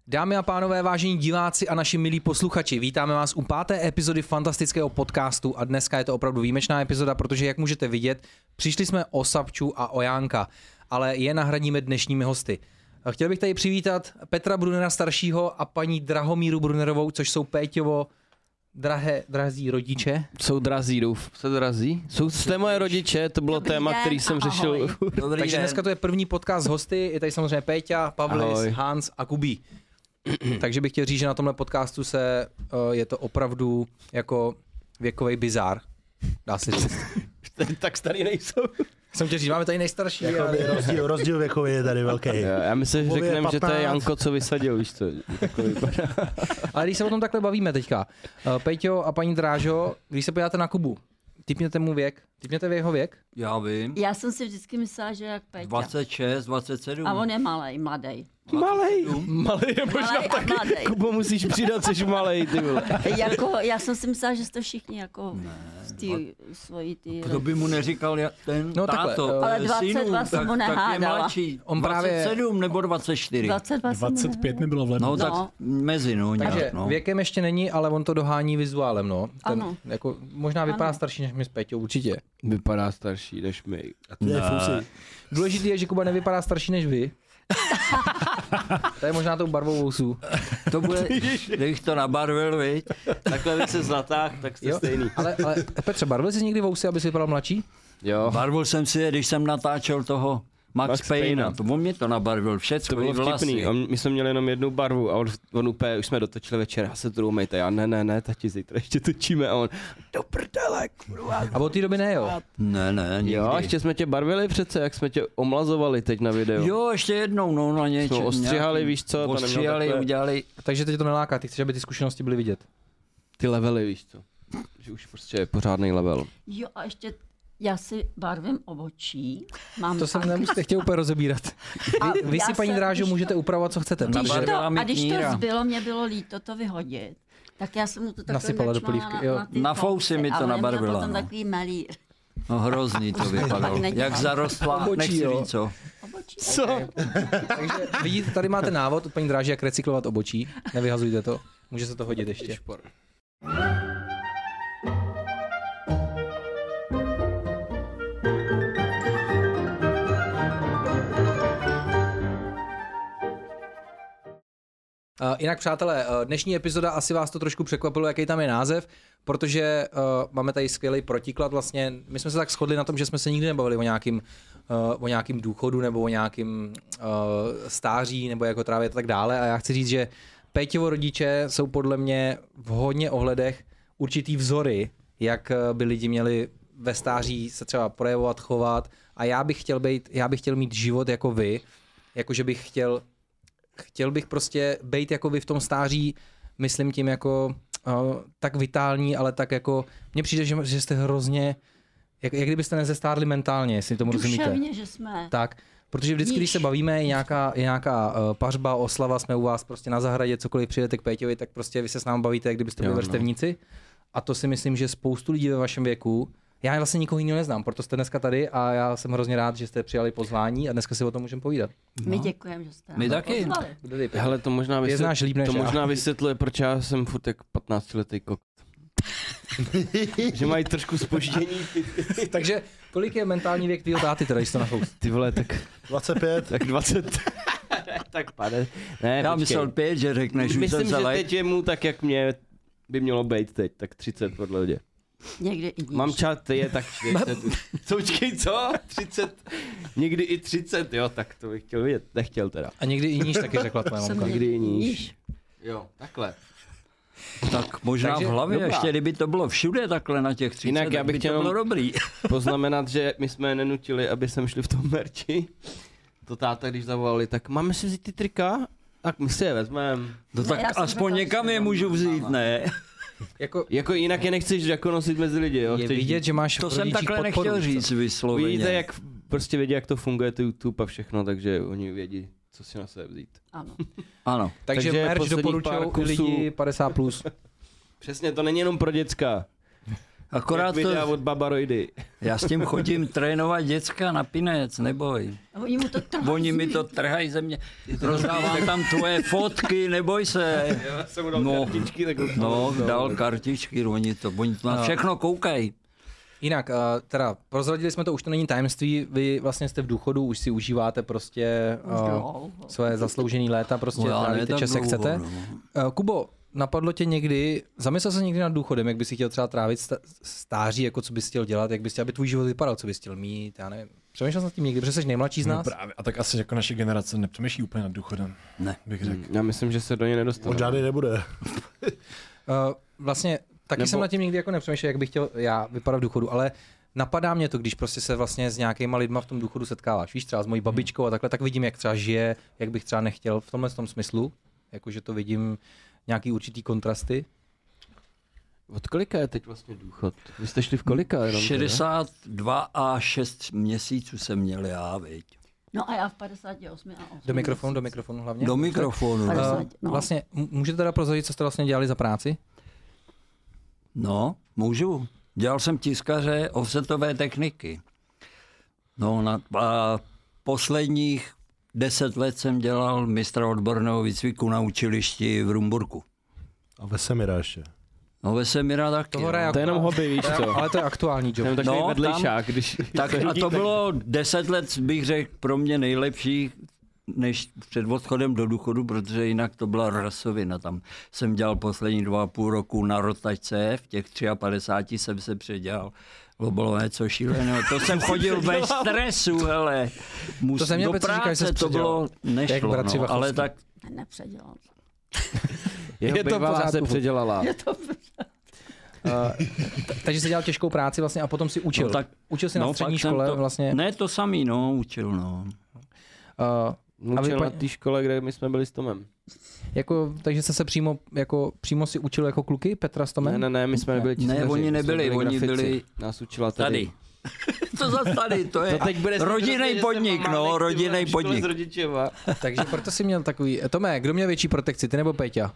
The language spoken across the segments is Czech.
Dámy a pánové, vážení diváci a naši milí posluchači, vítáme vás u 5. epizody fantastického podcastu a dneska je to opravdu výjimečná epizoda, protože jak můžete vidět, přišli jsme o Sapču a o Jánka, ale je nahradíme dnešními hosty. Chtěl bych tady přivítat Petra Brunera staršího a paní Drahomíru Brunerovou, což jsou Péťovo drazí rodiče. Jsou drazí, se drazí? Jste moje rodiče, to bylo téma, který jsem řešil. Takže dneska to je první podcast s hosty, je tady samozřejmě Péťa, Pavlis, Hans a Kubí. Takže bych chtěl říct, že na tomhle podcastu je to opravdu jako věkový bizár. Dá se říct. Tak starý nejsou. Jsem chtěl říct, máme tady nejstarší. Jako rozdíl věkový je tady velký. Já myslím, že řekneme, že to je Janko, co vysadil, víš co. Ale když se o tom takhle bavíme teďka. Pejťo a paní Drážo, když se podíváte na Kubu, tipněte mu věk. Tipněte jeho věk? Já vím. Já jsem si vždycky myslela, že jak Péťa. 26, 27. A on je malej, mladej. Malej je možná taky. Kubo, musíš přidat, jsi malej, ty vole. Já jsem si myslela, že jste všichni jako z té svojí tý... Kdo by mu neříkal ten táto, ale 22 jsem mu nehádala. Tak je mladší. On 27 nebo 24? 25 mi bylo v lednu. No tak mezi, no. Takže nějak, no. věkem ještě není, ale on to dohání vizuálem, no. Ano. Jako, možná vypadá starší než my s Péťou, určitě. Vypadá starší než my. Důležité je, že Kuba nevypadá starší než vy. To je možná tou barvou vousů. To bude, kdybych to nabarvil, viď? Takhle by se zatáhl, tak jste stejný. Ale Petře, barvil jsi někdy vousy, aby jsi vypadal mladší? Jo. Barvil jsem si je, když jsem natáčel toho Max Payna. To on mě to nabarvil, všechno. To bylo vtipný. My jsme měli jenom jednu barvu a on úplně, už jsme dotočili večer, já se tu umejte. Já ne, tati, zítra ještě točíme. A on, do prdele, kurva. A od té doby ne, jo? Ne, nikdy. Jo, ještě jsme tě barvili přece, jak jsme tě omlazovali teď na videu. Jo, ještě jednou, no na něčem. Jsme ostřihali, víš co? Ostřihali, udělali. Takže teď to neláká, ty chceš, aby ty zkušenosti byly vidět. Ty levely, víš co? Že už prostě je pořádný level. Jo, a ještě já si barvím obočí. Mám to jsem nemusíte chtěl úplně rozebírat. Vy si, paní Drážo, můžete upravovat, co chcete. Když to zbylo, mě bylo líto to vyhodit, tak já jsem mu to takhle nasypala do polívky. Na fousy mi to nabarvila. A on měl takový malíř. No hrozný to vypadalo. Jak zarostla, obočí, nechci jo. říct co. Obočí. Co? Takže vidíte, tady máte návod od paní Dráži, jak recyklovat obočí. Nevyhazujte to. Může se to hodit ještě. Jinak, přátelé, dnešní epizoda, asi vás to trošku překvapilo, jaký tam je název, protože máme tady skvělý protiklad vlastně. My jsme se tak shodli na tom, že jsme se nikdy nebavili o nějakým důchodu nebo o nějakým stáří nebo jako trávě a tak dále. A já chci říct, že Péťovo rodiče jsou podle mě v hodně ohledech určitý vzory, jak by lidi měli ve stáří se třeba projevovat, chovat. A já bych chtěl mít život jako vy, jakože bych chtěl bych prostě bejt jako vy v tom stáří, myslím tím jako tak vitální, ale tak jako, mně přijde, že jste hrozně, jak kdybyste nezestárli mentálně, jestli tomu rozumíte. Duševně, že jsme. Tak, protože vždycky, když se bavíme, je nějaká pařba, oslava, jsme u vás prostě na zahradě, cokoliv přijdete k Péťovi, tak prostě vy se s námi bavíte, jak kdybyste byli vrstevníci. A to si myslím, že spoustu lidí ve vašem věku, já vlastně nikoho jiného neznám, proto jste dneska tady a já jsem hrozně rád, že jste přijali pozvání a dneska si o tom můžeme povídat. My děkujeme, že jste My taky. Hele, to možná vysvětluje, proč já jsem furt jak 15letý kokot. Že mají trošku zpoždění. Takže kolik je mentální věk tvýho táty, teda, když to nachous? Ty vole, tak 25. Tak 20. Tak pane. Ne, já myslel 5, že řekneš, že myslím, že teď je mu tak, jak mě by mělo být teď, tak 30 podle lidě. Někdy i níž. Mám čat, je tak 40. Počkej, co? 30. Někdy i 30, jo, tak to bych chtěl vidět. Nechtěl teda. A někdy i níž taky řekla tvoje mamka. Někdy i níž. Jo, takhle. Tak možná takže v hlavě, dobrá. Ještě kdyby to bylo všude takhle na těch 30, jinak já bych to bylo dobrý. Poznamenat, že my jsme nenutili, aby sem šli v tom merči. To táta, když zavolali, tak máme si vzít ty trika? Tak my si je vezmeme. No tak aspoň někam je můžu vzít, ne? Jako jinak je nechceš jako nosit mezi lidi, jo? Je vidět, že máš to jsem takhle podporu, nechtěl říct vysloveně. Vidíte, jak prostě vědí, jak to funguje, to YouTube a všechno, takže oni vědí, co si na sebe vzít. Ano. Takže merch doporučují lidi 50+. Přesně, to není jenom pro děcka. Akorát to, videa od Babaroidy. já s tím chodím trénovat děcka na pinec, neboj. Oni mu to trhají. Oni mi to trhají ze mě. Rozdávám tam tvoje fotky, neboj se. Já jsem mu dal kartičky, tak dal kartičky, oni to na všechno koukají. Jinak, teda prozradili jsme to, už to není tajemství, vy vlastně jste v důchodu, už si užíváte prostě své zasloužené léta, prostě trávíte čas, jak chcete. Kubo, napadlo tě někdy, zamyslel se někdy nad důchodem, jak bys si chtěl třeba trávit stáří, jako co bys chtěl dělat, jak bys chtěl, aby tvůj život vypadal, co bys chtěl mít, já nevím. Přemýšlel jsem nad tím někdy, protože jsi nejmladší z nás? No právě, a tak asi jako naše generace nepřemýšlí úplně nad důchodem, Ne. bych řekl. Já myslím, že se do něj nedostane. On žádný nebude. Vlastně taky jsem nad tím nikdy jako nepřemýšlel, jak bych chtěl já vypadat v důchodu, ale napadá mě to, když prostě se vlastně s nějakýma lidma v tom důchodu setkáváš. Víš, třeba s mojí babičkou a takhle, tak vidím, jak třeba žije, jak bych třeba nechtěl v tomhle tom smyslu, jakože to vidím nějaký určitý kontrasty. Od kolika je teď vlastně důchod? Vy jste šli v kolika? Jenom 62 a 6 měsíců jsem měl já, viď. No a já v 58 a 8. Do mikrofonu hlavně. Do mikrofonu. 50, no. Vlastně můžete teda prozradit, co jste vlastně dělali za práci? No, můžu. Dělal jsem tiskaře offsetové techniky. No, a posledních 10 let jsem dělal mistra odborného výcviku na učilišti v Rumburku. A Vesemira ještě. No, Vesemira taky. To je jenom hobby, víš co? Ale to je aktuální job. Jsem takový No, vedlejšák, když... Tak a to bylo 10 let, bych řekl, pro mě nejlepší než před odchodem do důchodu, protože jinak to byla rasovina. Tam jsem dělal poslední 2,5 roku na rotačce, v těch 53 jsem se předělal. To bylo něco šíleného. To jsem chodil ve stresu, hele. To jsem měl do práce to bylo nešlo, no, ale tak... Nepředělal. Jeho bývalá se předělala. Je to Takže jsi dělal těžkou práci vlastně a potom si učil. No, tak, učil si na střední škole vlastně. Ne, to samý, no, učil, no. Učil na té škole, kde my jsme byli s Tomem. Jako, takže jste se přímo si učil jako kluky, Petra s Tomem? Ne, my jsme nebyli tiskaři. Ne, oni nebyli, oni byli... Nás učila tady. To zase tady, to je rodinný podnik, no, rodinný podnik. Takže proto jsi měl takový... Tome, kdo měl větší protekci, ty nebo Péťa?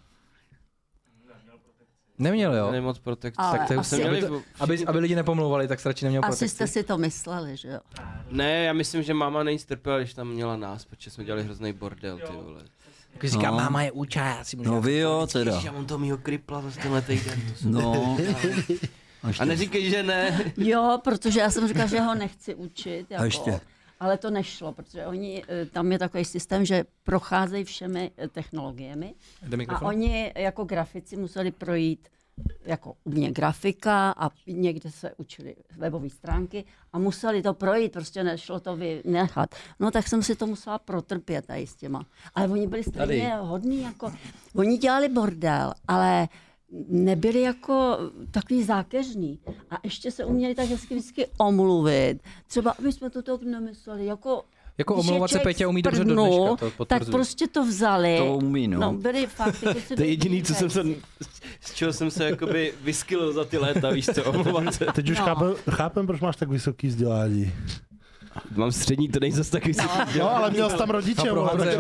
Neměl, jo? Nemoc protekci. Ale Tak to asi, aby lidi nepomlouvali, tak radši neměl protekci. asi jste si to mysleli, že jo? Ne, já myslím, že máma nejstrpěla, když tam měla nás, protože jsme dělali hrozný bordel, ty vole. Když říká, máma je učá, já si můžu... No vy jo, teda. Já mám toho mýho kripla za tenhle týden. No. A neříkej, že ne. Jo, protože já jsem říkala, že ho nechci učit. Jako, ještě. ale to nešlo, protože oni, tam je takový systém, že procházejí všemi technologiemi a oni jako grafici museli projít jako u mě grafika a někde se učili webové stránky a museli to projít, prostě nešlo to vynechat. No tak jsem si to musela protrpět tady s těma. Ale oni byli stejně hodní, jako, oni dělali bordel, ale nebyli jako takový zákeřný. A ještě se uměli tak hezky vždycky omluvit. Třeba, aby jsme to tak nemysleli, jako omlouvat se Péťa umí dobře do dneška, to potvrzuji. Tak prostě to vzali. To umí, no. No, byli fakt. To je jediný, co jsem se, z čeho jsem se jakoby vyskylil za ty léta, víš co, omlouvat se. Teď už chápem, proč máš tak vysoký vzdělání. Mám střední, to není zase tak vysoký. No, ale měl jsi tam rodiče.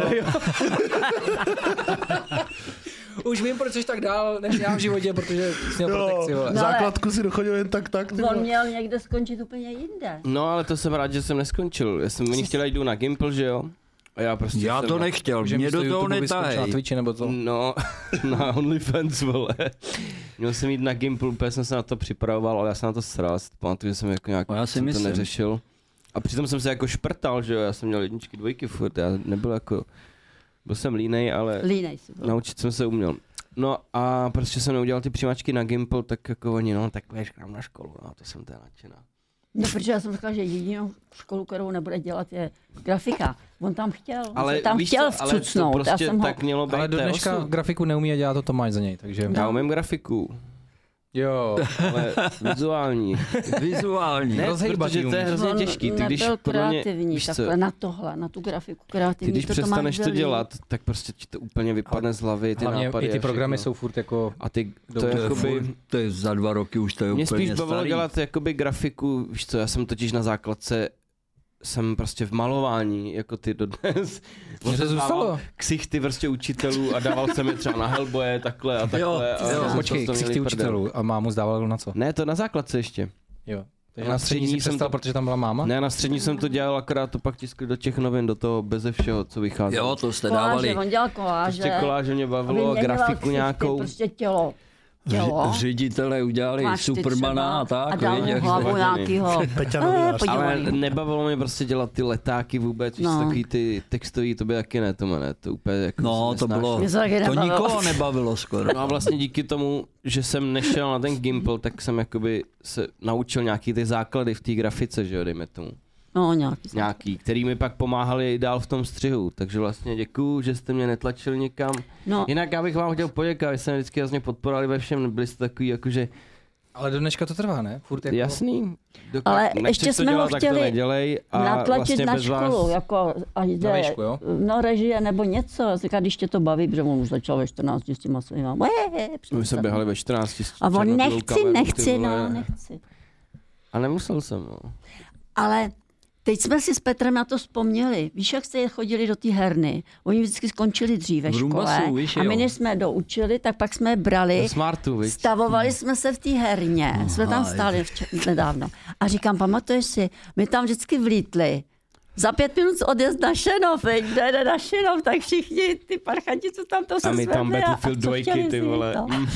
Už vím, proč jsi tak dál, než já v životě, protože jsi měl protekci, vole. No, Základku si dochodil jen tak. On měl někde skončit úplně jinde. No, ale to jsem rád, že jsem neskončil. Oni chtěli jít na Gimple, že jo? A já prostě já to nechtěl, mě do toho netahej. Na Twitchi nebo to? No, na OnlyFans, vole. Měl jsem jít na Gimple, úplně jsem se na to připravoval, ale já jsem na to sral. Pamatuju, že jsem jako nějak to neřešil. A přitom jsem se jako šprtal, že jo? Já jsem měl 1, 2 furt, já nebyl jako... Byl jsem línej, ale naučit jsem se uměl. No a prostě jsem neudělal ty přijímačky na Gimple, tak jako oni, no tak budeš k nám na školu, no to jsem teda nadšená. No, protože já jsem říkala, že jedinou školu, kterou nebude dělat, je grafika. On tam chtěl, ale tam chtěl vcucnout. Ale to prostě tak mělo být. Ale do dneška grafiku neumí a dělá to Tomáš za něj, takže... Já umím grafiku. Jo. Ale vizuální. Vizuální. Ne, protože to je hrozně těžký. Ty, když kreativní, mě, takhle na tohle, na tu grafiku kreativní. Ty, když přestaneš to dělat, tak prostě ti to úplně vypadne z hlavy, ty nápady. I ty programy jsou furt jako... A ty, to je za 2 roky už to je mě úplně spíš bavilo dělat jakoby grafiku, víš co, já jsem totiž na základce jsem prostě v malování, jako ty dodnes. Mně to zůstalo. Ksichty prostě učitelů a dával jsem je třeba na Hellboye, takhle a takhle. Počkej, ksichty učitelů a mámu zdával na co? Ne, to na základce ještě. Jo. Takže na střední jsem to, protože tam byla máma? Ne, na střední jsem to dělal, akorát to pak tiskli do těch novin, do toho beze všeho, co vychází. Jo, to jste dávali. On dělal koláže. Prostě koláže mě bavilo, grafiku nějakou. Prostě tělo. Ředitele udělali Supermana a tak. A dal mu hlavu nějakýho. Ale nebavilo mě prostě dělat ty letáky vůbec, víš, takový ty textový, to by taky ne, to úplně jako no, to bylo, to nikoho nebavilo skoro. No a vlastně díky tomu, že jsem nešel na ten Gimple, tak jsem jakoby se naučil nějaký ty základy v té grafice, že jo, dejme tomu. No, nějaký, který mi pak pomáhali dál v tom střihu, takže vlastně děkuju, že jste mě netlačili někam. No. Jinak já bych vám chtěl poděkovat, že jste mě vždycky jasně podporovali ve všem, byli jste takový jakože... Ale do dneška to trvá, ne? Furt jako... Jasný. Ale ještě jsme ho chtěli vlastně natlačit na školu, jako až jde, no režie nebo něco, říká, když tě to baví, protože on už začal ve 14 s těma svýma. My jsme běhali ve 14 a on nechci. A nemusel jsem, no. Ale teď jsme si s Petrem na to vzpomněli. Víš, jak jste chodili do té herny? Oni vždycky skončili dřív ve škole. A my, než jsme doučili, tak pak jsme brali, stavovali jsme se v té herně. Jsme tam stáli nedávno. A říkám, pamatuješ si, my tam vždycky vlítli. Za 5 minut odjezd na Šenov, jde na Šenov, tak všichni ty parchanti, co tam to se svedli. A my tam Battlefield 2, ty vole.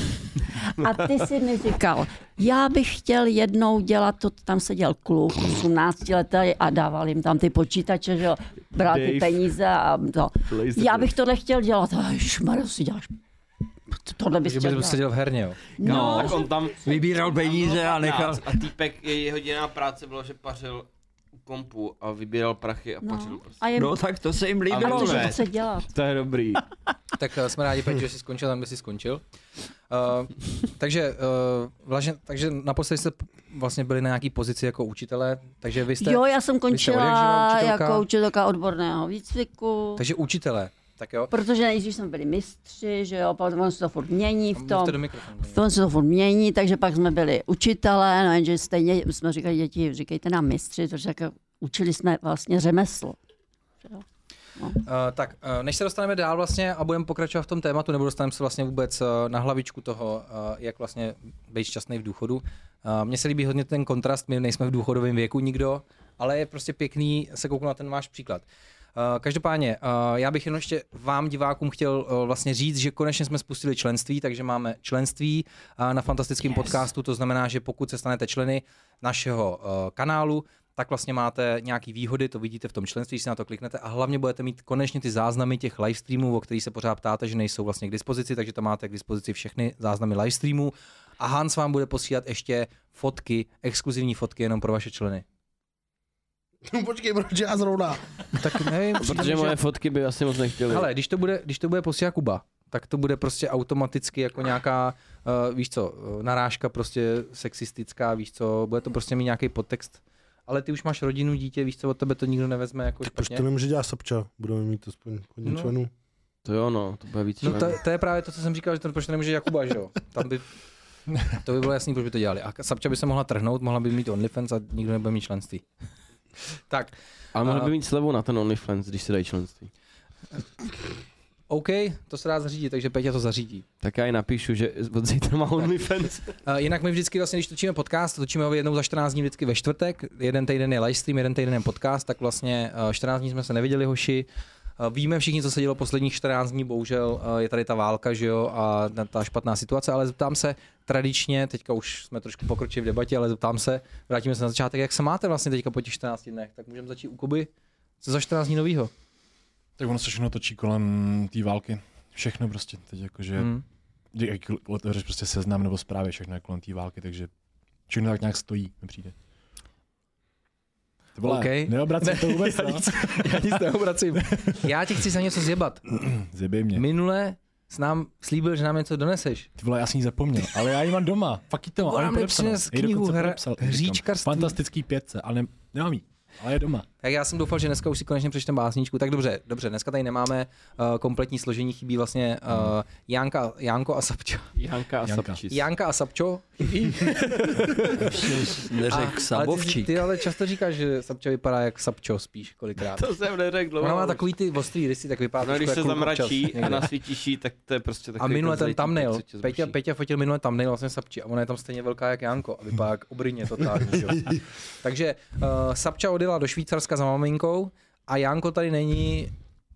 A ty si mi říkal, já bych chtěl jednou dělat to, tam seděl kluk, 18 letý a dával jim tam ty počítače, že jo, bral ty peníze a to. Já bych tohle chtěl dělat. Ježišmarja, si děláš. Tohle bys chtěl dělat. Seděl v herně, jo. No, tak on tam vybíral peníze a nechal. A týpek, jeho jediná práce bylo, že pařil kompu a vybíral prachy a pařil prostě. No tak to se jim líbilo, ne? Co dělat? To je dobrý. Tak jsme rádi, Peť, že jsi skončil tam, kde jsi skončil. Takže naposledy jste vlastně byli na nějaký pozici jako učitelé, takže vy jste... Jo, já jsem končila jako učitelka odborného výcviku. Takže učitelé. Tak jo. Protože nejdřív jsme byli mistři, že jo, potom se to furt mění v tom se to furt mění, takže pak jsme byli učitelé, no jenže stejně jsme říkali děti, říkejte nám mistři, protože jako učili jsme vlastně řemeslo. No. Než se dostaneme dál vlastně a budeme pokračovat v tom tématu, nebo dostaneme se vlastně vůbec na hlavičku toho, jak vlastně být šťastný v důchodu. Mně se líbí hodně ten kontrast, my nejsme v důchodovém věku nikdo, ale je prostě pěkný se kouknout na ten váš příklad. Každopádně, já bych jenom ještě vám divákům chtěl vlastně říct, že konečně jsme spustili členství, takže máme členství na fantastickém podcastu, to znamená, že pokud se stanete členy našeho kanálu, tak vlastně máte nějaký výhody, to vidíte v tom členství, když si na to kliknete a hlavně budete mít konečně ty záznamy těch livestreamů, o kterých se pořád ptáte, že nejsou vlastně k dispozici, takže tam máte k dispozici všechny záznamy livestreamů a Hans vám bude posílat ještě fotky, exkluzivní fotky jenom pro vaše členy. Počkej, proč já zrovna? Tak nevím, protože moje fotky by asi moc nechtěli. Ale když to bude posílat Kuba, tak to bude prostě automaticky jako nějaká, víš co, narážka prostě sexistická, víš co, bude to prostě mít nějaký podtext. Ale ty už máš rodinu, dítě, víš co, od tebe to nikdo nevezme jako tak proč to nemůže dělat Sapča? Budeme mít aspoň hodně členů. To jo, no, to bude víc členů. No to je právě to, co jsem říkal, že to proč to nemůže Jakuba, že jo? Tam by, to by bylo jasný, proč by to dělali. A Sapča by se mohla trhnout, mohla by mít OnlyFans a nikdo nebude mít členství. Tak. Ale mohla by mít slevu na ten OnlyFans, když se dají členství. OK, to se dá zařídit, takže Peťa to zařídí. Tak já ji napíšu, že od zítra má OnlyFans. Jinak my vždycky vlastně, když točíme podcast, točíme ho jednou za 14 dní vždycky ve čtvrtek, jeden týden je livestream, jeden týden je podcast, tak vlastně 14 dní jsme se neviděli, hoši. Víme všichni, co se dělo posledních 14 dní, bohužel je tady ta válka, že jo, a ta špatná situace, ale zeptám se tradičně, teďka už jsme trošku pokročili v debatě, ale zeptám se, vrátíme se na začátek, jak se máte vlastně teďka po těch 14 dnech, tak můžeme začít u Kuby, co za 14 dní novýho? Tak ono se všechno točí kolem té války, všechno prostě, teď jakože, jak otevřeš prostě seznam nebo zprávy, všechno je kolem té války, takže všechno tak nějak stojí, mi přijde. Ty vole, okay. Neobracím to vůbec, já nic neobracím. Já ti chci za něco zjebat. Zjebej mě. Minule jsi nám slíbil, že nám něco doneseš. Ty vole, já jsem ji zapomněl, ale já ji mám doma. Fakt ji to mám. Nám přines knihu Hříčkarství. Fantastický 5, ale nemám ji. Ale je doma. Tak já jsem doufal, že dneska už si konečně přečtem básničku. Tak dobře, dneska tady nemáme kompletní složení, chybí vlastně Janko a Sapčo. Janka a Sapčo chybí. Neřekl Sabovčík. Ale ty ale často říkáš, že Sapčo vypadá jak Sapčo spíš kolikrát. To jsem neřekl dlouho. Ona má takový ty ostrý rysy, tak vypadá no, když se zamračí a nasvítíš jí, tak to je prostě takový. A minule ten thumbnail, Peťa fotil minule thumbnail vlastně Sapči a ona je tam stejně velká jak Janko a vypadá jak obrině totálně. Takže Sapča odjela do Švýcarska za maminkou a Janko tady není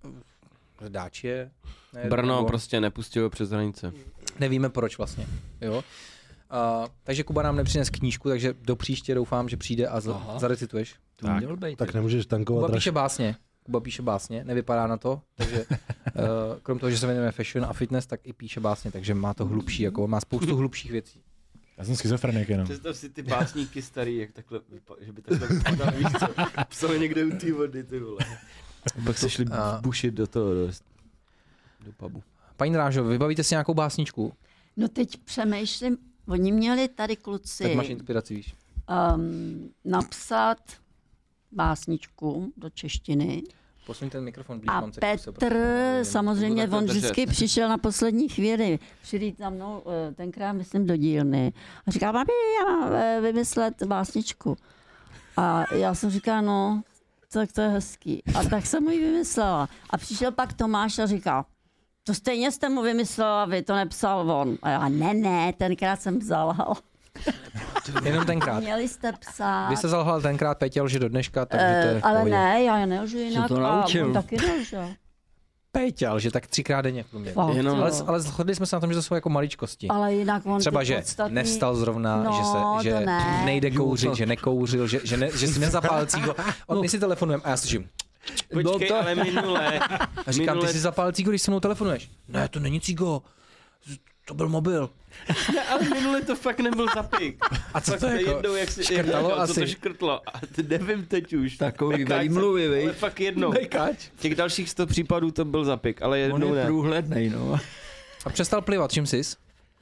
Dáčie. Brno prostě nepustilo přes hranice. Nevíme proč vlastně. Jo? Takže Kuba nám nepřines knížku, takže do příště doufám, že přijde a zarecituješ. Tak nemůžeš tankovat. Kuba píše básně, nevypadá na to, takže krom toho, že se věnujeme fashion a fitness, tak i píše básně, takže má to hlubší, jako má spoustu hlubších věcí. Já jsem schizofrenik jenom. Představ si ty básníky starý, jak takhle, že by takhle vypadal, víš co, psali někde u té vody, ty vole. Pak se šli bušit do toho, do pubu. Paní Drážo, vybavíte si nějakou básničku? No teď přemýšlím, oni měli tady kluci tak máš inspiraci, víš. Napsat básničku do češtiny. Posuň ten mikrofon blíž. A Petr samozřejmě, on vždycky přišel na poslední chvíli. Přijít za mnou, tenkrát myslím do dílny. A říká, babi, já mám vymyslet básničku. A já jsem říkala, no, tak to je hezký. A tak jsem mu ji vymyslela. A přišel pak Tomáš a říkal, to stejně jste mu vymyslela, vy to nepsal on. A já, ne, tenkrát jsem zalhal. Jenom tenkrát. Měli jste psát. Vy jste zalhal tenkrát, Peťa lže do dneška, takže to je ale ne, já nelžu jinak to naučil. A on taky nelžel. Peťa lže tak 3krát denně v průměru. Ale shodli jsme se na tom, že to jsou jako maličkosti. Ale jinak on třeba, že nevstal zrovna, že nejde kouřit, že nekouřil, že si nezapálil cígo. My si telefonujeme a já slyším. Počkej, ale minule. A říkám, ty si zapálil cígo, když se mnou telefonuješ. Ne, to není cígo. To byl mobil. Ne, ale minule to fakt nebyl zapik. A co to jako? Jednou, jak si škrtalo asi. Co to škrtlo. A ty nevím teď už. Takový výmluvy, vej. Ale fakt jednou. Těch dalších 100 případů to byl zapik, ale jednou ne. On je průhlednej, no. A přestal plivat, čím jsi?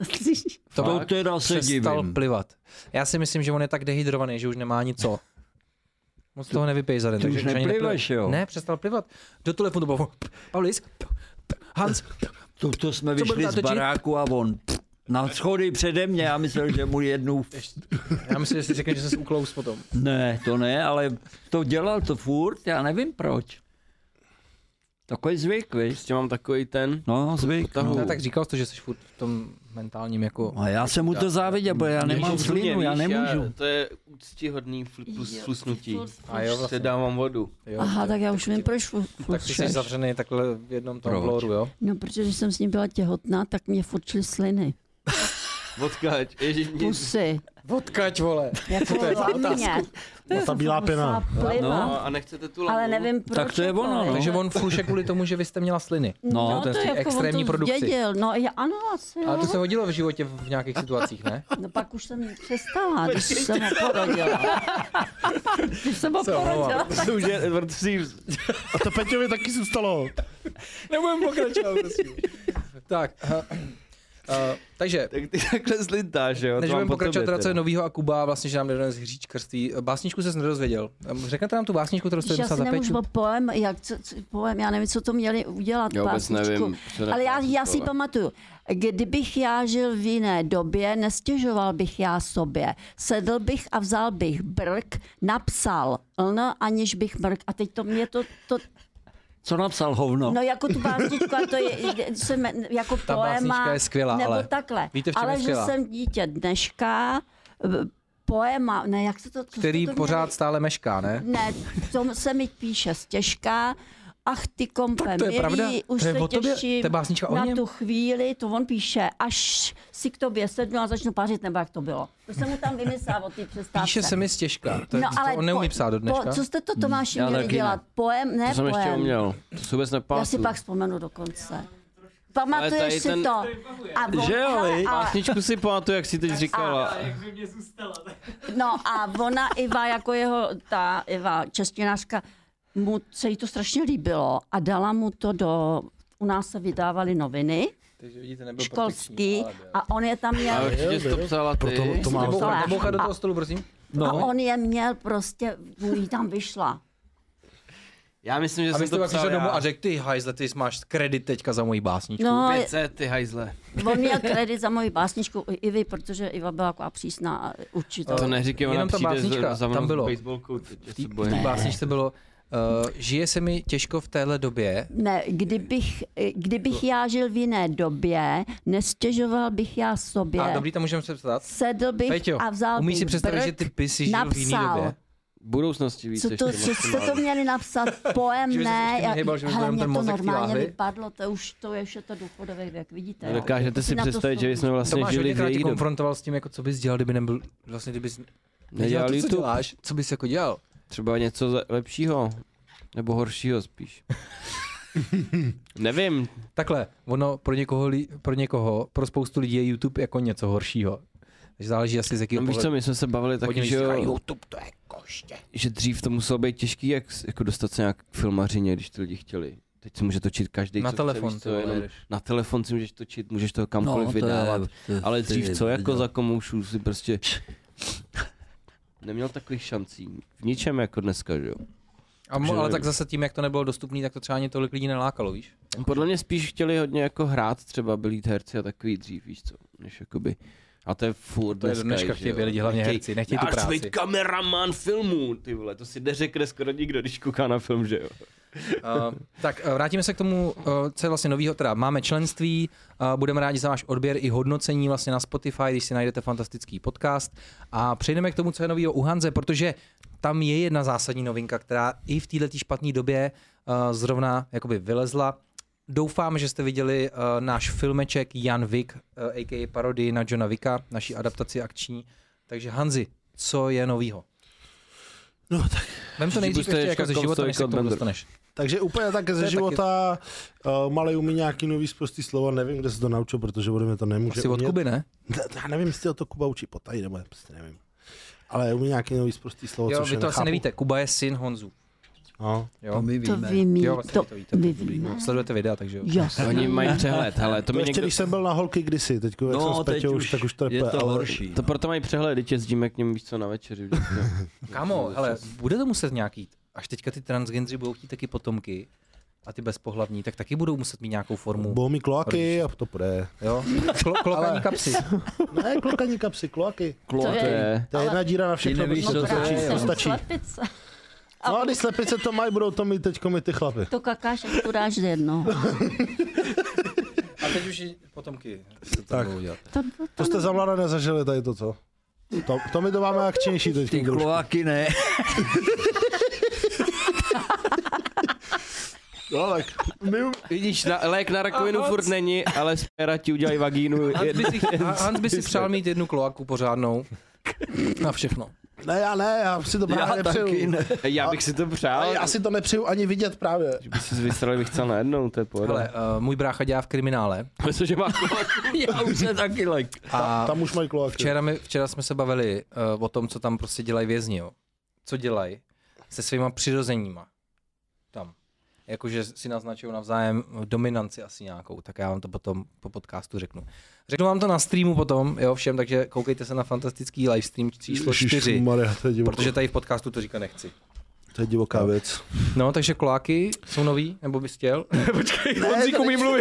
To teda se divím. Přestal plivat. Já si myslím, že on je tak dehydrovaný, že už nemá nic co. Moc toho nevypij za den. Ty už nepliveš, jo? Ne, přestal plivat. Do telefonu to bylo Pavlis, Hans. To jsme vyšli z baráku a on na schody přede mě, já myslel, že mu jednou... Já myslím, že si řekne, že jsi uklous potom. Ne, to ne, ale to dělal to furt, já nevím proč. Takový zvyk, víš? Prostě mám takový ten... No, zvyk. No, tak říkal jsi to, že jsi furt v tom mentálním jako... A já jsem mu to záviděl, protože já nemám slinu, já nemůžu. To je úctihodný flusnutí. A jo, vlastně. Dávám vodu. Jo, aha, tak já už vím, proč tak ty jsi zavřený takhle v jednom tom vloru, jo? No, protože jsem s ním byla těhotná, tak mě furt šly sliny. Odkaď? Pusy. Odkaď, vole. Jako to je No, ta bílá pěna. No, a nechcete tu ale nevím proč. Tak to je ono, no. Takže on fluše kvůli tomu, že vy jste měla sliny. No, to je jako extrémní produkci. Děděl. No, ano, asi jo. Ale to se hodilo v životě v nějakých situacích, ne? No pak už jsem přestala, když jsem ho porodila. A to Peťovi taky se stalo. Nebudem pokračovat, prosím. Tak, takže... Tak ty takhle zlintáš, jo? Než budeme pokračovat teda, co je novýho a Kuba, vlastně, že nám dnes hříč krství. Básničku ses nedozvěděl. Řeknete nám tu básničku, kterou jste dostal za Peťu? Já si poem, poem, já nevím, co to měli udělat, já básničku. Nevím, ale já si pamatuju. Kdybych já žil v jiné době, nestěžoval bych já sobě. Sedl bych a vzal bych brk, napsal aniž bych mrk. A teď to mě to Co napsal hovno? No jako tu básničku, a to je jako ta poema. básnička je skvělá, nebo ale takhle. Víte, v čem ale je skvělá? Že jsem dítě dneška, poema, ne, jak se to... Který to pořád stále mešká, ne? Ne, to se mi píše stěžka. Ach ty kompe, to je pravda. už to je se těším na tu chvíli, to on píše, až si k tobě sednu a začnu pařit, nebo jak to bylo. To jsem mu tam vymyslela od té přestávce. Píše se mi stěžka, to on neumí psát do dneška. Co jste to, Tomáši, měli dělat? Poem, ne to jsem poem. ještě uměl, to se vůbec nepásnu. Já si pak vzpomenu dokonce. Pamatuješ si to? Že jo, básničku si pamatuju, jak jsi teď říkala. A jak by mě zůstala. No a ona, Iva, jako ta Iva, češtinářka, se jí to strašně líbilo a dala mu to u nás se vydávaly noviny, takže vidíte, nebyl školský, a on je tam měl... Ale určitě jsi to psala ty. Nebouchat do toho stolu, prosím. No. A on je měl prostě, mu jí tam vyšla. Já myslím, že jsem to psal domů a řekl, ty hajzle, ty máš kredit teďka za moji básničku. No, 500, ty hajzle. On měl kredit za moji básničku i vy, protože Iva byla taková přísná učitelka. To neříkej, ona jenom ta přijde básnička, za mnou tam bylo. s baseballkou. V té básničce bylo, žije se mi těžko v téhle době. Ne, kdybych já žil v jiné době, nestěžoval bych já sobě. A dobrý, to můžeme se představit. Sedl bych Peťo, a vzal umíš si bych představit, brk, že ty si žil v jiné době? Budoucnosti víc. Co jste to měli napsat poem, Že by se ne? prostě nehybal, že by Hele, byl mě ten to mozek v té normálně láhvi? vypadlo, to už je to důchodový věk, vidíte? jo? Dokážete si na to představit, že jsme vlastně Tomáš žili v hodněkrát tě její době. konfrontoval s tím, jako co bys dělal, kdyby nebyl, vlastně kdybys nedělal to, co YouTube. děláš, co bys jako dělal? Třeba něco lepšího. Nebo horšího spíš. Nevím. Takhle, ono pro spoustu lidí je YouTube jako něco horšího. Takže záleží asi z jakého No víš co, my jsme se bavili taky, že YouTube to je koště. že dřív to muselo být těžký, jak jako dostat se nějak k filmařině, když ty lidi chtěli. Teď si může točit každý, Na co telefon, chce, víš co, jenom na telefon si můžeš točit, můžeš to kamkoliv No, to vydávat. je Ale dřív co, jako viděl. za komoušů si prostě neměl takových šancí. V ničem jako dneska, že jo. Ale tak zase tím, jak to nebylo dostupné, tak to třeba ani tolik lidí nelákalo, víš? Podle mě spíš chtěli hodně jako hrát, třeba byli herci a takový dřív, víš co, než jakoby. A to je furt To je dneška chtějí lidi, hlavně herci, nechtějí tu práci. Já být kameraman filmu, ty vole, to si neřekne skoro nikdo, když kouká na film, že jo. Tak vrátíme se k tomu, co je vlastně novýho, teda máme členství, budeme rádi za váš odběr i hodnocení vlastně na Spotify, když si najdete fantastický podcast a přejdeme k tomu, co je novýho u Hanze, protože tam je jedna zásadní novinka, která i v této špatné době zrovna jakoby vylezla. Doufám, že jste viděli náš filmeček Jan Wick, a.k.a. parodii na Johna Wicka, naší adaptaci akční. Takže Hanzi, co je novýho? No tak. Vem to nejdřív ještě jako ze života, než se k tomu dostaneš. Takže úplně tak ze života, malej umí nějaký nový sprostý slovo, nevím, kde se to naučil, protože ode mě to nemůže Asi od Kuby, ne? Já nevím, jestli to Kuba učí potají, nebo prostě nevím. Ale umí nějaký nový sprostý slovo, Jo, což vy to nechápu. asi nevíte, Kuba je syn Honzu. No. Jo? To my To víme. víme. Jo, vlastně to víte. my víme. Sledujete videa, takže jo. Jasně. Oni mají přehled, hele, to To mi ještě, někdo... když jsem byl na holky kdysi, teď jak jsem s teď Peťou už, tak už to je to ale- horší. To proto mají přehled, když jezdíme k němu, víš co, na večeři. vždycky. Kámo, hele, bude to muset nějaký, až teďka ty transgendři budou chtít taky potomky a ty bezpohlavní, tak taky budou muset mít nějakou formu. Budou mít kloaky a to půjde. Jo? Klokání kapsy. Ne, klokaní kapsy, kloaky. To je... To je jedna díra na všechno, nevíš, to co to stačí, je, to jo. stačí. Slepice. No a když slepice to mají, budou to mít teďko my ty chlapy. To kakáš, jak tu dáš z jednoho. A teď už i potomky se to Tak. budou dělat. To jste za mladá nezažili tady to, co? To my to máme akčnější teď. Ty kloaky ne. No tak. Vidíš, lék na rakovinu furt není, ale z péra ti udělají vagínu. Hans by si přál mít jednu kloaku pořádnou. A všechno. Ne, já si to právě Já taky nepřeju. ne. Já bych si to A přál. já si to nepřeju ani vidět právě. Že by si vystrali vychcel najednou, to je pohoda. Hele, můj brácha dělá v kriminále. Myslím, že má Já už se taky lek. A Tam už mají kloaky. včera jsme se bavili o tom, co tam prostě dělají vězni, jo. Co dělají se svýma přirozeníma. Tam. Jakože si naznačují navzájem dominanci asi nějakou, tak já vám to potom po podcastu řeknu. Řeknu vám to na streamu potom, jo, všem, takže koukejte se na fantastický livestream číslo 4, Ježišmarja, to je divoká. protože tady v podcastu to říkat nechci. To je divoká věc. No, takže kloáky jsou nový, nebo bys chtěl? Počkej, Honzíku mi mluvit.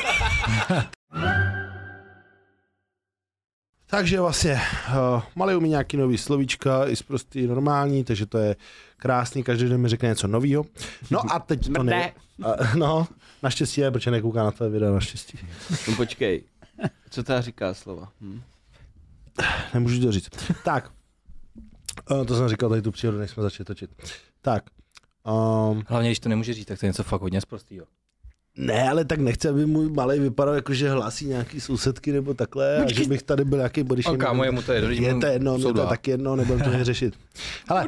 Takže vlastně malý umí nějaký nový slovíčka, i prostý normální, takže to je krásný, každý den mi řekne něco novýho. No a teď to ne. No, naštěstí je, protože nekouká na tvé videa, naštěstí. No počkej, co ta říká slova? Nemůžu to říct. Tak, to jsem říkal tady tu příhodu, než jsme začali točit. Tak. Hlavně, když to nemůže říct, tak to je něco fakt hodně sprostýho. Ne, ale tak nechci, aby můj malej vypadal jako, že hlásí nějaký sousedky nebo takhle, a že bych tady byl nějaký body shaming. Kámo, jemu to je, Je to jedno, mě to je taky jedno, nebudem to neřešit. Hele,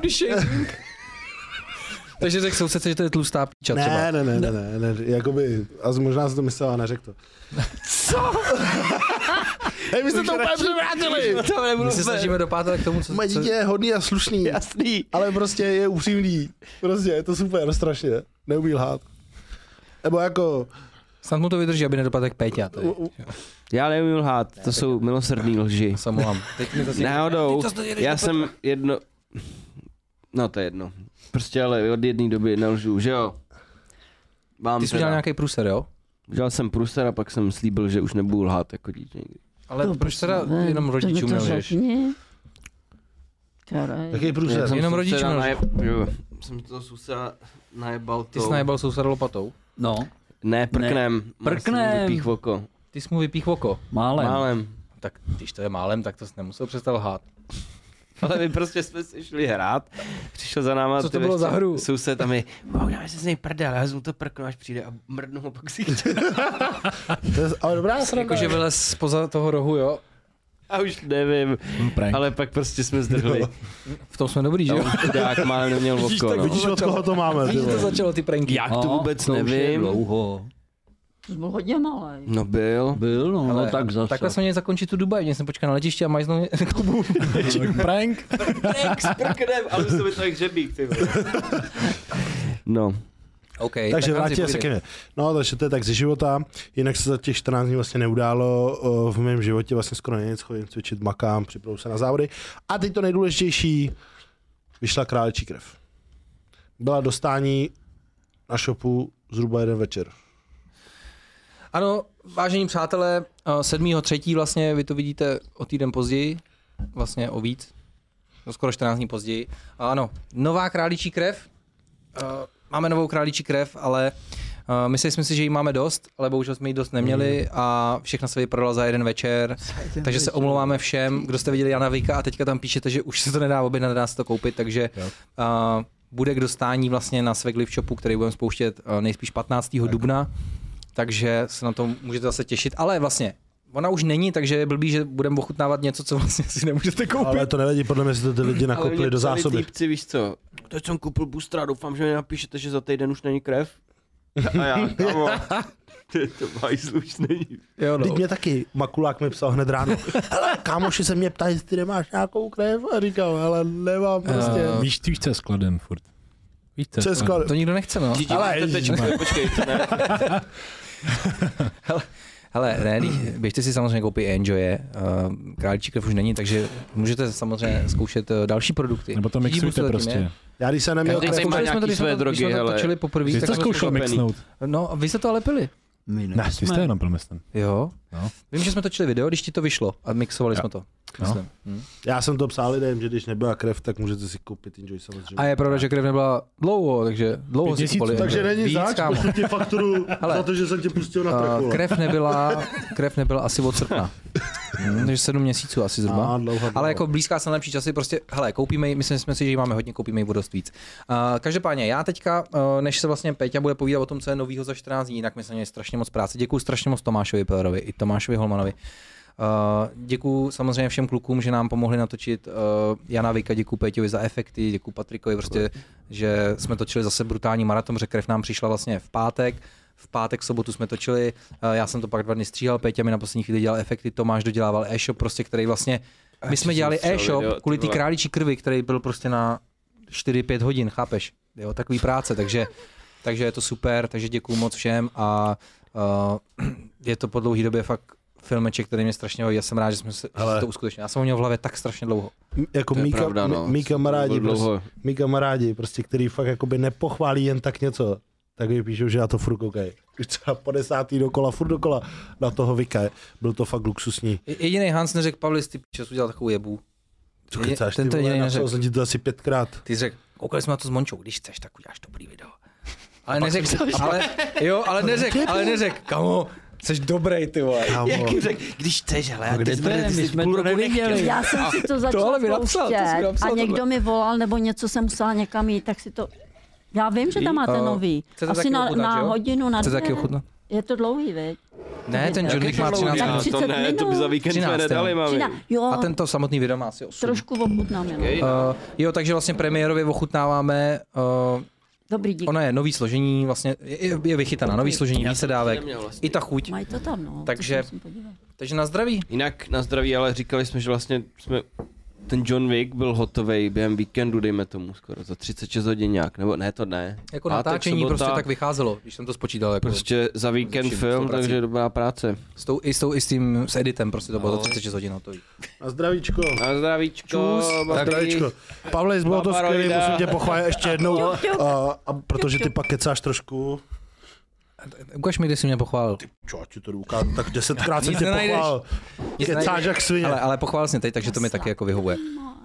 Takže řekl sousedce, že to je tlustá píča třeba. ne, jakoby, a možná se to myslel a neřekl to. Co? Hej, vy jste to úplně převrátili! My se snažíme dopátat k tomu, co... Moje dítě je hodný a slušný, Jasný. ale prostě je upřímný. Prostě je to super, strašně. Neumí lhát. Nebo jako... Snad mu to vydrží, aby nedopadl jak Péťa. Já neumím lhát, to jsou milosrdný lži. Samohám. Teď mi zase... Náhodou, já jsem jedno... No to je jedno. Prostě ale od jedné doby nelžu, že jo? Ty jsi udělal nějaký průser, jo? Udělal jsem průser a pak jsem slíbil, že už nebudu lhát jako dítě nikdy. Ale proč teda jenom rodičům nelžeš? Jaký průser? Jenom rodičům nelžeš. Jsem to suseda najebal Ty jsi najebal souseda lopatou? No. Ne, prknem. Vypích oko. Ty jsi mu vypích oko? Málem. Tak když to je málem, tak to jsi nemusel přestat lhát. Ale my prostě jsme si šli hrát, přišel za náma. Co to bylo za hru? Soused a my, uděláme si z něj prdel, já mu to prknu, až přijde a mrdnu ho pak si Ale dobrá sranda. Jakože vylez spoza toho rohu, jo? A už nevím, ale pak prostě jsme zdrhli. V tom jsme dobrý, že jo? Chudák málem neměl oko, no. Vidíš, od koho to máme. Víš, to začalo ty pranky. Jak to vůbec nevím. Dlouho. To byl hodně malý. No byl. No, ale no tak zase. Takhle jsme měli zakončit tu Dubaj, měl jsem počkat na letiště a majznou mě Kubu. Prank. Prank s prknem, ale to by to jak žebík, ty vole. No. Okay, takže tak vrátíme se ke mně. No, takže to je tak ze života. Jinak se za těch 14 dní vlastně neudálo v mém životě, vlastně skoro nic, chodím cvičit, makám, připravuju se na závody. A teď to nejdůležitější, vyšla Králečí krev. Byla dostání na shopu zhruba 1 večer. Ano, vážení přátelé, 7.3. vlastně vy to vidíte o týden později, vlastně o víc, skoro 14 dní později. A ano, nová Králíčí krev, máme novou Králíčí krev, ale mysleli jsme si, že jí máme dost, ale bohužel jsme jí dost neměli a všechno se vyprodalo za 1 večer, takže se omlouváme všem, kdo jste viděli Jana Vika a teďka tam píšete, že už se to nedá objednat, nedá se to koupit, takže bude k dostání vlastně na Swag Shopu, který budeme spouštět nejspíš 15. dubna. Takže se na to můžete zase těšit, ale vlastně ona už není, takže je blbý, že budeme ochutnávat něco, co vlastně si nemůžete koupit. Ale to nevadí, podle mě si to ty lidi nakoupili do zásoby. Ale týpci, víš co, teď jsem koupil boostera, doufám, že mi napíšete, že za týden už není krev. A já, kamo, to hajzl už není. Jo, no. Teď mě taky Makulák mi psal hned ráno. Hele, kámoši se mě ptají, jestli ty nemáš nějakou krev? A říkal, hele, nemám prostě. Víš, co je skladem furt. Víš, co je skladem. To nikdo nechce, no. Ale počkej, ne. Hele, ne, běžte si samozřejmě koupit Enjoye, Králíčí krev už není, takže můžete samozřejmě zkoušet další produkty. Nebo to mixujte prostě. Já když jsem neměl krev, když jsme to točili poprvé, tak to zkoušel mixnout. No, vy jste to lepili. Ne, ty jste jenom myslím. Jo? No. Vím, že jsme točili video, když ti to vyšlo a mixovali jsme to. No. Já jsem to psal lidem, že když nebyla krev, tak můžete si koupit Enjoy samozřejmě. A je pravda, že krev nebyla dlouho, takže dlouho si kupovali. Takže není zač, pošlu ti fakturu za to, že jsem tě pustil na trhu. Krev nebyla asi od srpna. Takže 7 měsíců asi zhruba. Dlouho. Ale jako blízká se nejlepší časy, prostě, hele, koupíme ji, myslím si, že ji máme hodně, koupíme ji o dost víc. Každopádně, já teďka, než se vlastně Péťa bude povídat o tom, co je novýho za 14 dní, tak my jsme měli strašně moc práce. Děkuju strašně moc Tomášovi Pellerovi i Tomášovi Holmanovi. Děkuju samozřejmě všem klukům, že nám pomohli natočit Jana Vika, děkuju Péťovi za efekty, děkuju Patrikovi, prostě, že jsme točili zase brutální maraton, že krev nám přišla vlastně v pátek, v sobotu jsme točili, já jsem to pak 2 dny stříhal, Péťa mi na poslední chvíli dělal efekty, Tomáš dodělával e-shop, prostě, který vlastně, my jsme dělali e-shop kvůli té Králíčí krvi, který byl prostě na 4-5 hodin, chápeš, jo, takový práce, takže je to super, takže děkuju moc všem a je to po dlouhé době fakt filmeček, který mě strašně hodí. Já jsem rád, že jsme se to uskutečnili. Já jsem ho měl v hlavě tak strašně dlouho. Jako mý kamarádi, prostě, který fakt jakoby nepochválí jen tak něco, tak mi píšou, že já to furt koukaj. Už třeba 50. dokola, furt dokola na toho Vika. Byl to fakt luxusní. Jediný Hans neřekl, Pavlis, ty pičo, udělal takovou jebu. Co chceš, ty vole, napsal jsem ti to asi 5krát. Ty jsi řekl, koukali jsme na to s Mončou, když chceš, tak uděláš dobrý video. Ale neřekl, ale neřekl, kamo, jsi dobrý, ty vole. Jak řekl, když chceš, hele, a kde to je, my jsme to neviděli. Já jsem si to začala pouštět a někdo mi volal, nebo něco jsem musela někam jít, tak si to... Já vím, že tam máte nový. Asi na hodinu, na 2. Chcete taky ochutnat? Je to dlouhý, viď? Ne, ten John Wick má 13 minut. 30 minut. To by za víkend jsme nedali, mami. A tento samotný video má asi 8. Trošku ochutnám jenom. Jo, takže vlastně premiérově ochutnáváme... Dobrý, díky. Ona je nový složení, vlastně je vychytaná, nový složení, výsedávek, vlastně. I ta chuť. Mají to tam, no. Takže na zdraví. Jinak na zdraví, ale říkali jsme, že vlastně jsme ten John Wick byl hotovej během víkendu, dejme tomu skoro, za 36 hodin nějak, nebo ne, to ne. Jako natáčení prostě tak vycházelo, když jsem to spočítal. Jako prostě za víkend film, takže dobrá práce. S tím s editem prostě to bylo za 36 hodin hotový. Na zdravíčko. Na zdravíčko. Na zdravíčko. Pavle, bylo to skvělé, musím tě pochválit ještě jednou, a protože ty pak kecáš trošku. Ukaž mi, kde jsi mě pochválil. Čo, ti to ukážu, tak 10krát jsem tě pochválil. Kecáš jak svině. Ale pochválil jsi mě teď, takže to mi taky jako vyhovuje.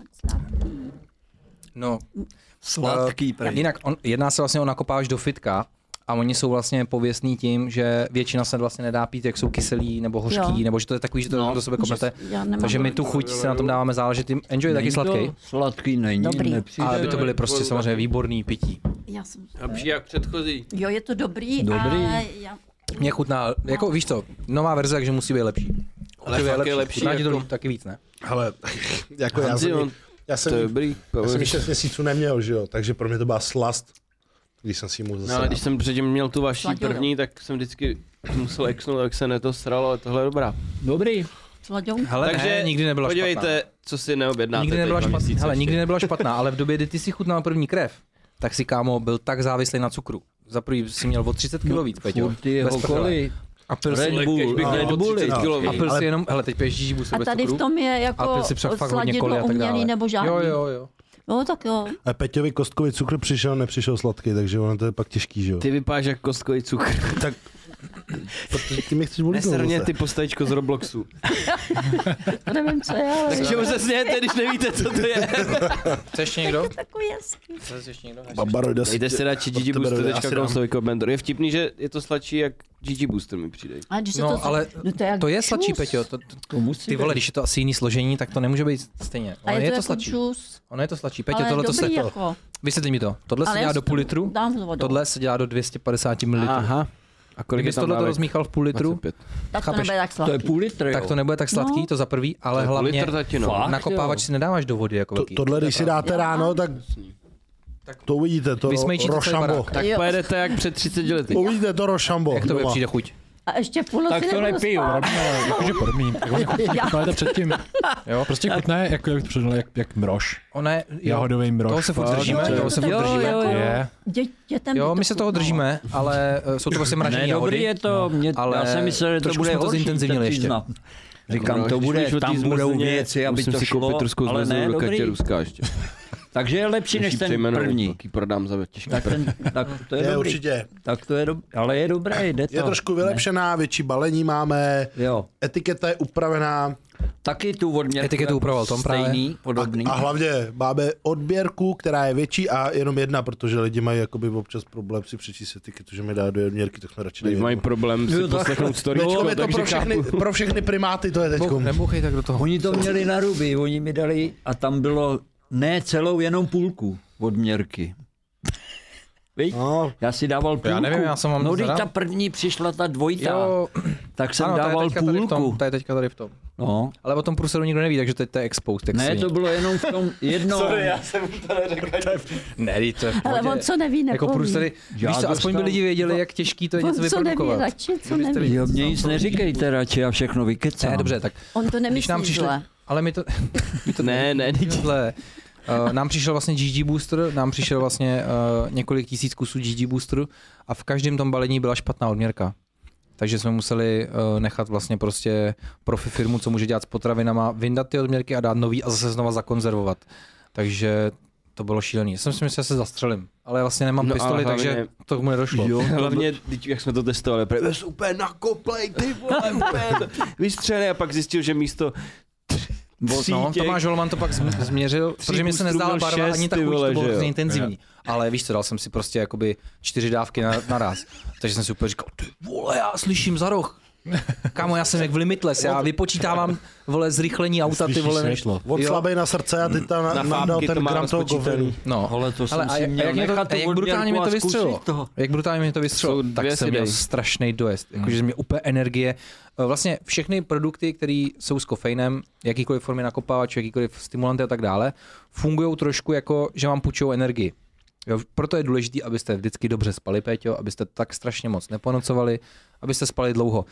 No. Sladký. Jinak jedná se vlastně o nakopávač do fitka a oni jsou vlastně pověstní tím, že většina se vlastně nedá pít, jak jsou kyselí nebo hořký, nebo že to je takový, že to do sebe kopnete. Takže my tu chuť se na tom dáváme záležet. Enjoy taky sladký? Sladký není. Dobrý. Ale by to byly prostě samozřejmě výborný pití. Lepší jak předchozí. Jo, je to dobrý. Mě chutná, jako víš co, nová verze, takže musí být lepší. Ale fakt je lepší. Chutná ti to taky víc, ne? Hele, jako já jsem 6 měsíců neměl, že jo, takže pro mě to byla slast, když jsem si ji mohl zase. No, ale když jsem předtím měl tu vaší první, tak jsem vždycky musel exnout, tak se neto sralo, ale tohle je dobrá. Dobrý. Hele, takže ne, nikdy nebyla podívejte, špatná. Co si neobjednáte. Nikdy nebyla špatná, ale v době, kdy ty si chutnal první krev, tak si kámo byl tak závislý na cukru. Za první si měl o 30 kg víc, Peťo. A pil si jenom, hele, teď piješ Gigi Booster bez cukru. A tady v tom je jako sladidlo umělý nebo žádný. Jo. No tak jo. A Peťovi kostkový cukr nepřišel sladký, takže ono to je pak těžký, že jo. Ty vypadáš jak kostkový cukr. Tak protože ty mě chceš volit. Nesrně ty postavičko z Robloxu. To nevím, co je, ale... Takže už se smějete, když nevíte, co to je. Chce ještě někdo? Takový hezký. Chce ještě někdo? Dejte si radši GGBooster.com/Komentor. Je vtipný, že je to sladší jak GG Booster mi přijde. No, ale to je sladší, Peťo. Ty vole, když je to asi jiný složení, tak to nemůže být stejně. Ono je to sladší. Ono je to sladší. Peťo, tohle to se... Vysvětli mi to. Tohle se dělá do půl litru, tohle se dělá do 250 ml. Aha. A kolik kdybys tohle rozmíchal v půl litru, 25. tak to nebude tak sladký. To je půl litr, tak to nebude tak sladký, to za prvý, ale hlavně nakopávač si nedáváš do vody jako velký. Tohle, když si dáte ráno, tak to uvidíte, to Rošambo. Tak pojedete jak před 30 lety. Uvidíte to Rošambo. Jak to by přijde chuť? A ještě půl noci tak to nepiju. Jakože podobný. Chutnáte předtím. Jo, prostě chutná jak mrož. Jahodový mrož. Toho se furt držíme. Jo, my se toho držíme, ale jsou to vlastně mražený jahody. Dobrý je to, já jsem myslel, že to bude horší. Zintenzivnili ještě. Říkám, to bude, tam budou věci, aby to šlo, ale ne, dobrý. Takže je lepší než ten první. Prodám za těžký. Tak to je dobrý. Určitě. Tak to je ale je dobré, jde to. Je trošku vylepšená, větší balení máme, etiketa je upravená. Taky tu odměrku. Etiketu upravoval Tom stejný, podobný. A hlavně máme odběrku, která je větší a jenom jedna, protože lidi mají jakoby občas problém si přečíst etiketu, že mi dá do odměrky, tak jsme radši nevěděli. Mají problém si poslechnout storíčko, takže pro všechny primáty to je teďko. Nebouchej tak do toho. Oni to měli na ruby, oni mi dali a tam bylo ne celou, jenom půlku odměrky. No. Já si dával půlku. Já nevím, já jsem vám když ta první přišla ta dvojita, tak jsem dával půlku. To je teďka tady v tom. No. Ale o tom průseru nikdo neví, takže to je exposed. Ne, to bylo jenom v tom jednom. Sorry, já jsem to neřekl. Ne, to je v pohodě. Ale on co neví, nepoví. Jako průsery, víš co, aspoň by lidi věděli, jak těžký to je něco vyprodukovat. Co neví, jo, mě nic neříkejte radši, já všechno vykecám. Ne, dobře, tak. On to nemyslí zle. Ale my to ne, zle. Nám přišel vlastně GG Booster, nám přišel vlastně několik tisíc kusů GG Boosteru a v každém tom balení byla špatná odměrka. Takže jsme museli nechat vlastně prostě profi firmu, co může dělat s potravinama, vyndat ty odměrky a dát nový a zase znova zakonzervovat. Takže to bylo šílený. Jsem si myslel, že se zastřelím, ale vlastně nemám pistoli, takže to tomu nedošlo. Jo, hlavně, jak jsme to testovali, jsme úplně nakoplej, ty vole, úplně vystřelený a pak zjistil, že místo No, Tomáš Holman to pak změřil, protože mi se nezdála barva ani tak chuť, to bylo hrozně intenzivní. Ale víš co, dal jsem si prostě jakoby 4 dávky naraz. Takže jsem si úplně říkal, ty vole, já slyším za roh. Kámo, já jsem jak v Limitless, já vypočítávám, vole, zrychlení auta, ty vole. Od slabej na srdce a ty tam nadal ten gram toho kofeinu. No, ale to jsem si měl nechat jak brutálně mi to vystřelilo. Jak brutálně mi to vystřelilo, tak jsem měl strašný dojezd. Jakože mě úplně energie. Vlastně všechny produkty, které jsou s kofeinem, jakýkoliv formy nakopávačů, jakýkoliv stimulanty a tak dále, fungují trošku jako, že vám půjčou energii. Jo, proto je důležité, abyste vždycky dobře spali, Péťo, abyste tak strašně moc neponocovali, abyste spali dlouho.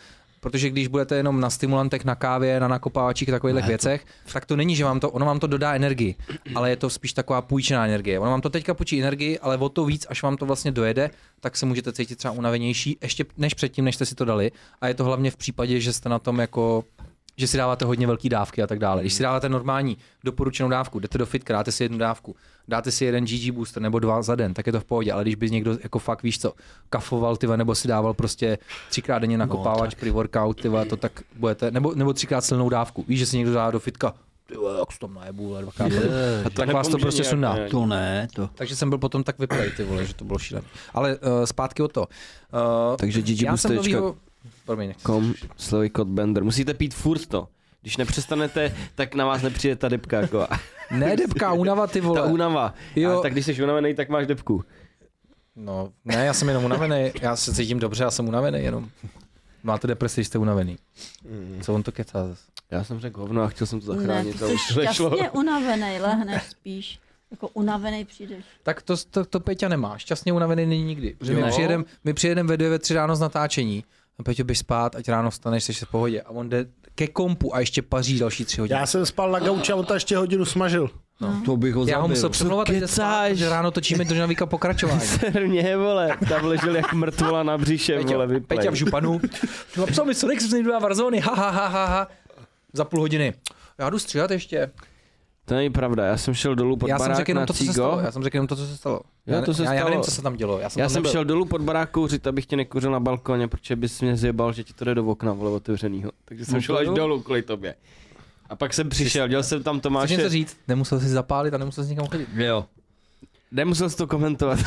protože když budete jenom na stimulantech, na kávě, na nakopávačích, takových věcech, tak to není, že ono vám to dodá energii, ale je to spíš taková půjčená energie. Ono vám to teďka půjčí energii, ale o to víc, až vám to vlastně dojede, tak se můžete cítit třeba unavenější, ještě než předtím, než jste si to dali. A je to hlavně v případě, že jste na tom jako že si dáváte hodně velký dávky a tak dále. Když si dáváte normální doporučenou dávku, jdete do fitka, dáte si jednu dávku, dáte si jeden GG booster nebo 2 za den, tak je to v pohodě, ale když by někdo jako fakt víš co, kafoval nebo si dával prostě 3krát denně nakopávač při workout, to tak budete, nebo 3krát silnou dávku. Víš, že si někdo dává do fitka, jak se tam najebu, tak vás to prostě sundá. To ne, to. Takže jsem byl potom tak vyplej, ty vole, že to bylo šílené. Ale zpátky o to. Takže GGBooster.com / Bender. Musíte pít furt to. Když nepřestanete, tak na vás nepřijde ta depka. Jako. Ne depka, únava, ty vole. Ta únava. A tak když jsi unavený, tak máš depku. No, ne, já jsem jenom unavený. Já se cítím dobře, já jsem unavený jenom. Máte depresi, jste unavený. Co on to kecá zase? Já jsem řekl hovno a chtěl jsem to zachránit. Ne, ty jsi šťastně unavený, lehneš spíš. Jako unavený přijdeš. Tak to Peťa nemá. Šťastně unavený není nikdy. My přijedeme ve 2, ve 3 ráno z natáčení. A Peťo, běž spát, ať ráno vstaneš, jsi v pohodě. A on jde ke kompu a ještě paří další 3 hodiny. Já jsem spal na gauči a on to ještě hodinu smažil. No. To bych ho zabil. Já ho musel přemlouvat, že ráno točíme do Žnavíka pokračování. Mě, vole, tam ležel jak mrtvola na břiše, vole, vyplej. Peťa v županu. Napsal mi Sonic, že nejdu na Warzone, ha. Za půl hodiny. Já jdu stříhat ještě. To není pravda, já jsem šel dolů pod barák na Cigo. Já jsem řekl jenom to, co se stalo. Já nevím, co se tam dělo. Já jsem šel dolů pod barák kouřit, abych tě nekuřil na balkoně, protože bys mě zjebal, že ti to jde do okna, vole, otevřenýho. Takže jsem šel až dolů kvůli tobě. A pak jsem přišel, dělal jsem tam Tomáše. Chceš něco říct? Nemusel si zapálit a nemusel si nikam chodit. Jo. Nemusel jsi to komentovat.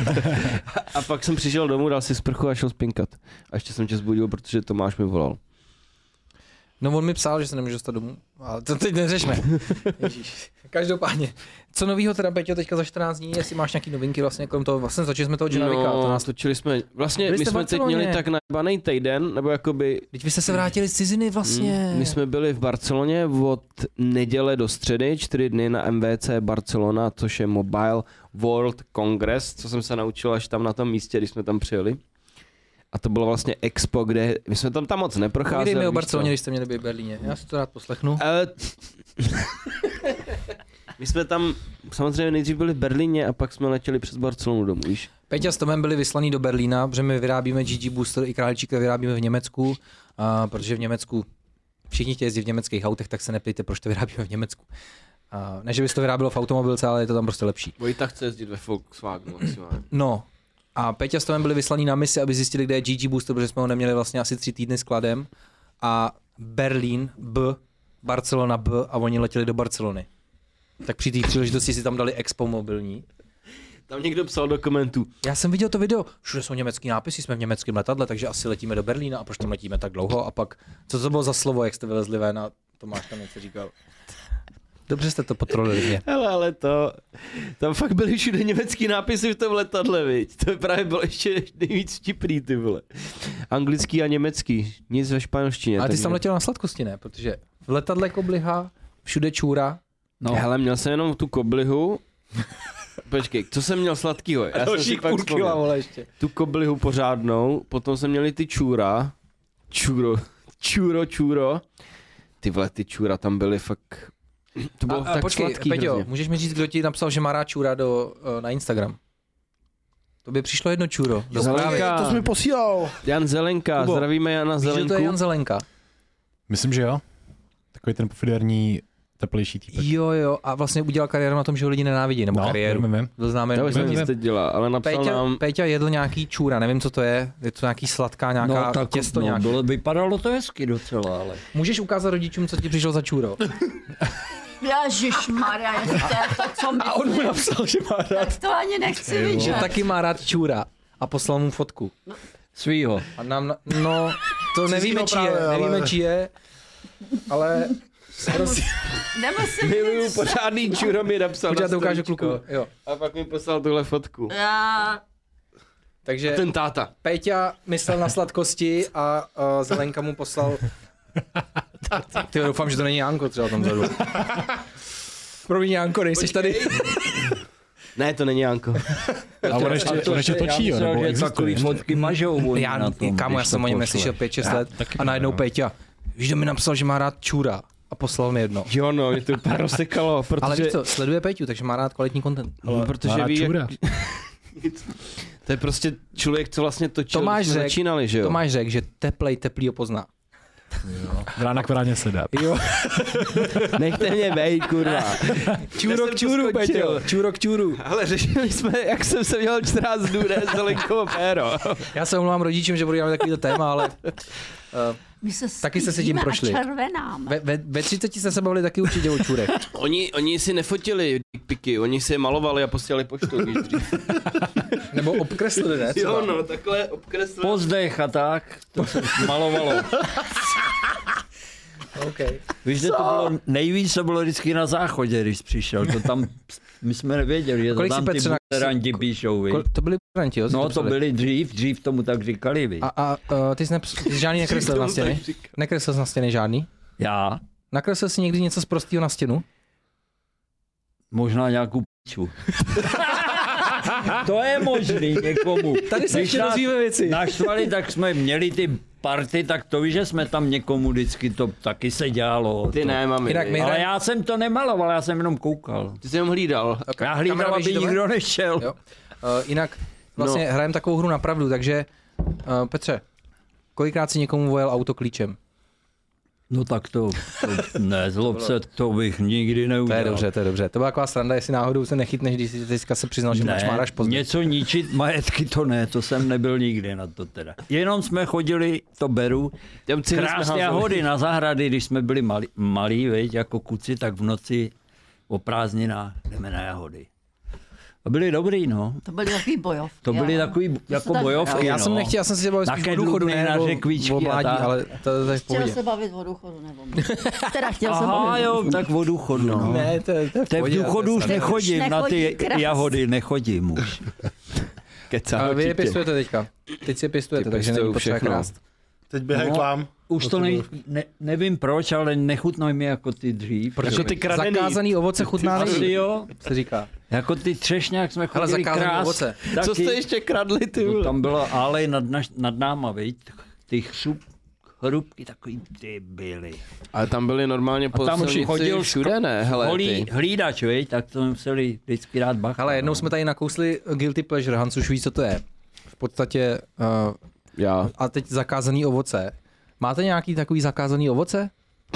A pak jsem přišel domů, dal si sprchu a šel spinkat. A ještě jsem tě zbudil, protože Tomáš mi volal. No on mi psal, že se nemůže dostat domů, ale to teď neřešme. Ježíš. Každopádně, co novýho teda, Peťo, teďka za 14 dní, jestli máš nějaký novinky vlastně kolem toho, vlastně začali jsme toho Žnavika. No, to nás točili jsme, vlastně my jsme teď měli tak najebanej týden, nebo jakoby... Teď vy jste se vrátili z ciziny vlastně. My jsme byli v Barceloně od neděle do středy, 4 dny na MWC Barcelona, což je Mobile World Congress, co jsem se naučil až tam na tom místě, když jsme tam přijeli. A to bylo vlastně expo, kde my jsme tam moc neprocházeli. Povídej mi o Barceloně, když jste měli být v Berlíně. Já si to rád poslechnu. My jsme tam samozřejmě nejdřív byli v Berlíně a pak jsme letěli přes Barcelonu domů, víš? Peťa s Tomem byli vyslaný do Berlína, protože my vyrábíme GG Booster i Králíčka vyrábíme v Německu, protože v Německu všichni chtějí jezdit v německých autech, tak se neptejte, proč to vyrábíme v Německu. Ne, že by to vyrábilo v automobilce, ale je to tam prostě lepší. Vojta chce jezdit ve Volkswagenu. No. A Peťa s Tomem byli vyslaný na misi, aby zjistili, kde je GG Booster, protože jsme ho neměli vlastně asi 3 týdny skladem. A Berlín B, Barcelona B a oni letěli do Barcelony. Tak při té příležitosti si tam dali expo mobilní. Tam někdo psal do komentů. Já jsem viděl to video, všude jsou německý nápisy, jsme v německém letadle, takže asi letíme do Berlína a proč tam letíme tak dlouho a pak, co to bylo za slovo, jak jste vylezli ven a Tomáš tam něco říkal. Dobře jste to potrolili mě. Hele, ale tam fakt byly všude německý nápisy v tom letadle, viď? To právě bylo ještě nejvíc vtipný, ty vole. Anglický a německý, nic ve španělštině. Ale ty jsi tam letěl na sladkosti, ne? Protože v letadle kobliha, všude čůra. No. Hele, měl jsem jenom tu koblihu. Počkej, co jsem měl sladkýho? Já jsem si pak vzpomněl. Tu koblihu pořádnou, potom jsem měli ty čůra. Čůro. Ty vole, ty čůra tam byly fakt... To bylo tak počkej, sladký Peťo, hrozně. Můžeš mi říct, kdo ti napsal, že má rád čůra na Instagram? To by přišlo jedno čůro. Zelenka. To jsi mi posílal. Jan Zelenka, Kubo, zdravíme Jana Zelenku. Víš, že to je Jan Zelenka? Myslím, že jo. Takový ten pofiderní teplejší týpek. Jo, a vlastně udělal kariéru na tom, že ho lidi nenávidí, nebo kariéru. Byl známý. To už jsem teď dělal, ale napsal nám... Péťa jedl nějaký čůra, nevím, co to je to nějaký sladká, nějaká těsto nějaký. Vypadalo to hezky docela, ale... Můžeš ukázat rodičům, co ti přišlo za čůro? Ježišmarja, to je to, co myslím. A on mu napsal, že má rád. To ani nechci vidět. Že taky má rád čůra. A poslal mu fotku. Svýho. A nám, to nevíme, čí je, ale... Miluju pořádný čůro mi napsal. Počkej, já to ukážu kluku. Jo. A pak mi poslal tuhle fotku. Takže ten táta. Péťa myslel na sladkosti a Zelenka mu poslal... Ty doufám, že to není Janko třeba tam vzadu. Promiň Janko, nejseš tady? Ne, to není Janko. A on ještě točí, jo? Nebo takový fotky mažou. Kámo, já jsem o něm neslyšel 5-6 let a najednou Péťa, víš, kdo mi napsal, že má rád čůra a poslal mi jedno. Jo, no, mě to úplně rozsekalo, protože... Ale víš co, sleduje Péťu, takže má rád kvalitní content. No, protože ví, to je prostě člověk, co vlastně točil, když jsme začínali, že jo? Tomáš řekl, že teplý ho pozná. Jo. Vrána k vráně se dá. Jo. Nechte mě bejt, kurva. Čůro k čůru, Peťo. Čůro k čůru. Ale řešili jsme, jak jsem se měl 14 dnů nést do Linkovo péro. Já se omlouvám rodičům, že budu dělat takovýto téma, ale... taky se tím prošli. Ve 30 jste se bavili taky určitě o čůrech. Oni si nefotili piky, oni si je malovali a posílali poštou. Nebo obkreslili, ne? Třeba. Jo, no, takhle obkreslili. Pozdech a tak, to se malovalo. Okay. Víš, že to bylo nejvíc, to bylo vždycky na záchodě, když přišel. To tam, my jsme nevěděli, že to tam ty buteranti píšou, víš. To byli buteranti, jo? No, to byli dřív tomu tak říkali, víš. A ty jsi žádný nekreslil na stěny? Nekreslil jsi na stěny žádný? Já? Nakreslil jsi někdy něco z prostýho na stěnu? Možná nějakou p***ču. To je možný někomu. Tady se ještě dozvíme věci. Naštvali, tak jsme měli ty party, tak to víš, že jsme tam někomu vždycky, to taky se dělalo. Ty ne, mami. Ale já jsem to nemaloval, já jsem jenom koukal. Ty jsi jenom hlídal. Okay. Já hlídal, aby nikdo nešel. Jo. Jinak vlastně hrajeme takovou hru napravdu, takže Petře, kolikrát si někomu vojel auto klíčem? No tak to nezlob se, to bych nikdy neudělal. To je dobře. To byla taková sranda, jestli náhodou se nechytneš, když jsi teďka se přiznal, že máš máraš pozdě. Něco ničit majetky, to ne, to jsem nebyl nikdy na to teda. Jenom jsme chodili, to beru, krásné jahody na zahrady, když jsme byli malí, veď, jako kuci, tak v noci o prázdninách jdeme na jahody. A byli dobrý, no. To byly takový bojovky. To byly takový jako bojovky, já jsem nechtěl, já jsem si bavil spíš o důchodu, ne na řekvičky o mládí, ale to je v pohodě. Chtěl se bavit o důchodu, nebo teda chtěl se bavit. Aha, jo, tak o důchodu, no. Ne, to je v pohodě. V důchodu už nechodím, na ty jahody nechodím už. Ale vy je pěstujete teďka. Teď si je pěstujete, takže není potřeba krást. Teď běhají k vám. Už to nevím proč, ale nechutnou mi jako ty dřív. Protože ty zakázaný ovoce chutná asi jo, se říká. Jako ty třešňák jsme chodili krást. Ovoce. Taky. Co jste ještě kradli, ty vole? Tam byla alej nad náma, viď? Ty chrupky takový ty byly. Ale tam byly normálně po silnici všude, ne? Hele, hlídač, viď? Tak to museli vždycky dát bacha. Ale jednou jsme tady nakousli Guilty Pleasure, Hans už ví, co to je. V podstatě a teď zakázaný ovoce. Máte nějaký takový zakázaný ovoce?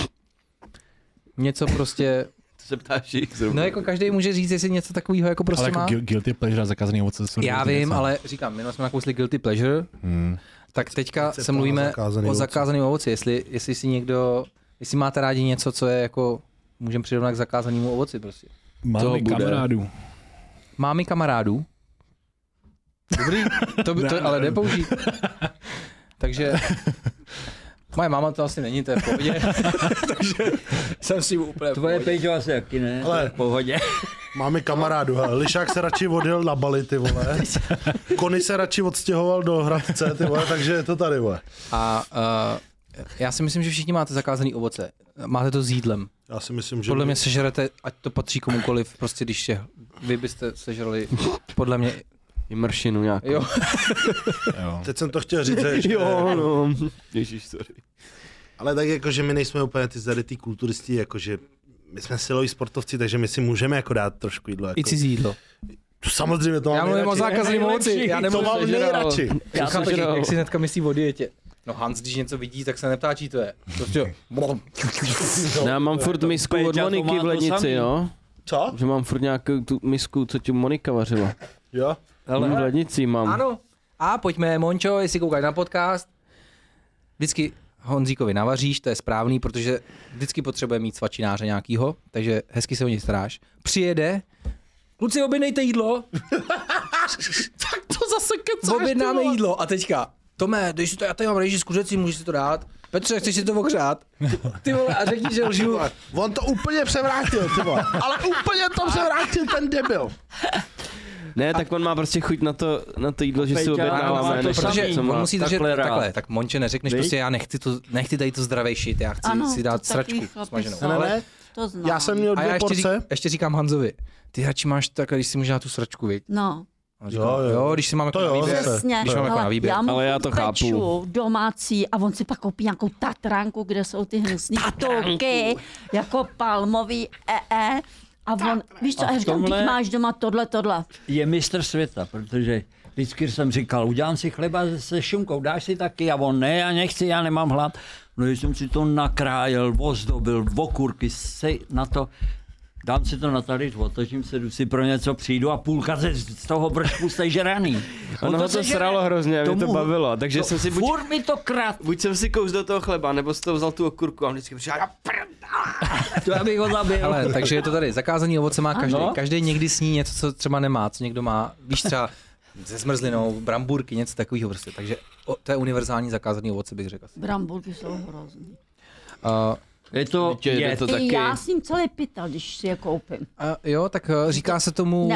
Něco prostě... To se ptáš jich zrovna. No jako každý může říct, jestli něco takového jako prostě má. Ale jako Guilty Pleasure a zakázaný ovoce jsou... Já vím, ale říkám, my jsme nakousli Guilty Pleasure, tak teďka se mluvíme o zakázaném ovoci. Jestli si někdo... Jestli máte rádi něco, co je jako... Můžeme přirovnat k zakázanému ovoci prostě. Máme kamarádů. Máme kamarádů? Dobrý, to ale nepoužít. Takže moje máma to asi není, to je v pohodě. Takže jsem si úplně tvoje Pejťo asi jaký ne, ale v pohodě. Máme kamarádu, hele. Lišák se radši odjel na Bali, ty vole. Kony se radši odstěhoval do Hradce, ty vole, takže je to tady, vole. A já si myslím, že všichni máte zakázaný ovoce. Máte to s jídlem. Já si myslím, že... Podle mě sežerete, ať to patří komukoliv, prostě když vy byste sežrali, podle mě... I mršinu nějakou. Jo. Teď jsem to chtěl říct, že... Jo, no. Ježíš, sorry. Ale tak jako, že my nejsme úplně ty zarytý kulturisti, jakože my jsme siloví sportovci, takže my si můžeme jako dát trošku jídlo. Jako... I cizí jídlo. Samozřejmě to mám nejradši. Já mluvím o zákazním ovoci. Já to mám nejradši. Já chápeš, jak si hnedka myslí o dietě. No Hans, když něco vidí, tak se neptá, čí to je. Prostě... Já mám furt misku od Moniky v lednici, no. Co? Že mám furt nějakou tu misku, co ti Monika vařila. Jo? Ale v lednici mám. Ano. A pojďme, Mončo, jestli koukáš na podcast, vždycky Honzíkovi navaříš, to je správný, protože vždycky potřebuje mít svačináře nějakýho, takže hezky se o něj staráš. Přijede, kluci, objednejte jídlo. Tak to zase kecáš. Objednáme jídlo a teďka, Tome, dej si to, já tady mám rejži s kuřecí, můžeš si to dát. Petře, chceš si to ohřát? Ty vole, a řekni, že lžu. On to úplně převrátil, ty vole. Ale úplně to převrátil ten debil. Ne, tak on má prostě chuť na to jídlo, že si objednáváme. Protože on musí držet takhle, tak Monče neřekneš prostě, já nechci tady to zdravej shit, já chci si dát sračku smaženou. Ne, já jsem měl 2 porce. Ještě říkám Hanzovi, ty radši máš tak, když si můžeš dát tu sračku, viď? No. Jo, když si máme jako na výběr. Přesně, Když máme jako na výběr. Ale já to chápu. Domácí a on si pak koupí nějakou Tatranku, kde jsou ty hnusný vtulky, jako palmový a on, víš co, já říkám, teď máš doma tohle. Je mistr světa, protože vždycky jsem říkal, udělám si chleba se šunkou, dáš si taky? A on, ne, já nechci, já nemám hlad. No, když jsem si to nakrájel, ozdobil, okurky, na to, dám si to na talíř, otočím se, jdu si pro něco přijdu a půlka z toho vršku sežraný. Ono to sralo hrozně, mě to bavilo, takže jsem si buď jsem si kous do toho chleba, nebo si to vzal tu okurku a vždycky přišel, to já bych ho zabil. Ale, takže je to tady, zakázaný ovoce má každý. Každý někdy sní něco, co třeba nemá, co někdo má, víš, třeba se zmrzlinou, brambůrky, něco takového prostě. Takže to je univerzální zakázaný ovoce, bych řekl. Brambůrky jsou hrozný. Je to taky. Já s ním celý pytal, když si je koupím. Jo, tak říká se tomu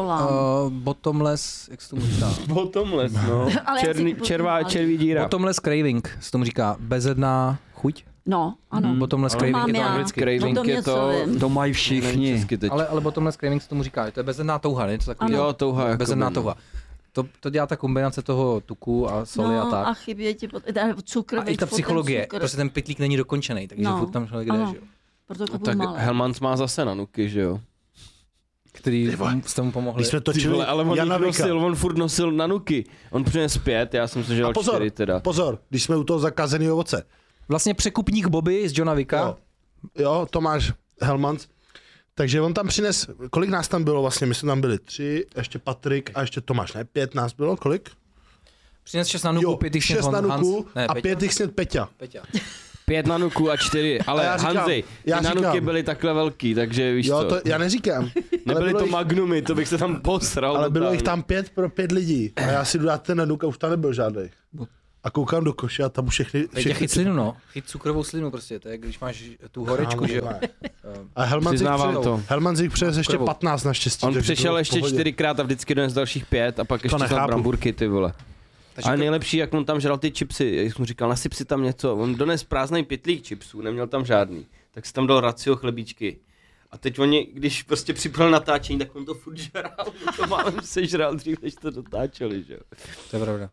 bottomless, jak se tomu říká? Bottomless, no. Červí díra. Bottomless craving se tomu říká, bezedná chuť. No, ano. Bottomless craving je to anglicky. Craving je to mají všichni. Ale bottomless craving se tomu říká, to je bezedná touha, ne? Jo, touha. Bezedná touha. To dělá ta kombinace toho tuku a soli a tak. A chybí ti cukr. A i ta psychologie, prostě ten pytlík není dokončený, takže furt tam člověk jde, že jo. Proto tak Helmans má zase nanuky, že jo. Který jste mu pomohli. Když jsme točili ale on furt nosil nanuky. On přines 5, já jsem se žil 4 teda. Pozor, když jsme u toho zakázaného ovoce. Vlastně překupník Bobby z Johna Wicka. Jo, Tomáš Helmans. Takže on tam přines, kolik nás tam bylo vlastně, my jsme tam byli 3, ještě Patrik a ještě Tomáš, ne? 5 nás bylo, kolik? Přines 6 nanuků, 5 jich sněd Hans. A 5 jich sněd Peťa. 5 nanuků a 4, ale Hanzi, ty nanuky byly takhle velký, takže víš co. To já neříkám. Nebyly to magnumy, to bych se tam posral. Ale bylo jich tam 5 pro 5 lidí a já si jdu dát ten nanuk a už tam nebyl žádný. A koukám do koše a tam už všechny chyt slinu, no. Chyt cukrovou slinu prostě, to je, když máš tu horečku, že jo. A Helmans jich přines ještě 15 naštěstí. On přišel ještě 4krát a vždycky dones dalších 5 a pak ještě za bramburky, ty vole. Ale nejlepší, jak on tam žral ty chipsy, jak jsem říkal, nasyp si tam něco. On dones prázdnej pytlík chipsů, neměl tam žádný. Tak si tam dal racio chlebíčky. A teď oni, když prostě připravil natáčení, tak on to furt žral. To málem sežral dřív, než to dotáčeli, že jo. To je pravda.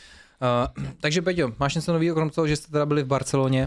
Takže Peťo, máš něco nového, krom toho, že jste teda byli v Barceloně?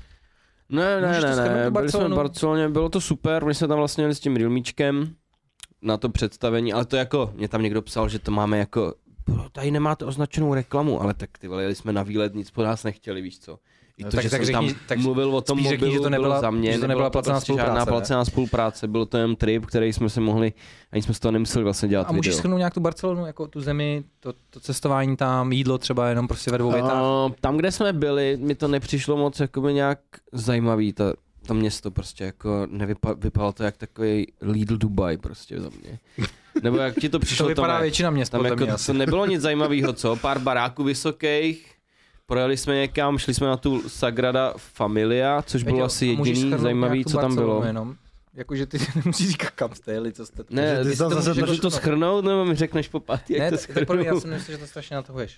Ne, byli jsme v Barceloně, bylo to super, my jsme tam vlastně jeli s tím Realmíčkem na to představení, ale to jako, mě tam někdo psal, že to máme jako, tady nemáte označenou reklamu, ale tak ty vole, jeli jsme na výlet, nic po nás nechtěli, víš co. I to, že jsem tam mluvil o tom mobilu, že to nebyla, za mě, že to nebyla placená spolupráce. Žádná placená spolupráce, byl to jen trip, který jsme se mohli, ani jsme z toho nemuseli vlastně dělat video. A můžeš shrnout nějak tu Barcelonu, jako tu zemi, to cestování tam, jídlo třeba jenom prostě ve 2 větách? Tam, kde jsme byli, mi to nepřišlo moc jakoby nějak zajímavý, to město prostě jako vypadalo to jak takový Lidl Dubai prostě za mě. Nebo jak ti to přišlo? To vypadá většina měst, tam jako, to nebylo nic zajímavého, co? Pár baráků vysokých, projeli jsme někam, šli jsme na tu Sagrada Familia, což bylo asi jediný zajímavý, co tam bylo. Jakože ty nemusíš říkat, kam jste jeli, co jste... Ne, ty můžeš to schrnout, nebo mi řekneš po pátý, jak to schrnout? Ne, já si myslím, že to strašně natahuješ.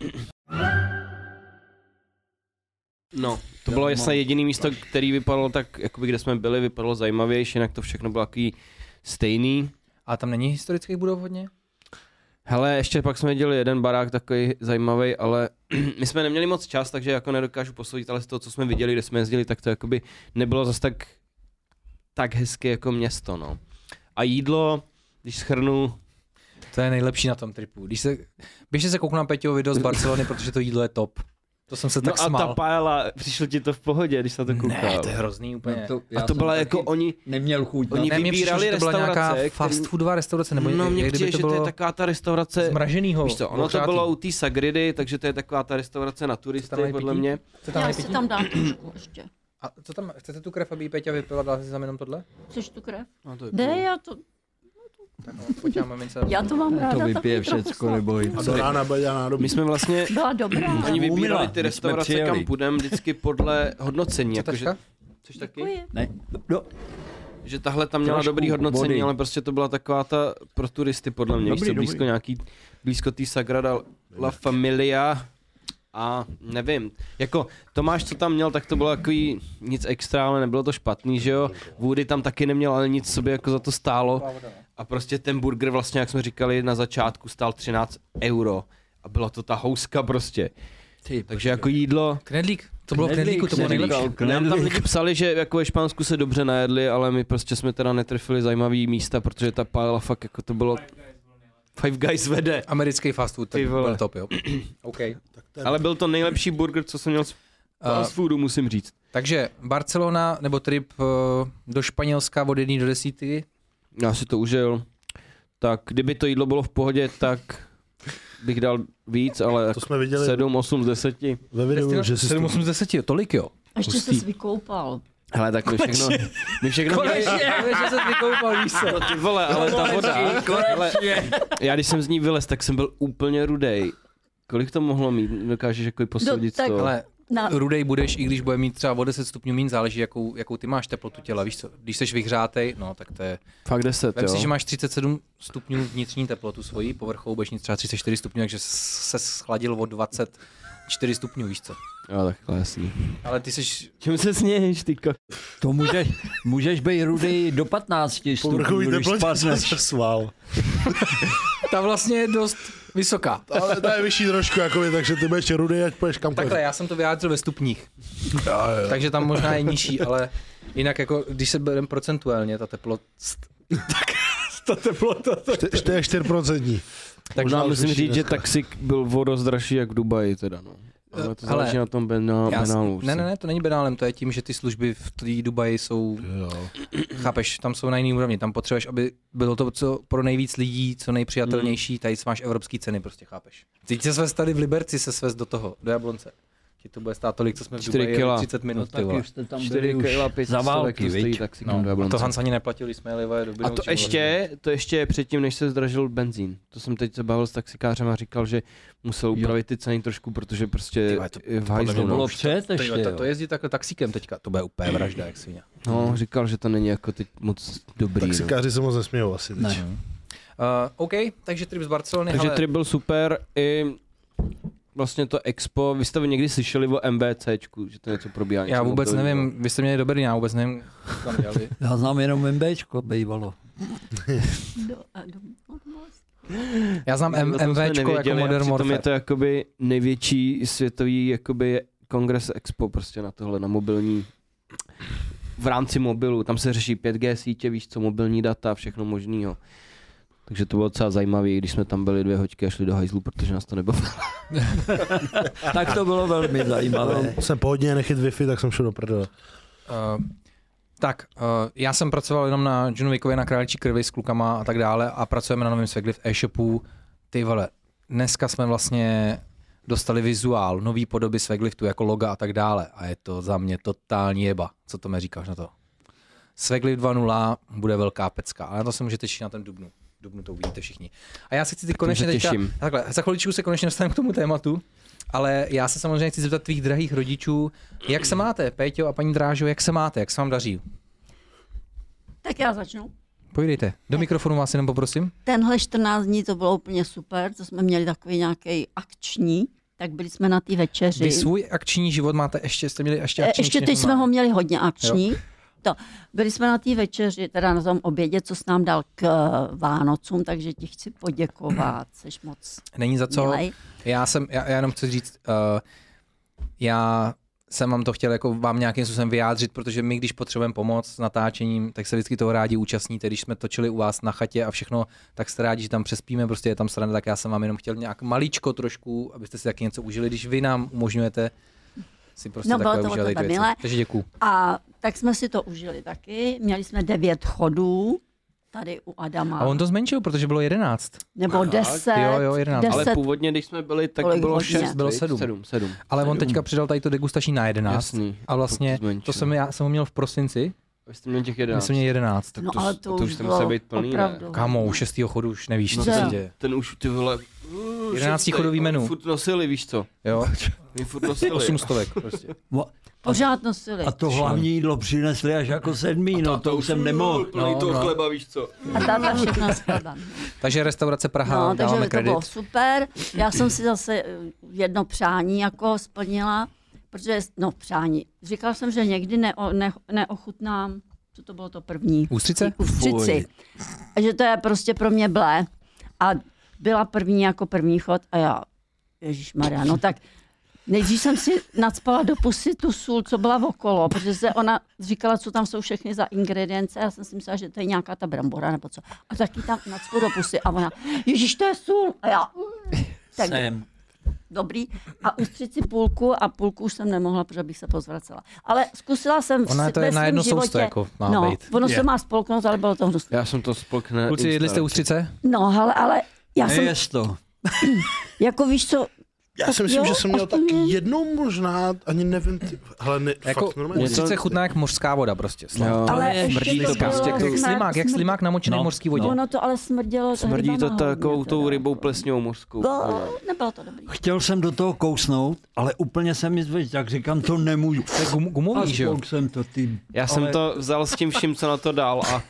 No, to bylo jasně jediný místo, který vypadalo tak, jakoby kde jsme byli, vypadalo zajímavější, jinak to všechno bylo takový stejný. A tam není historických budov hodně? Hele, ještě pak jsme dělali jeden barák takový zajímavý, ale my jsme neměli moc čas, takže jako nedokážu posoudit, ale z toho, co jsme viděli, kde jsme jezdili, tak to jakoby nebylo zase tak hezké jako město, no. A jídlo, když shrnu... To je nejlepší na tom tripu. Běžte se kouknout na Peťovo video z Barcelony, protože to jídlo je top. To jsem se tak smál. A ta paella, přišlo ti to v pohodě, když se to koukal? Ne, to je hrozný úplně. No a to byla jako oni... Neměl chuť. Oni vybírali restaurace. Fast foodová restaurace, nebo no, mě přijde, že to je taková ta restaurace... Zmraženýho. Víš co, ono to bylo u té Sagridy, takže to je taková ta restaurace na turisty, podle mě. Já si tam dám trošku ještě. A co tam, chcete tu krev, aby Peťa vypila, dala si tam jenom tohle? Chceš tu krev? No, to je ne, já to... Tak no, pojď mamince. Já to mám ráda. To vypije všecko, neboj. A do rána bude dělat nádobí. My jsme vlastně... Byla dobrá. Oni vybírali ty restaurace, kam půjdeme, vždycky podle hodnocení. Chceš taky? Ne. No. Že tahle tam měla dobrý hodnocení, ale prostě to byla taková ta pro turisty, podle mě. Dobrý. Blízko té Sagrada La Familia. A nevím, jako Tomáš, co tam měl, tak to bylo takový nic extra, ale nebylo to špatný, že jo. Woody tam taky neměl, ale nic sobě jako za to stálo. A prostě ten burger vlastně, jak jsme říkali na začátku, stál 13 €. A byla to ta houska prostě. Takže jako jídlo... Knedlík, to bylo knedlíku, to bylo nejlepší. Nám tam lidi psali, že jako ve Špansku se dobře najedli, ale my prostě jsme teda netrefili zajímavý místa, protože ta paella fakt jako to bylo... Five Guys vede. Americký fast food, tak byl top, jo. Okay. Ale byl to nejlepší burger, co jsem měl z fast foodu, musím říct. Takže Barcelona nebo trip do Španělska od 1 do 10? Já si to užil. Tak kdyby to jídlo bylo v pohodě, tak bych dal víc, ale to jsme viděli 7, 8 z 10. Ve videu, že 7, 8 z 10, tolik jo. Ještě jsi vykoupal. Hele, tak my všechno konečně, že se vykoupal, víš co. No ty vole, ale ta voda. Ale já když jsem z ní vylez, tak jsem byl úplně rudej. Kolik to mohlo mít? Dokážeš jako posoudit to? Ale rudej budeš, i když bude mít třeba o 10 stupňů míň, záleží, jakou ty máš teplotu těla, víš co. Když jsi vyhřátej, no tak to je... Fakt 10, Vem jo. si, že máš 37 stupňů vnitřní teplotu svojí, povrchou budeš mít třeba 34 stupňů, takže se schladil o 24 stupňů, víš co. Jo, takhle jasný. Ale ty jsi... Čím se sněješ, ty To můžeš být rudej do 15 stupňů, když spadneš. Sval. Ta vlastně je dost vysoká. Ale ta je vyšší trošku, jako takže ty budeš rudý, ať půjdeš kamkoliv. Takhle, já jsem to vyjádřil ve stupních. Takže tam možná je nižší, ale jinak jako, když se bereme procentuálně, ta teplota... ta teplota... To je 4%. Tak možná musím říct, že taxik byl o dost dražší jak v Dubaji teda, no. Ale to záleží na tom Benálu. Ne, to není Benálem, to je tím, že ty služby v té Dubaji jsou, chápeš, tam jsou na jiný úrovni, tam potřebuješ, aby bylo to co pro nejvíc lidí, co nejpřijatelnější, tady máš evropský ceny, prostě chápeš. Teď se svést tady v Liberci, se svést do toho, do Jablonce. Ti to bude stát tolik, co jsme v Dubaji, 30 minut. No, tak už jste tam 4 kila, 5 za války, viď? No, to Hans ani neplatil, když jsme jeli do a to ještě předtím, než se zdražil benzín. To jsem teď se bavil s taxikářem a říkal, že musel upravit ty ceny trošku, protože prostě v hajzlu. bylo před ještě, to jezdí takhle taxíkem teďka, to bude úplně vražda, jak svině. No, říkal, že to není jako teď moc dobrý. Taxikáři se moc nesmějou asi teď. OK, takže trip z Barcelony. Takže trip byl super i vlastně to expo, vy jste někdy slyšeli o MBCčku, že to něco probíhá? Já vůbec nevím, vy jste měli do Berlína, já vůbec nevím, kam dělali. Já znám jenom MBčko, bývalo. Já znám MVčko jako Modern Warfare. Je to jakoby největší světový jakoby kongres expo prostě na tohle, na mobilní, v rámci mobilu, tam se řeší 5G sítě, víš co, mobilní data, všechno možného. Takže to bylo docela zajímavé, když jsme tam byli 2 hoďky a šli do hajzlu, protože nás to nebavilo. Tak to bylo velmi zajímavé. Jsem pohodně nechyt Wi-Fi, tak šel do prdele. Já jsem pracoval jenom na Johnu Wickově na Králičí krvi s klukama a tak dále a pracujeme na novém Swagli v e-shopu. Ty vole, dneska jsme vlastně dostali vizuál, nový podoby Swagliftu jako loga a tak dále a je to za mě totální jeba. Co to mi říkáš na to? Swaglift 2.0 bude velká pecka, ale na to se můžete těšit na ten dubnu. Dubnu to uvidíte všichni. A já se chci konečně teďka, takhle, za chviličku se konečně dostaneme k tomu tématu, ale já se samozřejmě chci zeptat tvých drahých rodičů, jak se máte, Péťo a paní Drážo, jak se máte, jak se vám daří? Tak já začnu. Pojdejte, do mikrofonu vás jenom poprosím. Tenhle 14 dní to bylo úplně super, to jsme měli takový nějaký akční, tak byli jsme na té večeři. Vy svůj akční život máte jste měli ještě akční? Ještě teď jsme ho měli hodně akční. Jo. Byli jsme na té večeři, teda na tom obědě, co jsi nám dal k Vánocům, takže ti chci poděkovat, seš moc Není za co. Milej. Já jenom chci říct, já jsem vám to chtěl jako vám nějakým způsobem vyjádřit, protože my, když potřebujeme pomoc s natáčením, tak se vždycky toho rádi účastníte. Když jsme točili u vás na chatě a všechno, tak jste rádi, že tam přespíme, prostě je tam sranda, tak já jsem vám jenom chtěl nějak maličko trošku, abyste si taky něco užili, když vy nám umožňujete si prostě takové užili ty věci. Takže děkuju. A tak jsme si to užili taky. Měli jsme 9 chodů tady u Adama. A on to zmenšil, protože bylo 11. Nebo 10. Jo, 11. 10. Ale původně, když jsme byli, tak bylo 6. Bylo 7. Ale on teďka přidal tady to degustační na 11. Jasný, a vlastně to já jsem ho měl v prosinci. Vy jste měl těch 11. My jsme měli 11. Tak to už musel být plný, opravdu. ne? Kámo, u 6. chodu už nevíš, co se děje. Ten už, ty vole, 11chodový menu. Furt nosili, víš co? Jo. My furt nosili. 800 prostě. Pořád nosili. A to hlavní jídlo přinesli až jako 7, no to už jsem nemohl. Plný toho chleba, víš co? A táta všechno skladá. Takže restaurace Praha, dáváme takže kredit. to bylo super. Já jsem si zase jedno přání jako splnila, protože, přání. Říkala jsem, že někdy neochutnám, co to bylo to první? Ústřice? Ústřici. A že to je prostě pro mě blé. A byla první chod a já, ježišmarja, no tak nejdřív jsem si nacpala do pusy tu sůl, co byla okolo, protože se ona říkala, co tam jsou všechny za ingredience. Já jsem si myslela, že to je nějaká ta brambora nebo co. A taky tam nacpu do pusy a ona, ježiš, to je sůl. A já, tak dobrý. A ústřici půlku a půlku už jsem nemohla, protože bych se pozvracela. Ale zkusila jsem ona to je na jedno sousto, jako má být. Ono se má spolknout, ale bylo to hnusné. Já jsem to spolkne. Kluci, jedli jste ústřice? No, ale já jsem... Nejest to. Jako víš co... Já si myslím, že jsem měl tak jednou možná, ani nevím, ale ne, jako, fakt normálně. Ústřice chutná jak mořská voda prostě. Ale smrdí to prostě jak slimák namočený v mořský vodě. Ono to ale smrdělo. Smrdí to takovou tou rybou plesňou mořskou. Nebylo to dobrý. Chtěl jsem do toho kousnout, ale úplně jsem mi zvěděl, tak říkám, to nemůžu. To je gumový, že jo? Jsem to, já jsem to vzal s tím vším, co na to dal a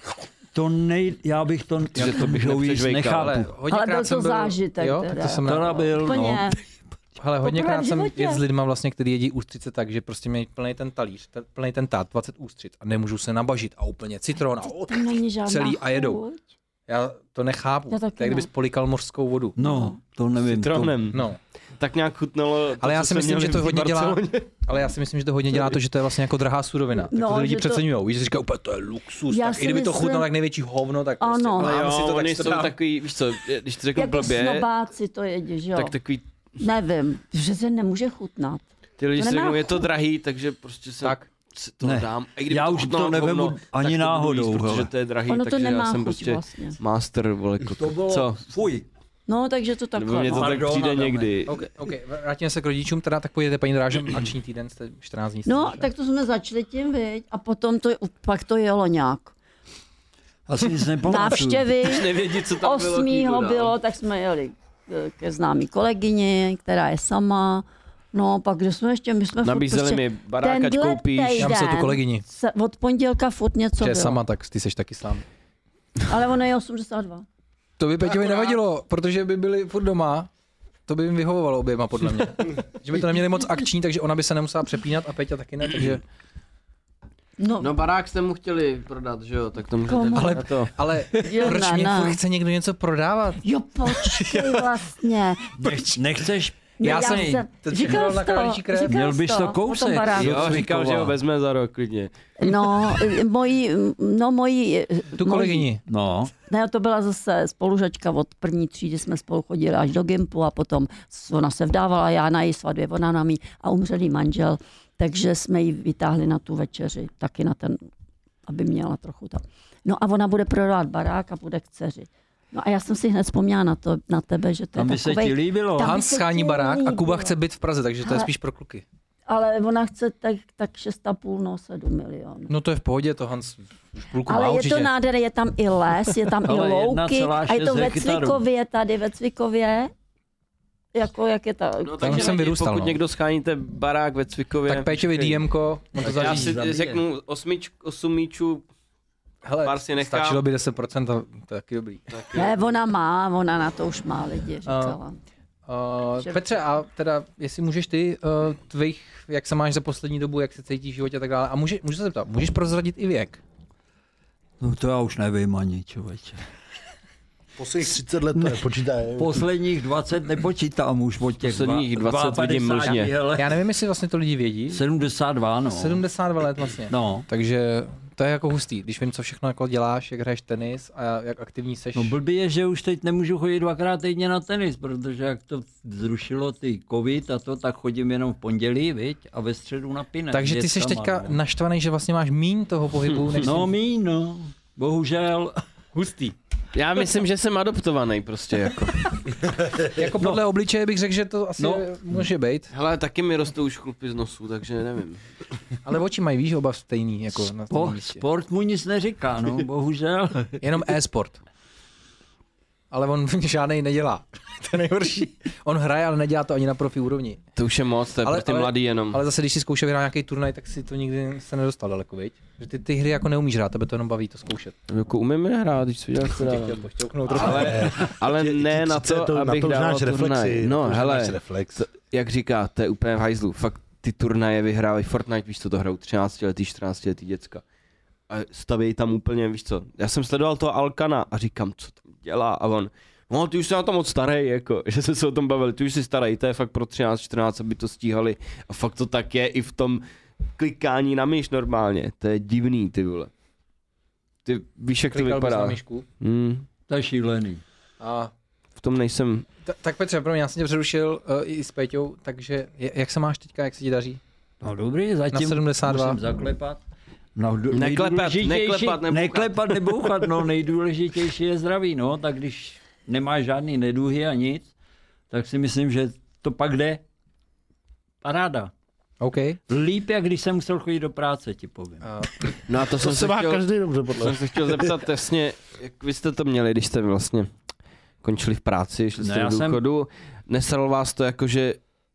já bych to jíst nechápu. Ale byl to zážitek. Jo, to jsem byl, no. Ale hodněkrát jsem jedl s lidma vlastně, kteří jedí ústřice tak, že prostě měli plný ten talíř, plný ten tát, 20 ústřic a nemůžu se nabažit a úplně citron a celý a jedou. Já to nechápu. To je, kdybys polikal mořskou vodu. No, to nevím. Citronem. No. Tak nějak chutnalo. Ale já si myslím, že to hodně dělá. Ale já si myslím, že to hodně dělá to, že to je vlastně jako drahá surovina. Tak to lidi přeceňujou. Víš, že říkají, úplně to je luxus. Tak i kdyby to chutnalo jak největší hovno, tak prostě. Ano. Ale jo, si to, tak jsou takový, víš co, když to řeknu blbě. Jako snobáci to jedí, že jo? Tak takový. Nevím, že se nemůže chutnat. Ty lidi si řeknou, je to drahý, takže prostě se to dám. Já už to nevemu ani náhodou. Protože to je drahý, ono to takže nemá já jsem chuť prostě vlastně. master, vole, co? Fuj. No, takže to takhle. Nebo mě to tak přijde někdy. OK, vrátíme se k rodičům, teda tak pojedete paní Drážem, akční týden, jste 14 dní. No, tak to jsme začali tím, viď? A potom pak to jelo nějak. Asi nic nepamatuju. Návštěvy. Nevědí, co tam 8. bylo, tak jsme jeli ke známý kolegyni, která je sama. No, pak kde jsme ještě, my jsme nabízeli mi barák, ať koupíš. Já myslím tu kolegyni. Od pondělka furt něco bylo. Že je sama, tak ty seš taky sám. Ale ona je 82. To by Peťovi nevadilo, protože by byli furt doma. To by jim vyhovovalo oběma, podle mě. Že by to neměli moc akční, takže ona by se nemusela přepínat a Peťa taky ne, takže... No barák jste mu chtěli prodat, že jo, tak to můžete ale proč mě chce někdo něco prodávat? Jo, počkej vlastně. Nechceš... Já jsem říkal na králíčí krev. Měl bys to kousek. Jo, říkal, že ho vezme za rok, klidně. No, moji... Tu kolegyni. No. Ne, to byla zase spolužačka od první třídy, jsme spolu chodili až do gympu a potom ona se vdávala, já na její svatbě, ona na mý a umřelý manžel, takže jsme ji vytáhli na tu večeři, taky na ten, aby měla trochu tam. No a ona bude prodávat barák a bude k dceři. No a já jsem si hned vzpomněla na tebe, že to tam je by se ti líbilo. Hans schání barák a Kuba chce být v Praze, takže to je spíš pro kluky. Ale ona chce tak 6,5, no 7 milionů. No to je v pohodě, to Hans půlku ale má je určitě. to nádherné, je tam i les, je tam i louky a je to ve Cvikově tady, ve Cvikově. Jako, jak je ta... No, takže jsem vyrůstal, pokud někdo scháníte barák ve Cvikově... Tak Péťovi DMko, on to já si řeknu 8 míčů, hele, pár si nechám. Stačilo by 10%, to je taky dobrý. Ne, ona na to už má lidi, říkala. Petře, a teda, jestli můžeš ty, jak se máš za poslední dobu, jak se cítíš v životě a tak dále, a můžu se zeptat, můžeš prozradit i věk? No to já už nevím ani, člověče. Posledních 30 let to nepočítá. Posledních 20 nepočítám už od těch posledních 20 vidím možně. Já nevím, jestli vlastně to lidi vědí. 72, no. 72 let vlastně. No. Takže to je jako hustý, když vím, co všechno jako děláš, jak hraješ tenis a jak aktivní seš. No blbý je, že už teď nemůžu chodit 2krát týdně na tenis, protože jak to zrušilo ty covid a to, tak chodím jenom v pondělí, viď? A ve středu na pine. Takže ty jsi teďka naštvaný, že vlastně máš míň toho pohybu. Míň, no. Bohužel. Hustý. Já myslím, že jsem adoptovaný prostě jako. Jako podle obličeje bych řekl, že to asi může být. Hele, taky mi rostou už chlupy z nosu, takže nevím. Ale oči mají, víš, oba stejný, jako na tom místě. Sport mu nic neříká, no, bohužel. Jenom e-sport. ale on žádnej nedělá. To je nejhorší. On hraje, ale nedělá to ani na profi úrovni. To už je moc, to je pro ty mladý jenom. Ale zase, když si zkoušel vyhrát nějaký turnaj, tak si to nikdy se nedostal daleko, viď? Že ty hry jako neumíš hrát, tebe to jenom baví to zkoušet. Jako umím hrát, když si děláš ale ne na to, abych dával turnaj. No hele, jak říká, to je úplně v hajzlu. Fakt ty turnaje vyhrávají Fortnite, víš co, to hrajou 13letý, 14letý děcka. A stavějí tam úplně, víš co. Já jsem sledoval toho Alkana a říkám, co tam dělá a on, no ty už jsi na tom moc starý, jako, že jsme se o tom bavili, ty už jsi starý, to je fakt pro 13-14, aby to stíhali. A fakt to tak je i v tom klikání na myš normálně, to je divný, ty vole. Ty víš, jak to vypadá. To je šílený. A v tom nejsem. Tak Petře, já jsem tě přerušil i s Péťou, takže jak se máš teďka, jak se ti daří? No dobrý, zatím na 72. musím zaklepat. No, neklepat, nebouchat, no nejdůležitější je zdraví, no, tak když nemáš žádný neduhy a nic, tak si myslím, že to pak jde. Paráda. Okay. Líp, jak když jsem musel chodit do práce, ti povím. No a to jsem se každý dobře podle. Jsem se chtěl zeptat jasně, jak vy jste to měli, když jste vlastně končili v práci, šli jste do důchodu. Nesralo vás to jako, že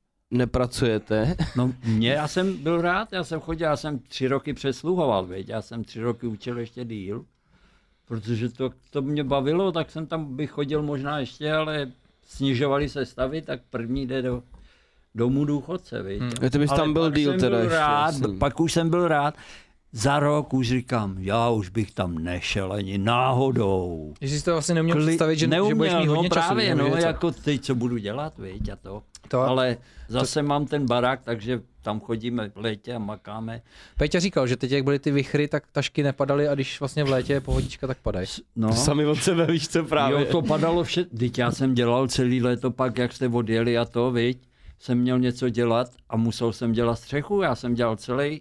nepracujete? No já jsem byl rád, já jsem chodil, já jsem 3 roky přesluhoval, veď? Já jsem 3 roky učil ještě díl, protože to mě bavilo, tak jsem tam bych chodil možná ještě, ale snižovaly se stavy, tak první jde do domu důchodce, viď? Ty bys tam byl díl teda ještě. Pak už jsem byl rád. Za rok už říkám, já už bych tam nešel ani náhodou. Že jsi to vlastně neměl představit, že budeš mít hodně času. Právě, jako teď, co budu dělat, viď, a to. Ale zase mám ten barák, takže tam chodíme v létě a makáme. Péťa říkal, že teď, jak byly ty vichry, tak tašky nepadaly a když vlastně v létě je pohodička, tak padají. No. Sami od sebe, víš co právě. Jo, to padalo vše. Teď já jsem dělal celý léto pak, jak jste odjeli a to, viď, jsem měl něco dělat a musel jsem dělat střechu. Já jsem dělal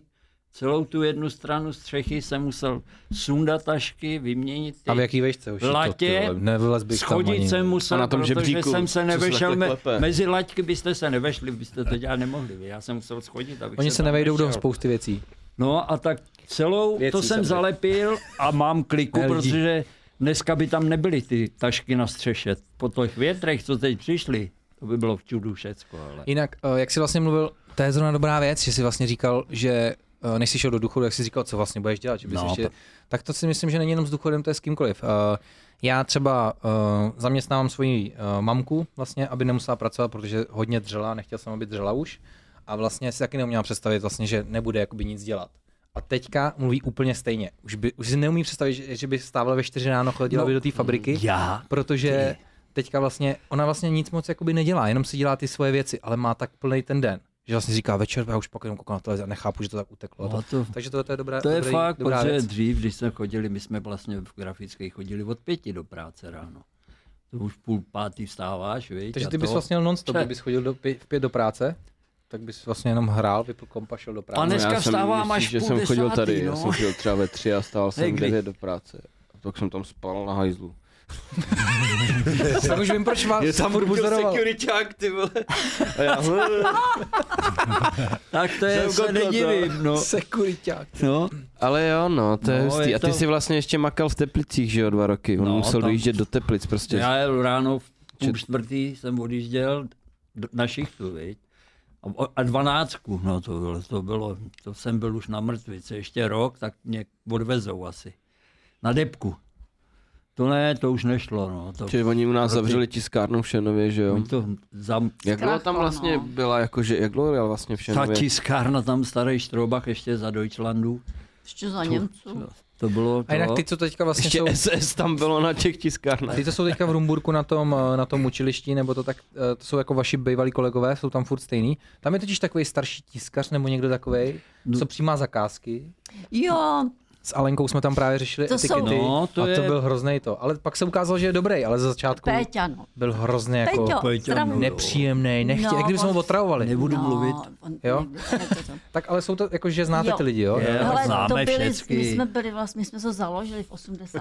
celou tu jednu stranu střechy jsem musel sundat tašky, vyměnit ty a v jaký vejšce už latě, schodit jsem musel, na tom protože žebříku, jsem se nevešel, mezi laťky byste se nevešli, byste to dělat nemohli. Já jsem musel schodit, abych Oni se nevejdou do spousty věcí. No a tak celou věcí to jsem zalepil a mám kliku, protože dneska by tam nebyly ty tašky na střeše. Po těch větrech, co teď přišli, to by bylo v čudu všecko. Ale... Jinak, jak jsi vlastně mluvil, to je zrovna dobrá věc, že jsi vlastně říkal, že než jsi šel do důchodu, jak jsi říkal, co vlastně budeš dělat. Že bys ještě... Tak to si myslím, že není jenom s důchodem, to je s kýmkoliv. Já třeba zaměstnávám svoji mamku, vlastně, aby nemusela pracovat, protože hodně dřela, nechtěl jsem, aby dřela už. A vlastně si taky neuměla představit, vlastně, že nebude jakoby nic dělat. A teďka mluví úplně stejně. Už si neumí představit, že by stávala ve 4 ráno, chodila by do té fabriky, protože teďka vlastně, ona vlastně nic moc jakoby nedělá, jenom si dělá ty svoje věci, ale má tak plný ten den. Že vlastně říká večer, já už pak jenom koukám na televizi a nechápu, že to tak uteklo. No takže to je dobrá. To je fakt, protože věc. Dřív, když jsme chodili, my jsme vlastně v grafické chodili od 5 do práce ráno. To už 4:30 vstáváš, viď? Takže ty bys vlastně non-stop, kdybys chodil v 5 do práce, tak bys vlastně jenom hrál, vypl kompa, šel do práce. A dneska vstávám až že jsem chodil tady, já jsem chodil třeba ve 3 a stál jsem 9 do práce. A tak jsem tam spal na hajzlu. Tak už vím, proč vás je tam securiťák, ty vole. A já... Tak to je, se nedivím, no. Securiťák. No. Ale jo, no, to je hustý. A ty si vlastně ještě makal v Teplicích, že jo, 2 roky. On musel dojíždět do Teplic prostě. Já jel ráno v 3:30 jsem odjížděl na šichtu, viď. A 12, no to jsem byl už na mrtvici, ještě rok, tak mě odvezou asi. Na depku. To už nešlo, no. Čili oni u nás zavřeli tiskárnu v Šenově, že jo? Jak dlouho tam vlastně byla, jakože, jak dlouho jel vlastně v Šenově? Ta tiskárna tam, starý Štrobach, ještě za Deutschlandu. Ještě za Němců. To bylo to. A jinak ty, co teďka vlastně ještě jsou... SS tam bylo na těch tiskárnách. Ty, co jsou teďka v Rumburku na tom učilišti, nebo to tak, to jsou jako vaši bývalí kolegové, jsou tam furt stejný. Tam je totiž takový starší tiskař, nebo někdo takovej, co přijímá zakázky. Jo. S Alenkou jsme tam právě řešili etikety a to byl hrozný to. Ale pak se ukázalo, že je dobrý, ale za začátku byl hrozný jako nepříjemný, jak kdyby jsme ho otravovali. Nebudu mluvit. Jo? Tak ale jsou to, jako, že znáte ty lidi, jo? Hele, to byli, my jsme to založili v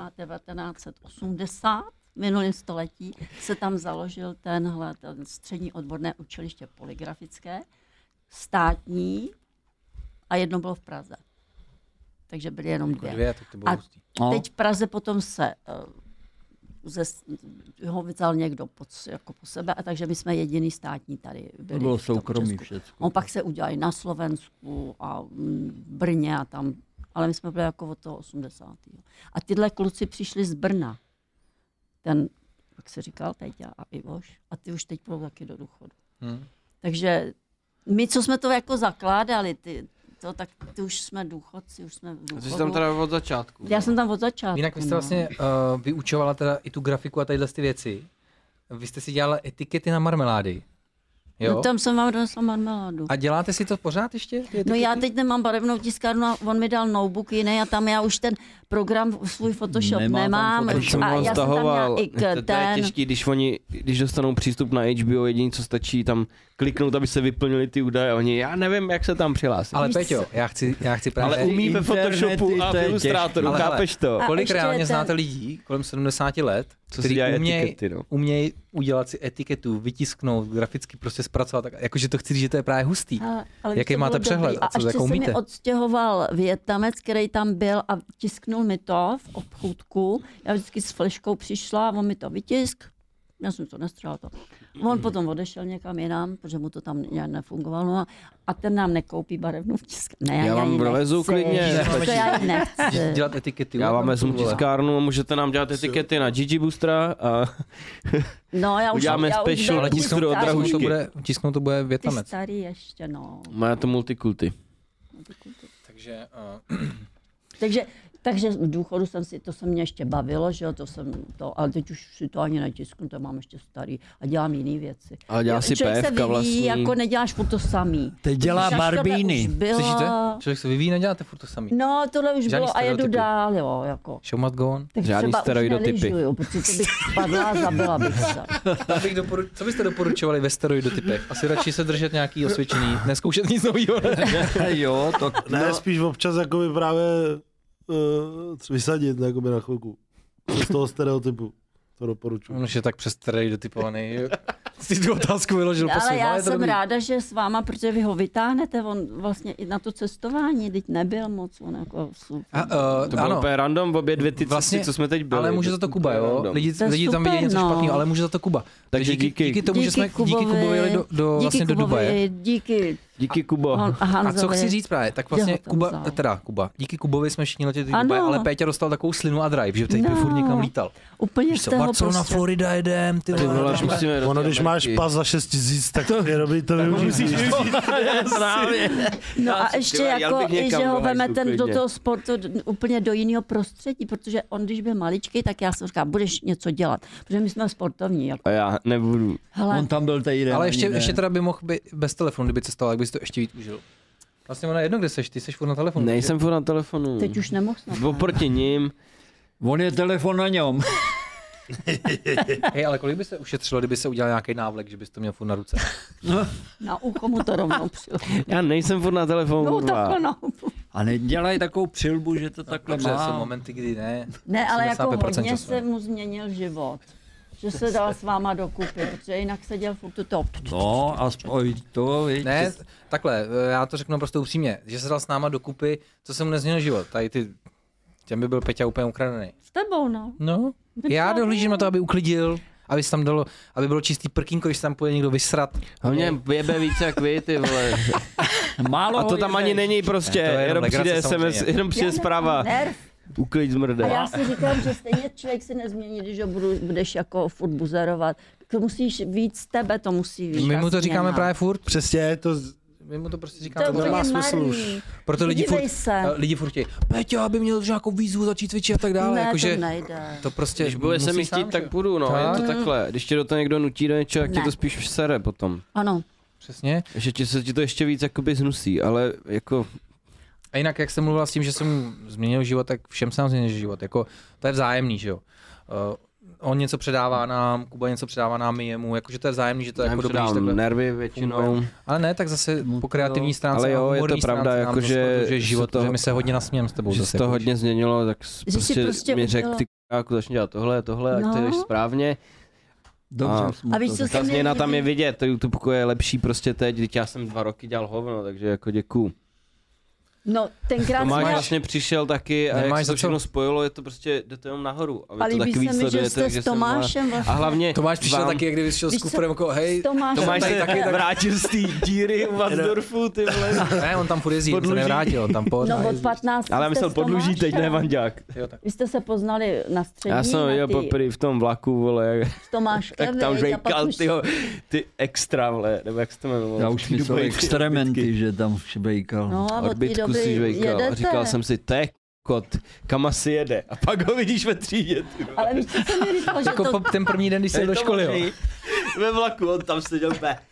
1980, v minulém století se tam založil ten střední odborné učiliště polygrafické, státní a jedno bylo v Praze. Takže byly jenom 2. Tak to bylo a teď v Praze potom se ho vzal někdo jako po sebe, a takže my jsme jediný státní tady byli. To bylo soukromí všechno. On pak se udělali na Slovensku a Brně a tam, ale my jsme byli jako od toho 80. A tyhle kluci přišli z Brna. Ten, jak se říkal, Peťa a Ivoš, a ty už teď budou taky do důchodu. Takže my, co jsme to jako zakládali, tak ty už jsme důchodci, už jsme v důchodu. Ty jsi tam teda od začátku. Já jsem tam od začátku. Jinak vy jste vlastně vyučovala teda i tu grafiku a tadyhle ty věci. Vy jste si dělala etikety na marmelády. Jo? No tam jsem vám donesla marmeládu. A děláte si to pořád ještě? No já teď nemám barevnou tiskárnu a on mi dal notebook jiný a tam já už ten program, svůj Photoshop nemám. A já jsem tam měla to je těžký, když dostanou přístup na HBO, jediný co stačí tam kliknout, aby se vyplnili ty údaje. Oni, já nevím, jak se tam přihlásit. Ale Peťo, já chci právě... Ale umí ve Photoshopu a v Illustratoru, chápeš to? Kolik reálně znáte lidí kolem 70 let, kteří umějí udělat si etiketu, vytisknout, graficky prostě zpracovat, tak, jakože to chci říct, že to je právě hustý. Ale jaký máte přehled a co jako umíte? A ještě se mi odstěhoval Větnamec, který tam byl a tisknul mi to v obchůdku. Já vždycky s fleškou přišla a on mi to vytisk. Já jsem to nestřela to. On potom odešel někam jinam, protože mu to tam nějak nefungovalo a ten nám nekoupí barevnou tiskárnu. Ne, já vám dovezu klidně. Já nechci. Dělat etikety. Já vám vezmu tiskárnu a můžete nám dělat etikety na Gigi Boostera a uděláme special booster od Drahušky. Tisknout to bude Větnamec. Ty starý ještě, no. Má to multikulty. Takže v důchodu to se mě ještě bavilo, že jo, ale teď už si to ani netisknu, to mám ještě starý a dělám jiné věci. Ale dělá si PFK vlastní. Jako neděláš furt to samý. Teď dělá barbíny. Slyšíte? Člověk se vyvíjí, neděláte furt to samý. No, tohle už bylo a jedu dál, jo, jako. Show must go on. Tak žádný steroidotypy. Protože to bych spadla a zabila bych se. Co byste doporučovali ve steroidotypech? Asi radši se držet nějaký osvědčený, neskoušet nic nového. Jo, to... Ne, spíš občas jakoby právě vysadit jakoby na chvilku. Z toho stereotypu. To doporučuji. On už je tak přes stereotypovaný. Si tu otázku vyložil po ale já jsem ráda, že s váma, protože vy ho vytáhnete, on vlastně i na to cestování, teď nebyl moc, on jako super. To bylo úplně random, obě dvě ty cesty, co jsme teď byli. Ale může za to Kuba, jo? Lidi tam vidějí něco špatného, ale může za to Kuba. Takže díky tomu, že jsme díky Kubovi jeli do Dubaje. Díky Kubo. A co chci říct právě, tak vlastně Kuba. Díky Kubovi jsme všichni letěli do Dubaje, ale Péťa dostal takovou slinu a drive, že teď by furt někam lítal. Úplně z toho Barcelona, Florida jedem, ty vole. Ono, když máš pas za 6 000, tak je dobrý to využít. No a ještě jako, že ho vemete do toho sportu úplně do jiného prostředí, protože on, když byl maličký, tak já jsem říkala, budeš něco dělat, protože my jsme sportovní. Jako. A já nebudu. Hele. On tam byl týden. Ale ještě teda by mohl být bez telefonu, kdyby cestoval, jak bys to ještě víc užil. Vlastně ono jedno, kde seš, ty seš furt na telefonu. Nejsem furt na telefonu. Teď už nemohl snad. Oproti ním. On je telefon na něm. Hej, ale kolik by se ušetřilo, kdyby se udělal nějaký návlek, že bys to měl furt na ruce? No. Na ucho mu to rovnou přijel. Já nejsem furt na telefonu. No takhle na ucho. A nedělají takovou přilbu, že to takhle má. Jsou momenty, kdy ne. Ne, ale jako hodně času. se mu změnil život. Že se dal s váma dokupy, protože jinak seděl furt to. No, aspoň to, víš. Ne, takhle, já to řeknu prostě upřímně, že se dal s náma dokupy, co se mu nezměnil život. Tady těm by byl Peťa úplně ukradený. S tebou, no. No, já dohlížím na to, aby uklidil, aby se tam dalo, aby bylo čistý prkínko, když se tam půjde někdo vysrat. Hlavně jebe více jak vy, ty vole. Málo a to tam ani není prostě, jenom přijde SMS, jenom přijde zpráva. Uklid zmrde. A já si říkám, že stejně člověk se nezmění, když ho budeš jako furt buzerovat. To musíš víc tebe, to musí víc. My mu to říkáme právě furt. Přesně, my mu to prostě říkáme. To má smysl už. Proto lidi furt chtějí, Peťa, aby měl nějakou výzvu, začít cvičit a tak dále. Ne, jakože to nejde. To prostě když bude se mi chtít, tak půjdu, no, je to takhle. Když tě do toho někdo nutí do něčeho, tak tě to spíš sere potom. Ano. Přesně. Že se ti to ještě víc jakoby znusí, ale jako... A jinak, jak jsem mluvil s tím, že jsem změnil život, tak všem jsem změnil život. Jako, to je vzájemný, že jo. On něco předává nám, Kuba něco předává nám jemu, jakože to je vzájemný, že to je jako dobrý, že takhle nervy většinou. Funguje. Ale ne, tak zase po kreativní stránce. Ale jo, je to pravda, jakože život, že my se hodně nasmějeme s tebou. Že se to hodně změnilo, tak prostě mi řekl, ty k***áku, začni dělat tohle, ať to jdeš správně. Dobře, a víš, co ta změna tam je vidět, to YouTube je lepší prostě teď, když já jsem 2 roky dělal hovno, takže jako děkuju. No, tenkrát Tomáš vlastně přišel taky a jak se to všechno spojilo, je to prostě, jde to jenom nahoru. A líbí se mi, že jste s Tomášem vlastně. A hlavně Tomáš přišel taky, jak kdyby šel s Kuprem, jako hej, Tomáš se taky vrátil z té díry u Vansdorfu, ty vole. Ne, on tam furt jezdí, on se nevrátil, tam pořád. No od 15. Ale já myslel podluží teď, ne Vanďák. Vy jste se poznali na střední. Já jsem viděl poprvé v tom vlaku, vole, s Tomáškem, jak tam žejkal ty extra, vole, nebo jak se to jmenovalo. Já už myslel experimenty, že tam švejkal. No a odbytku si žvejkal. A říkal jsem si, to je kot, kam asi jede. A pak ho vidíš ve třídě. Ale víš, co jsem mi říkal, že jako to... ten první den, když jsi do školy, jo. Ve vlaku, on tam seděl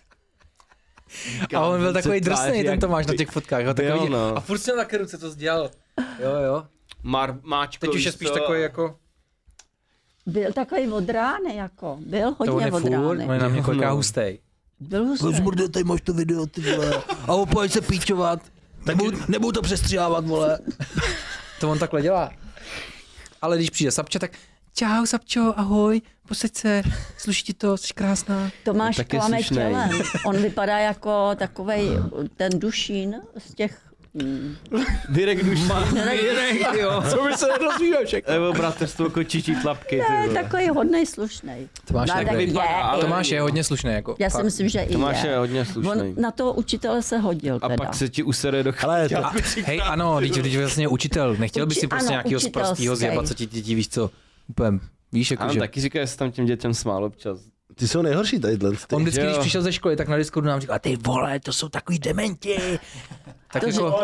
A on byl takový drsný, ten Tomáš na těch fotkách. Jo, takový, no. A furt jsem na ruce to sdělal. Jo. Máčko, teď už je spíš takový jako... Byl takový odrány, jako. Byl hodně odrány. On je na mě koliká hustej. Byl hustej. Zmrde, tady máš to video, ty vole. A opojď se píčovat. Nebudu to přestřihávat, vole. To on takhle dělá. Ale když přijde Sapča, tak čau Sapčo, ahoj, posaď se, sluší ti to, jsi krásná. Tomáš klame tělem. On vypadá jako takovej ten Dušín z těch... Direkt Dušín. Direkt, jo. Co by se nedozvíval všechno. Nebo bratrstvo kočičí tlapky. Ne, takový hodnej, slušnej. Tomáš je hodně slušný. Jako, já si myslím, že i Tomáš je hodně slušný. On na toho učitele se hodil teda. A pak se ti usere do chlapě. Hej, ano, když vlastně učitel. Nechtěl by si prostě nějakýho sprostýho zjebat, co ti děti, víš co, úplně, víš, jako že... taky říká, že se tam těm dětem smál občas. Ty jsou nejhorší tadyhle. On vždycky, když přišel ze školy, tak na Discordu nám říkal, ty vole, to jsou takový dementi. Tak to jako...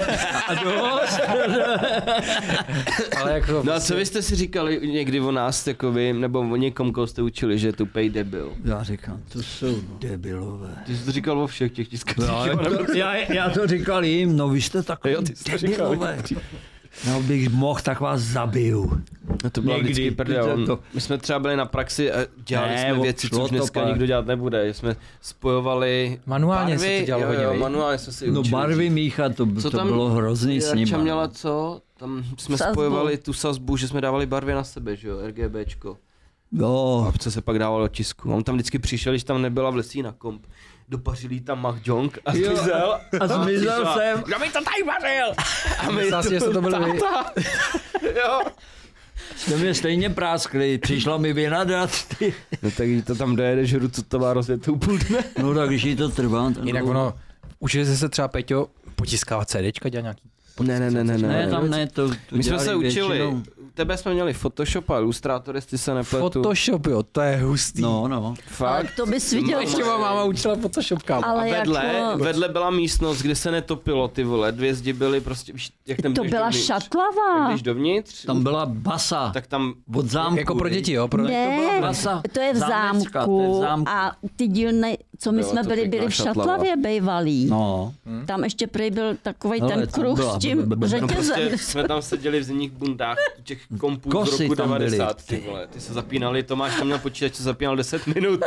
Ale jako... No a co vy jste si říkali někdy o nás, jako vy, nebo o někom, koho jste učili, že je tupej debil? Já říkám, to jsou debilové. Ty jsi to říkal o všech těch tiskacích. Já to říkal jim, no vy jste takový debilové. No bych mohl, tak vás zabiju. No to bylo vždycky prdel. My jsme třeba byli na praxi a dělali jsme věci, co už dneska nikdo dělat nebude. Jsme spojovali manuálně barvy, se to dělalo hodně. Manuálně jsme si učili. No barvy míchat, to bylo hrozný s nima. Měla co? Tam jsme spojovali tu sazbu, že jsme dávali barvy na sebe, že jo, RGBčko. Jo. A co se pak dávalo do tisku. On tam vždycky přišel, když tam nebyla v lesí na komp. Dopařili tam mahjong a zmizel. A zmizel jsem. Kdo mi to tady vařil? A my to byli vy. Jo. Jste mě stejně práskli, přišla mi vynadat. No tak to tam dojedeš hru, co to má rozvětou půl dne. No tak když jí to trvá. Jinak ono, učili jste se třeba, Peťo, potiskávat CDčka, dělat nějaký... Ne, tam ne, to my jsme se učili, tebe jsme měli Photoshop a Illustrator, jestli se nepletu. Photoshop, jo, to je hustý. No. Fakt? Ale to bys viděl. Ještě máma učila Photoshop, kámo. A vedle byla místnost, kde se netopilo, ty vole, dvě zdi byly prostě, jak tam to byla dovnitř. šatlava. Když dovnitř. Tam byla basa. Tak tam od zámku. Jako pro děti, jo? Ne, to je v zámku a ty dílny, co my jsme byli v Šatlavě bejvalí. No. Tam ještě prej byl takovej ten kruh s tím řetězem. Prostě jsme tam seděli v zimních bundách těch kompů z roku 90. Ty vole, ty se zapínali, Tomáš tam měl počítač, co zapínal 10 minut.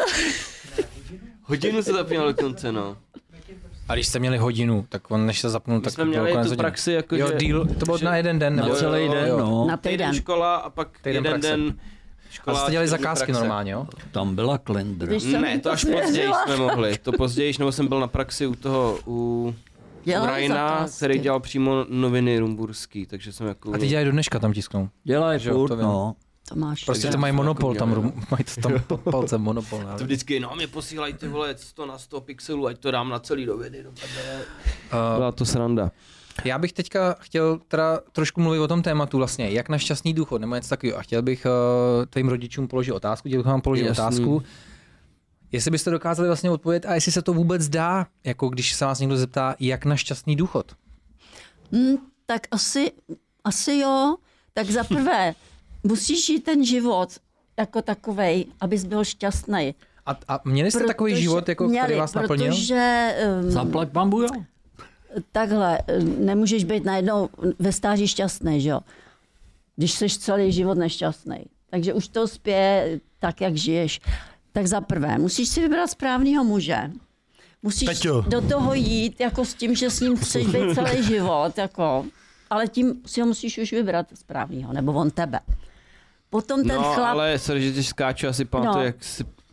Hodinu se zapínal do konce, no. A když jste měli hodinu, tak on než se zapnul, tak jsme měli tu praxi jako, jo, deal, to bylo na jeden den, nebo na celý den, no. Na týden škola a pak jeden den škola. A jste dělali zakázky normálně, jo? Tam byla klendra. Ne, to až později jsme mohli. To později, nebo jsem byl na praxi u Rajna, který dělal přímo noviny rumburský, takže jsem jako... A ty dělají do dneška tam tisknou. Dělají furt, no. Tomáš. Prostě to mají monopol, mají tam palcem monopol. To vždycky, no mě posílají ty vole 100 na 100 pixelů, ať to dám na celý noviny. Byla to sranda. Já bych teďka chtěl teda trošku mluvit o tom tématu vlastně, jak na šťastný důchod, nebo něco takového. A chtěl bych tvým rodičům položit otázku, chtěl bych vám položit otázku. Jestli byste dokázali vlastně odpovědět a jestli se to vůbec dá, jako když se vás někdo zeptá, jak na šťastný důchod? Tak asi jo. Tak za prvé, musíš žít ten život jako takovej, abys byl šťastný. A měli jste takový život, jako, který vás naplnil? Protože... Zaplať pambu, jo? Takhle, nemůžeš být najednou ve stáži šťastný, že jo? Když jsi celý život nešťastný. Takže už to spěje tak, jak žiješ. Tak za prvé, musíš si vybrat správného muže. Musíš do toho jít jako s tím, že s ním chceš být celý život, jako, ale tím si ho musíš už vybrat správného, nebo on tebe. Potom ten chlap... ale sorry, že tě skáču, asi pamatuju, jak si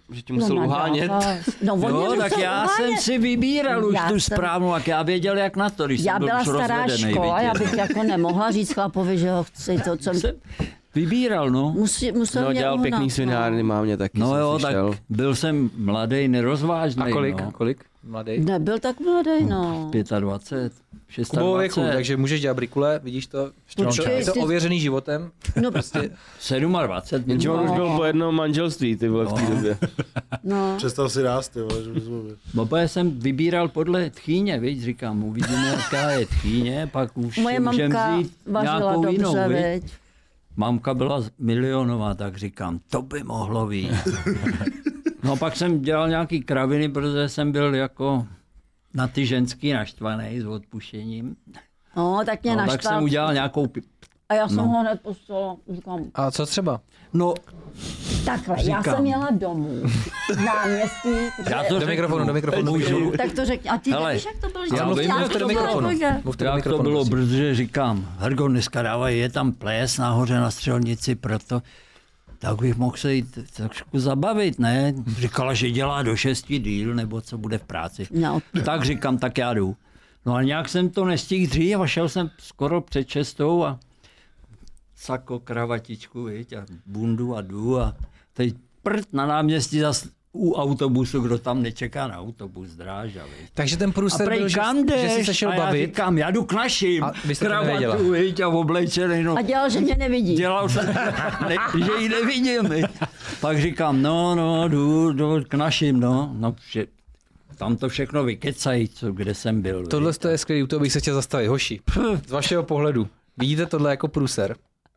že ti musel uhánět. No, tak já jsem si vybíral už tu správnou, jak já věděl, jak na to, když jsem byl už rozvedený. Já byla stará škola, já bych jako nemohla říct chlapovi, že ho chci to, co... Vybíral, no. Musel no, dělal pěkný svinárny, mámě taky. No jo, tak byl jsem mladý, nerozvážný. A kolik? No. Kolik? Mladý? Nebyl tak mladý, no. 25, 26. Kubovo věku, takže můžeš dělat brikule, vidíš to? Je to ověřený životem. No prostě. 27. Jenže on už byl po jednom manželství, ty vole, v té době. No. Přestal si rást, ty vole, že bys mluvil. No, jsem vybíral podle tchýně, víš, říkám, uvidíme, jaká je tchýně, pak už moje mamka vařila dobře, jinou, viď? Mamka byla milionová, tak říkám, to by mohlo být. No pak jsem dělal nějaký kraviny, protože jsem byl jako na ty ženský naštvaný s odpuštěním. No, tak mě naštval. Tak jsem udělal nějakou... A já jsem ho hned poslala, říkám. A co třeba? No, takhle, říkám. Já jsem jela domů, náměstí. Do mikrofonu. Tak to řekni. A ty nevíš, jak to bylo? Mluvte do mikrofonu. Jak to bylo, protože říkám, Hergo, dneska dávají, je tam ples nahoře na střelnici, proto tak bych mohl se jít trošku zabavit, ne? Říkala, že dělá do 6 díl, nebo co bude v práci. No. Tak říkám, tak já jdu. No a nějak jsem to nestihl dřív a šel jsem skoro před 6 a sako, kravatičku, viď, a bundu a jdu a teď na náměstí zas u autobusu, kdo tam nečeká na autobus, dráža, viď. Takže ten průser byl, že jsi se šel bavit. Já říkám, já jdu k našim, kravatu, viď, a oblečený, no. A dělal, že mě nevidí. Dělal jsem, že ji nevidím, viď. Pak říkám, no, jdu k našim, no, že tam to všechno vykecají, kde jsem byl. Tohle je skvělý, u toho bych se chtěl zastavit. Hoši, z vašeho pohledu, vidíte tohle jako průser?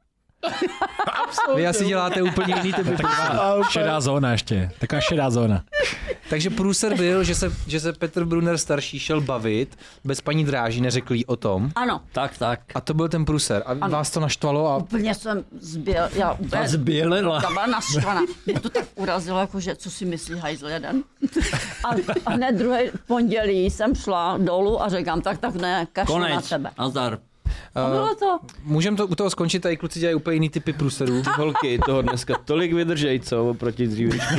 Vy asi děláte úplně jiný typ. Šedá zóna ještě, taková šedá zóna. Takže průser byl, že se Petr Brunner starší šel bavit, bez paní Dráží, neřekl jí o tom. Ano. Tak. A to byl ten průser. A vás to naštvalo? A... Úplně jsem zbělela. Ta byla naštvaná. Mě to tak urazilo, jako, že co si myslí hajzl jeden. A hned druhý pondělí jsem šla dolů a říkám, tak ne, kašlu na tebe. Nazdar. Bylo to. Můžeme to u toho skončit, tady kluci dělají úplně jiný typy průserů. Ty holky toho dneska tolik vydržej, co, oproti dřívějšku.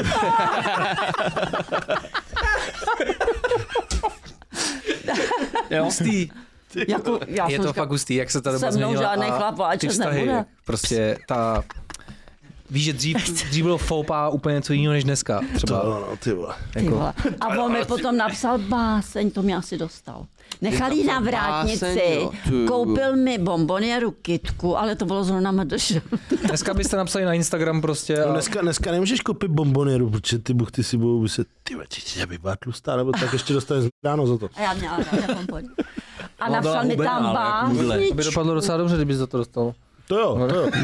Hustý. Jako, je to fakt hustý, jak se ta doba změnila. Se mnou žádnej chlapáček nebude. Prostě ta... Víš, že dřív bylo foupa úplně něco jiného než dneska. Třeba. Ty vole. Jako. A on mi potom napsal báseň, to mě asi dostal. Nechal jí na vrátnici, koupil mi bombonieru kitku, ale to bylo zrovna MDŠ. Dneska byste napsali na Instagram prostě. A... Dneska nemůžeš koupit bombonieru, protože ty buchty si budou vyset, ty by byla tlustá, nebo tak ještě dostaneš ráno za to. A já měla ráda bombon. A napsal mi tam básničku. To by dopadlo docela dobře, kdyby za to dostal. To jo.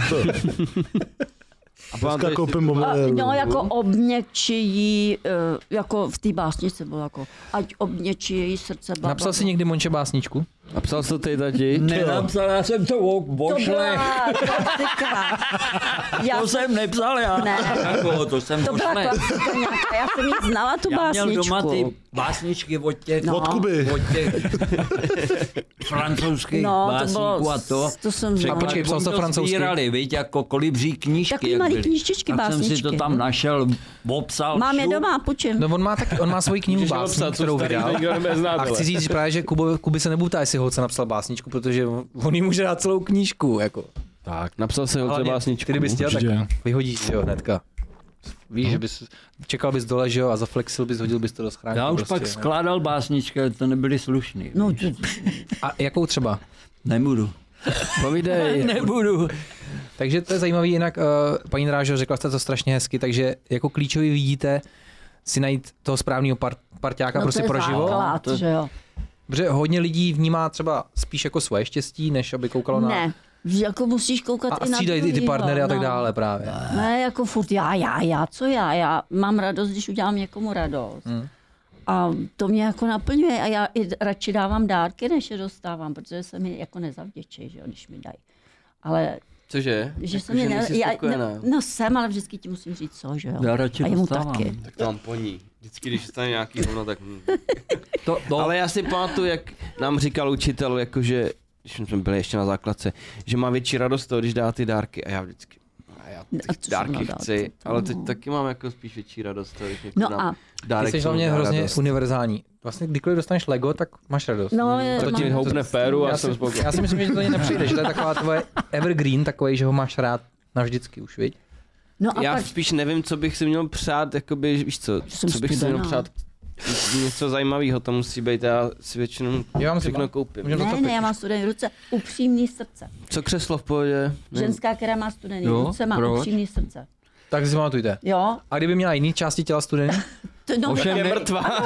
A dneska koupím bombonieru. No, jako obněčí, jako v té básnici bylo jako, ať obněčí její srdce. Napsal jsi někdy Monče básničku? Napsal jsi to ty, tati? Nenapsal, já jsem to ošle. To jsem nepsal já. Ne. To jsem to byla klasika nějaká, já jsem jí znala tu básničku. Já měl doma ty básničky od těch... Od Kuby. Od těch francouzských básníků a to. To jsem znala. A počkej, psal to francouzsky. Spírali, víš, jako kolibří knížky. Takový malý knížtičky, básničky. Tak jsem si to tam našel, obsal. Mám je doma, půjčím. No on má svoji knihu básní, kterou vydal. A chci říct právě, že Kuby se nebůtá, jestli Holce napsal básničku, protože on jí může dát celou knížku, jako. Tak, napsal se Holce básničku. Kdybys chtěl, tak vyhodíš, jo, hnedka. Víš, že bys, čekal bys dole, že jo, a zaflexil bys, hodil bys to do schránky. Já už prostě, pak skládal básničky, to nebyly slušný. No, a jakou třeba? Nebudu. Povídej. Nebudu. Takže to je zajímavý, jinak paní Drážo, řekla jste to strašně hezky, takže jako klíčový vidíte si najít toho správného parťáka prostě pro život. To že jo. Protože hodně lidí vnímá třeba spíš jako svoje štěstí, než aby koukalo na... Ne, jako musíš koukat a i na střídají i ty partnery a tak dále právě. Ne, jako furt co já mám radost, když udělám někomu radost. A to mě jako naplňuje a já i radši dávám dárky, než je dostávám, protože se mi jako nezavděčí, že jo, když mi dají. Ale... Cože? Že se mi no jsem, ale vždycky ti musím říct co, že jo. Já radši a jemu dostávám. taky. Tak to mám po ní. Vždycky, když stane nějaký hovno, tak... Ale já si pamatuju, jak nám říkal učitel, jakože, když jsme byli ještě na základce, že má větší radost toho, když dá ty dárky. A já vždycky, já teď dárky chci, ale teď taky mám jako spíš větší radost. No a ty jsi hlavně hrozně univerzální. Vlastně kdykoliv dostaneš Lego, tak máš radost. No, to ti houpne péru a jsem spokojený. Já si myslím, že to ani nepřijde, že to je taková tvoje evergreen, takový, že ho máš rád navždycky už, viď? No já spíš nevím, co bych si měl přát, jakoby, víš co bych si měl přát. Něco zajímavého to musí být, já si většinou všechno koupím. Ne, já mám studený ruce, upřímný srdce. Co křeslo v pohodě? Ženská, která má studený ruce, má upřímný srdce. Tak si pamatujte. Jo. A kdyby měla jiný části těla studený? No, ovšem je mrtvá.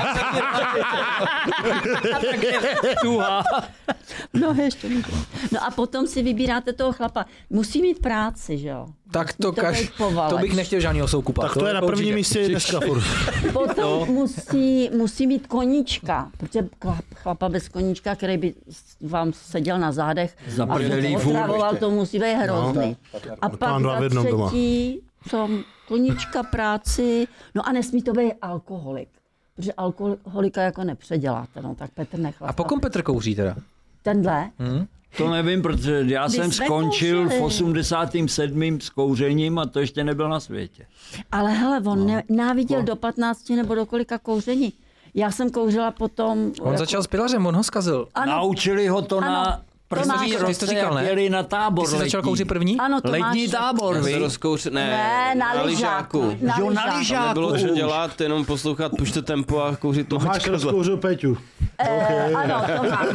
No ještě. No a potom si vybíráte toho chlapa. Musí mít práci, že jo? Tak to bych nechtěl žádnýho soukupa. Tak to je na prvním místě dneska furt. Potom musí mít koníčka, protože chlapa bez koníčka, který by vám seděl na zádech a otravoval, to musí být hrozný. A pak za třetí, co koníčka, práci, no a nesmí to být alkoholik, protože alkoholika jako nepředěláte, no tak Petr nechlastá. A po kom Petr kouří teda? Tenhle? To nevím, protože já jsem skončil v 87. s kouřením a to ještě nebyl na světě. Ale hele, on nenáviděl do 15 nebo do kolika kouření. Já jsem kouřila potom... On začal s pilařem, on ho zkazil. Ano. Naučili ho to na... První roce, jak jeli na tábor. Ty jsi začal kouřit první? Ano, to letní tábor, vy? Ne, na lyžáku. Jo, na lyžáku. Nebylo co dělat, jenom poslouchat Pušte tempo a kouřit to. Máš rozkouřil Peťu. Ano, to mám.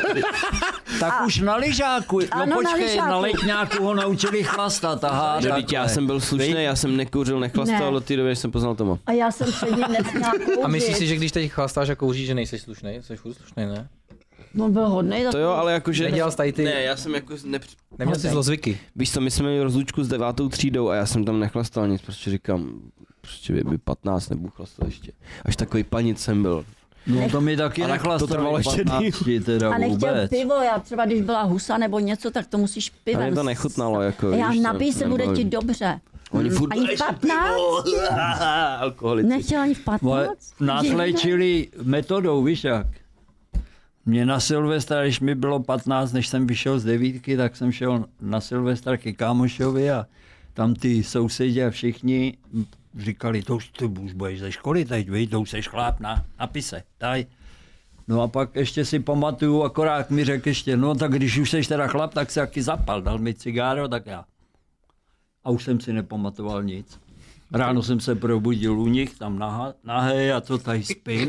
Tak už na lyžáku. No počkej, na letňáku ho naučili chlastat. Aha, já jsem byl slušný, já jsem nekouřil, nechlastal do té doby, než jsem poznal Toma. A já jsem před ním nesměla kouřit. A myslíš si, že když teď chlastáš a kouříš, že nejsi slušný? Jsi furt slušný, ne? On byl hodnej. To jo, ale jakože... Nedělal jsi tady ty... Ne, já jsem jako... Neměl jsi zlozvyky. Víš co, my jsme měli rozlučku s 9. třídou a já jsem tam nechlastal nic, prostě říkám, prostě by 15 nebudu chlastat ještě. Až takový panic jsem byl. No to mi taky nechlastal, to trvalo ještě teda a nechtěl vůbec. Pivo, já třeba když byla husa nebo něco, tak to musíš pivem. Ale to nechutnalo, jako já napij se, bude ti dobře. Oni furt ani v 15? Alkoholici. Nechtěl ani v 15? Nás léčili metodou, víš jak? Mě na Silvestra, když mi bylo 15, než jsem vyšel z 9, tak jsem šel na Silvestra ke kámošovi a tam ty sousedi a všichni říkali, to už ty budeš ze školy teď, víš, to už seš chlap, napij se, daj. No a pak ještě si pamatuju, akorát mi řekl ještě, no tak když už seš teda chlap, tak se taky zapal, dal mi cigáro, tak já. A už jsem si nepamatoval nic. Ráno jsem se probudil u nich, tam nahej a co tady spím.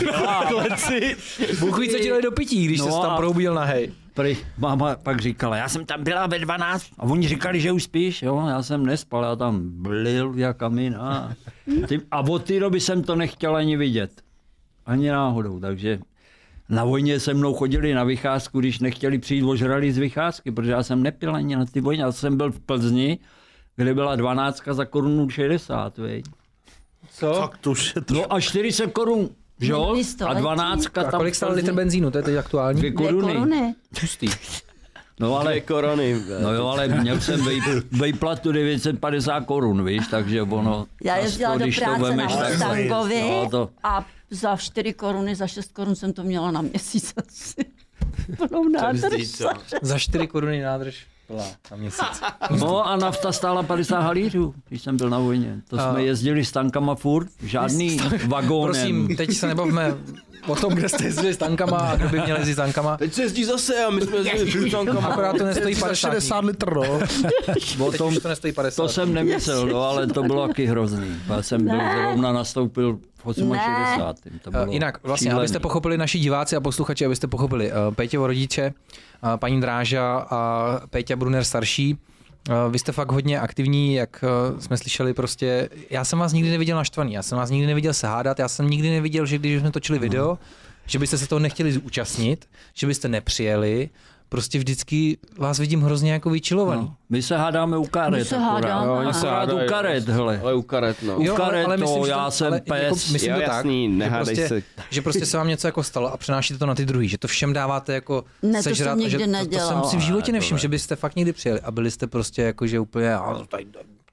Bůh ví, co ti dali do pití, když jsi tam probudil nahej. Máma pak říkala, já jsem tam byla ve 12 a oni říkali, že už spíš, jo, já jsem nespal, já tam blil jak kamín. A od té doby jsem to nechtěl ani vidět. Ani náhodou, takže na vojně se mnou chodili na vycházku, když nechtěli přijít ožrali z vycházky, protože já jsem nepil ani na ty vojně, já jsem byl v Plzni, kde byla 12 za korunu 60, vej. Co? Tak to už je to... No a 40 korun, jo? A 12 tam... A kolik stál litr benzínu, to je teď aktuální? 2 koruny. Hustý. No ale korony. No jo, ale měl jsem vejplatu 950 korun, víš, takže ono... Já jezdila do práce na Mustangovi a za 4 koruny, za 6 korun jsem to měla na měsíc asi. Plnou nádrž. Za 4 koruny nádrž na měsíc. No a nafta stála 50 halířů, když jsem byl na vojně. To jsme jezdili s tankama furt, žádný vagónem. Prosím, teď se nebavme o tom, kde jste jezdili s tankama a kdo by měl jezdit s tankama. Teď se jezdí zase a my jsme jezdili s tankama. Akorát to nestojí 60 litrů, no. Teď to nestojí 50. To jsem nemyslel, no, ale to bylo taky hrozný. Já jsem byl zrovna nastoupil v 68. To bylo jinak, vlastně, šílený. abyste pochopili naši diváci a posluchači, abyste pochopili Péťovo rodiče, paní Dráža a Péťa Brunner starší. Vy jste fakt hodně aktivní, jak jsme slyšeli prostě. Já jsem vás nikdy neviděl naštvaný, já jsem vás nikdy neviděl se hádat, já jsem nikdy neviděl, že když jsme točili video, že byste se toho nechtěli zúčastnit, že byste nepřijeli. Prostě vždycky vás vidím hrozně jako vyčilovaný. No, my se hádáme u karet. My se hádáme. U karet, hele. Ale u karet, no. Jo, u karet ale myslím, já jsem pes. Jako, myslím jo, to jasný, tak, nehádej že prostě se vám něco jako stalo a přenášíte to na ty druhý, že to všem dáváte jako ne, sežrat. To jsem nikdy to jsem si v životě nevšiml, že byste fakt někdy přijeli a byli jste prostě jako, že úplně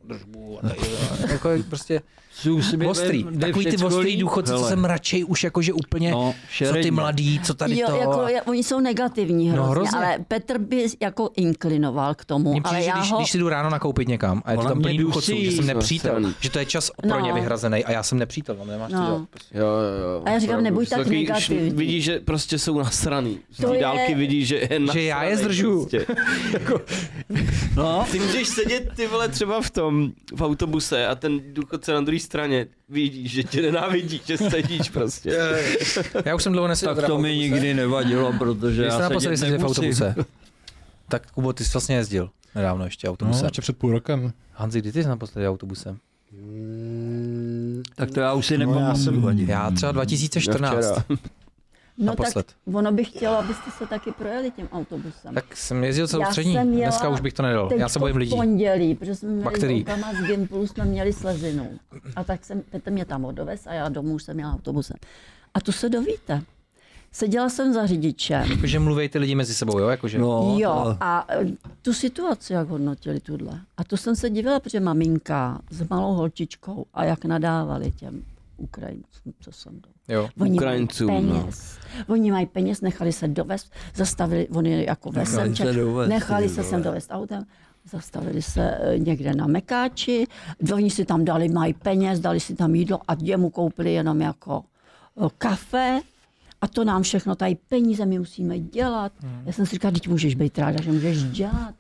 držbu. Jako prostě ostrý. Takový ty ostrý důchodci, co jsem radšej už jakože úplně, co ty mladý, co tady to. Jako, oni jsou negativní hrozně, ale Petr by jako inklinoval k tomu. Ale když si jdu ráno nakoupit někam a je to tam plný důchodců, že jsem nepřítel, že to je čas pro ně vyhrazený a já jsem nepřítel, nemáš co dělat. Jo. A já říkám, nebuď tak negativní. Vidíš, že prostě jsou nasraný. Z té dálky vidí, že je nasraný. Že já je zdržu. No. Ty můžeš sedět ty vole třeba v autobuse a ten důchodce na druhé straně vidí, že tě nenávidí, že sedíš prostě. Já už jsem dlouho neseděl. Tak to mi nikdy nevadilo, protože já sedět v autobuse. Tak Kubo, ty jsi vlastně jezdil nedávno ještě autobusem. No, ještě před půl rokem. Hanzi, kdy ty jsi naposledy autobusem? Tak to já už si nepamatuju. Já třeba 2014. No tak ono by chtělo, abyste se taky projeli tím autobusem. Tak jsem jezdil celou střední, dneska už bych to nedal. Já se bojím lidí. Pondělí, protože jsme měli z Gimplu, jsme měli slezinu. A tak Petr mě tam odovez a já domů už jsem měla autobusem. A tu se dovíte. Seděla jsem za řidičem. Jakože mluví ty lidi mezi sebou, jo? Jakože... Jo, a tu situaci, jak hodnotili tuhle. A to jsem se divila, protože maminka s malou holčičkou a jak nadávali těm Ukrajincům, co jsem Jo, Ukrajincům, Oni mají peněz, nechali se dovést, zastavili, oni jako vesemče, nechali se sem dovést autem, zastavili se někde na Mekáči, oni si tam mají peněz, dali si tam jídlo a jemu koupili jenom jako kafe. A to nám všechno, tady peníze my musíme dělat. Já jsem si říkal, teď můžeš být ráda, že můžeš dělat.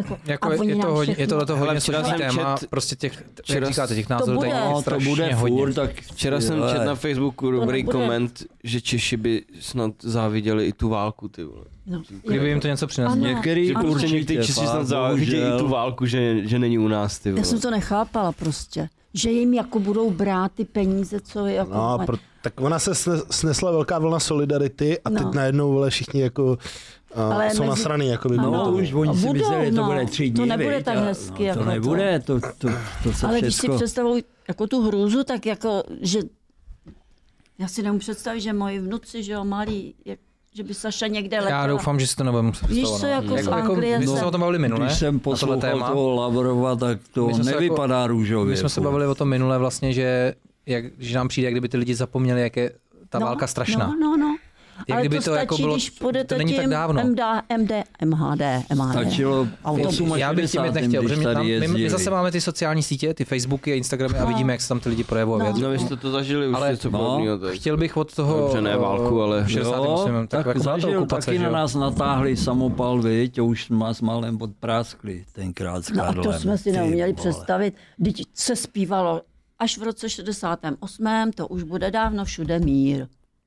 Je to hodně složitý téma, prostě těch názorů to bude furt, tak včera jsem četl na Facebooku dobrý koment, že Češi by snad záviděli i tu válku, ty vole. No, kdyby jim to něco přineslo. Některý Češi snad závidějí i tu válku, že není u nás, ty vole. Já jsem to nechápala prostě. Že jim jako budou brát ty peníze, co jako... No, tak ona se snesla velká vlna solidarity a teď najednou vole všichni jako jsou nasraný, jako by to už oni si mysleli, že to bude 3 dní. To nebude tak hezky. No, to nebude, to se ale když si představuji jako tu hrůzu, tak jako, že já si nemůžu představit, že moji vnuci, že jo, malí, že by Saša někde letěla. Já doufám, že si to nebudeme muset představovat. Víš co, jako v Anglii my jsme se o tom bavili minule. Když jsem poslouchal toho Lavrova, tak to nevypadá růžově. My jsme se bavili o tom minule vlastně, že nám přijde, jak kdyby ty lidi zapomněli, jak je ta válka strašná. No. Jak ale kdyby to stačí, jako bylo, když půjdete to není tak dávno. MHD. Stačilo já bych tím nechtěl, protože my zase máme ty sociální sítě, ty Facebooky a Instagramy a vidíme, jak se tam ty lidi projevují. No, vy jste to zažili už něco podobného. Chtěl bych od toho... Dobře, ne válku, ale... 68. Tak zažil, taky na nás natáhli samopal, viď, a už jsme s malem podpráskli tenkrát s Karlem. No a to jsme si neuměli představit, když se zpívalo až v roce 68. to už bude dávno všude mír.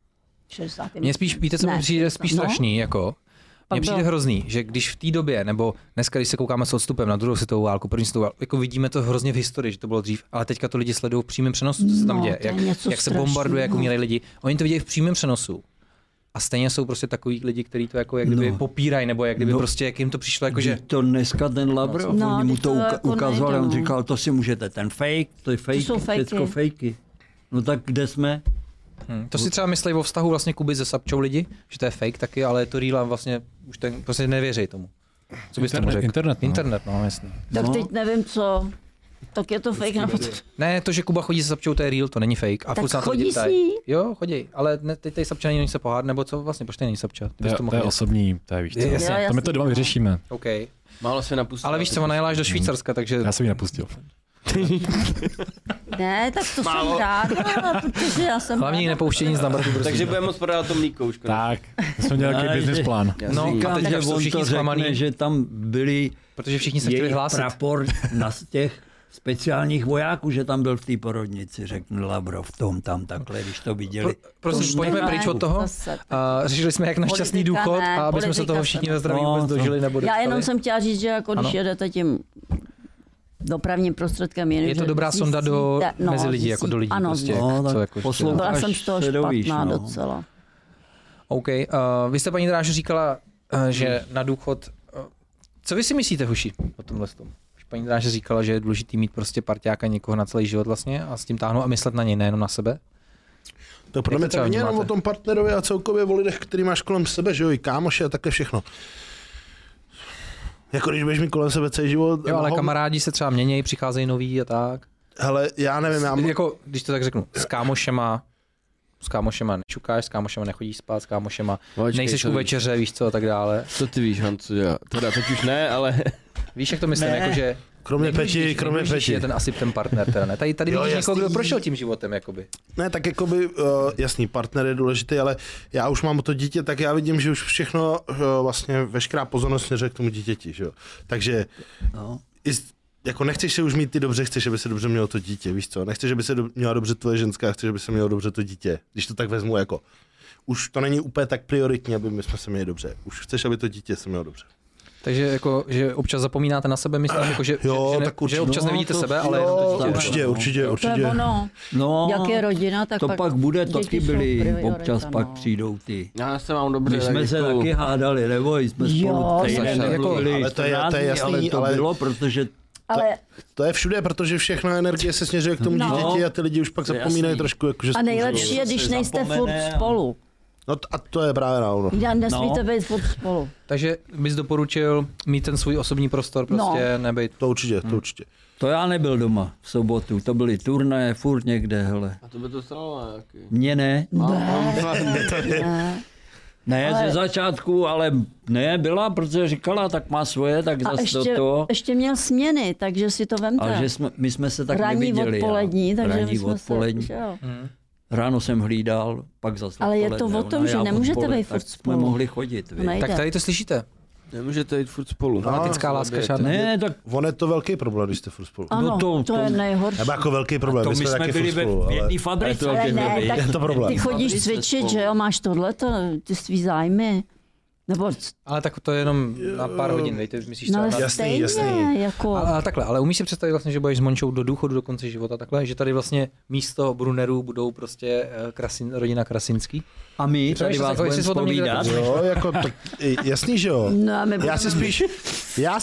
Mně spíš, víte, co mi přijde spíš strašný, jako... Mně přijde hrozný, že když v té době, nebo dneska, když se koukáme s odstupem na druhou světovou válku, první světovou válku, jako vidíme to hrozně v historii, že to bylo dřív, ale teďka to lidi sledují v přímém přenosu, co se tam děje, jak se bombarduje, jak umírají lidi. Oni to vidějí v přímém přenosu. A stejně jsou prostě takový lidi, kteří to jako jak kdyby popírají, nebo jak kdyby prostě, jak jim to přišlo, jako že... To dneska ten Lavrov, oni mu to ukazovali, on říkal, to si můžete, ten fake, to je fake, všechno fakey. No tak kde jsme? To si třeba myslí o vztahu vlastně Kuby se Sapčou lidi, že to je fake taky, ale to real vlastně už prostě nevěří tomu. Co bys tomu řekl? Internet, no jasně. Tak teď nevím co, tak je to fake nebo to... Ne, to, že Kuba chodí se Sapčou, to je real, to není fake. A tak chodí s ní? Jo, chodí, ale teď tady Sapča není se pohádá, nebo co vlastně, proč není Sapča? To je osobní, to je víš co. Jasně. To my to doma vyřešíme. OK. Málo se napustil. Ale víš co, ona jela až do Švýcarska, takže... Já jsem ji napustil. Ne, tak to jsem ráda, protože já jsem... Hlavně nepouštění z nabratu. Takže budeme moc prodat to mlíko už. Tak, jsme měli nějaký business plán. No, říkám, že on to řekne, že tam byli protože všichni se chtěli hlásit. Prapor na těch speciálních vojáků, že tam byl v té porodnici, řekl Lavrov, tam takhle, když to viděli. Prosím, pojďme pryč od toho. Řešili jsme jak na šťastný důchod a aby jsme se toho všichni ve zdraví vůbec dožili. Já jenom jsem chtěla říct, že jako když jedete tím dopravním prostředkem je to dobrá sonda mezi lidi, jako do lidí. Ano, prostě, byla jsem z toho špatná docela. OK. Vy jste, paní Drážo, říkala, že na důchod... Co vy si myslíte, Huši, o tomhle tom? Paní Drážo říkala, že je důležitý mít prostě parťáka někoho na celý život vlastně a s tím táhnout a myslet na něj, nejenom na sebe? To pro mě to není jenom o tom partnerovi a celkově o lidech, který máš kolem sebe, že jo, i kámoši a také všechno. Jako když budeš mít kolem sebe celý život. Jo, ale kamarádi se třeba mění, přicházejí noví a tak. Hele, já nevím, jako, když to tak řeknu, s kámošema nečukáš, s kámošema nechodíš spát, s kámošema nejseš u večeře, víš co a tak dále. Co ty víš, Hanco, já teda teď už ne, ale... Víš, jak to myslím, jakože... Kromě Peti. Je ten asi ten partner, teda ne? Tady vidíš někoho, kdo prošel tím životem, jakoby. Ne, tak jakoby, jasný, partner je důležitý, ale já už mám to dítě, tak já vidím, že už všechno, vlastně veškerá pozornost směřuje k tomu dítěti, že jo. Takže, jako nechceš se už mít ty dobře, chceš, aby se dobře mělo to dítě, víš co? Nechceš, aby se měla dobře tvoje ženská, chceš, aby se mělo dobře to dítě. Když to tak vezmu, jako, už to není úplně tak prioritní, aby my jsme se měli dobře. Už chceš, aby to dítě se mělo dobře. Takže jako, že občas zapomínáte na sebe, myslím, jako, že občas nevidíte sebe, ale určitě. To je ono. No, jak je rodina, tak to pak bude, taky byli, občas pak přijdou ty. Já se mám dobře. My jsme se taky hádali, nebo jsme spolu týden nemluvili, ale to je jasný, ale to bylo, protože to je všude, protože všechna energie se směřuje k tomu dítěti a ty lidi už pak zapomínají trošku. Jakože a nejlepší je, když nejste furt spolu. No a to je právě ono. Nesmíte být furt spolu. Takže bys doporučil mít ten svůj osobní prostor, prostě nebejt. To určitě. To já nebyl doma v sobotu, to byly turnaje, furt někde, hele. A to by to stalo nějaký? Mně ne. Ne, ze začátku, ale ne, byla, protože říkala, tak má svoje, tak zase to. Ještě měl směny, takže si to vemte. Ale my jsme se tak neviděli. Ranní odpolední, takže ranní odpolední. Ráno jsem hlídal, pak zase. Ale je to o tom, že nemůžete být furt spolu. Jsme mohli chodit. Tak tady to slyšíte. Nemůžete jít furt spolu. Fanatická láska žádná. Ne, tak... On je to velký problém, když jste furt spolu. Ano, to je nejhorší. Nebo jako velký problém, my jsme byli v jedné fabrice. Je to problém. Ty chodíš cvičit, že jo, máš tohleto, ty svý zájmy. Nebo... Ale tak to je jenom na pár hodin, vej, ty myslíš třeba na... Jasný. Jako... Ale takhle, ale umíš si představit vlastně, že budeš s Mončou do důchodu do konce života takhle, že tady vlastně místo Brunnerů budou prostě rodina Krasinský? A my tady vás budeme zpovídat. Jo, jako to, jasný, že jo. No, Já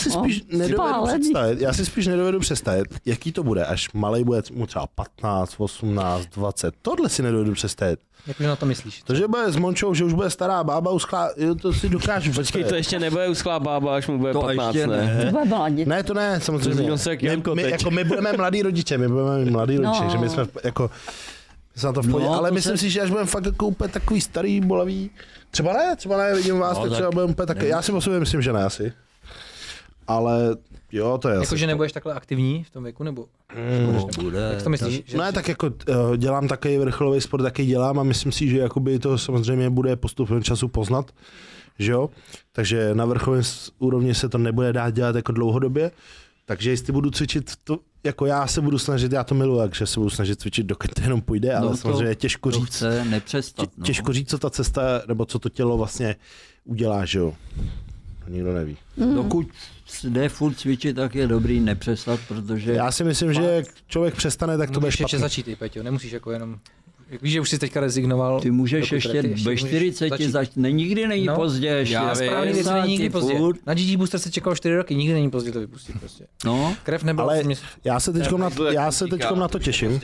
si spíš nedovedu představit, jaký to bude, až malej bude mu třeba 15, 18, 20. Tohle si nedovedu představit. Jakože na to myslíš? To, že bude s Mončou, že už bude stará bába uschlá, to si dokážu představit. Počkej, to ještě nebude uschlá bába, až mu bude 15, ne? Ne, to ne, samozřejmě. My budeme mladí rodiče, že my jsme jako... Na to v pohodě, ale myslím si, že až budeme fakt jako úplně takový starý, bolavý. Třeba ne, vidím vás, tak třeba budeme úplně takový. Já si o sobě myslím, že ne asi. Ale jo, to je asi. Jakože nebudeš takhle aktivní v tom věku, nebo? Jak to myslíš? Ne, tak jako dělám takový vrcholový sport, taky dělám a myslím si, že jakoby to samozřejmě bude postupem času poznat, že jo? Takže na vrcholové úrovni se to nebude dát dělat jako dlouhodobě. Takže jestli budu cvičit, to, jako já se budu snažit, já to miluji, takže se budu snažit cvičit, dokud to jenom půjde, ale samozřejmě těžko říct, těžko říct, co ta cesta, nebo co to tělo vlastně udělá, že jo. To nikdo neví. Dokud jde furt cvičit, tak je dobrý nepřestat, protože... Já si myslím, že jak člověk přestane, tak to bude špatný. Můžeš ještě začít, Peťo, nemusíš jako jenom... Víš, že už jsi teďka rezignoval. Ty můžeš ještě ve 40, nikdy není pozdě. Správný věc není nikdy pozdě. Na GG Booster se čekalo 4 roky, nikdy není pozdě to vypustit prostě. No. Krev nebyla. Ale já se teďkom na to těším.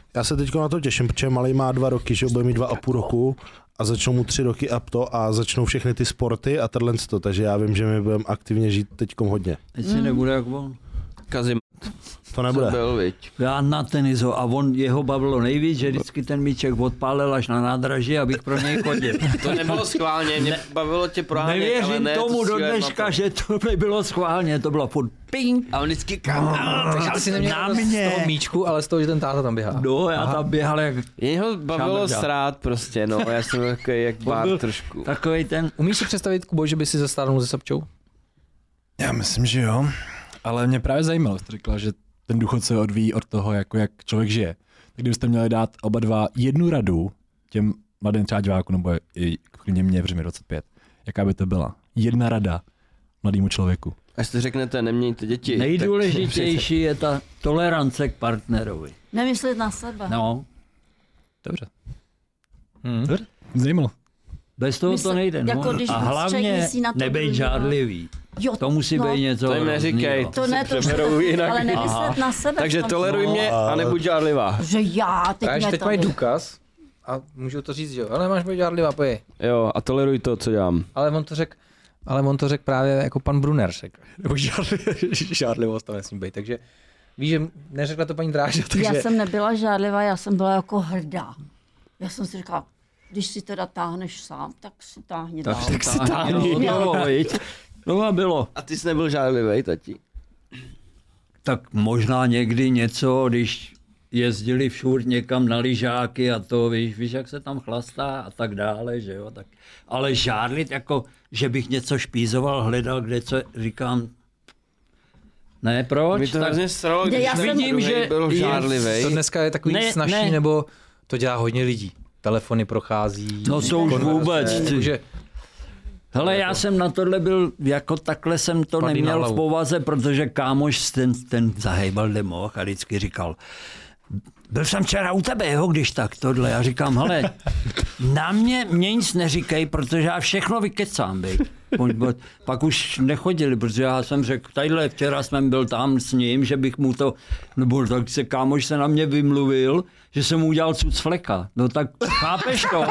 Protože malej má 2 roky, že bude mít 2,5 roku a začnou mu 3 roky a začnou všechny ty sporty a tohle, takže já vím, že my budeme aktivně žít teďkom hodně. Jestli nebude jak on. Kazim. To nebude. Já na tenisu a jeho bavilo nejvíc, že vždycky ten míček odpálil až na nádraží, abych pro něj chodil. To nebylo schválně, mě bavilo tě prohánět, nevěřím ale ne, tomu do dneška, že to nebylo schválně, to bylo furt ping. A on vždycky takže ty si neměl z toho míčku, ale z toho, že ten táta tam běhá. No, já tam běhal jak... Jeho bavilo srát prostě, no, já jsem takový jak bár trošku. Takovej ten... Umíš si představit, Kubo, že by si zastárnul se Sobčou? Já myslím, že jo, ale mě právě zajímalo, jste řekla, že ten důchod se odvíjí od toho, jako jak člověk žije. Tak kdybyste měli dát oba dva jednu radu těm mladým třeba divákům, nebo i klidně mě, protože mi 25, jaká by to byla? Jedna rada mladému člověku. Až si řeknete, nemějte děti. Nejdůležitější je ta tolerance k partnerovi. Nemyslet na sebe. No. Dobře. Dobře, zajímalo. Bez toho to nejde. Jako no. A hlavně nebejt žádlivý. Jo, to musí být něco. To jim neříkej, to ne, to jinak. Ale nemyslet na sebe. Takže toleruj mě a nebuď žádlivá. Že já teď mají důkaz a můžu to říct, že jo, ale máš být žádlivá, pojď. Jo, a toleruj to, co dělám. Ale on to řekl, Ale on to řekl právě jako pan Brunner řekl. Nebo žádlivost tam nesmí být. Takže víš, že neřekla to paní Dráža. Takže... Já jsem nebyla žádlivá, já jsem byla jako hrdá. Já jsem si říkala, když si teda táhneš sám, tak si táhni dál. Tak si táhni. No a bylo. A ty jsi nebyl žádlivý, tati? Tak možná někdy něco, když jezdili všude někam na lyžáky a to, víš, jak se tam chlastá a tak dále, že jo. Tak. Ale žádlit, jako, že bych něco špízoval, hledal, kde co, říkám, ne, proč? Mi to hrozně stralo, když vidím, že byl žádlivý. To dneska je takový snažší, nebo to dělá hodně lidí. Telefony prochází. No to už vůbec. Hele, já jsem na tohle byl, jako takhle jsem to neměl v povaze, protože kámoš ten zahejbal demoh a vždycky říkal, byl jsem včera u tebe, jo, když tak tohle. Já říkám, hele, na mě nic neříkej, protože já všechno vykecám, bej. Pak už nechodili, protože já jsem řekl, tadyhle včera jsem byl tam s ním, že bych mu to, nebo tak se kámoš se na mě vymluvil, že jsem mu udělal cucfleka. No tak chápeš to?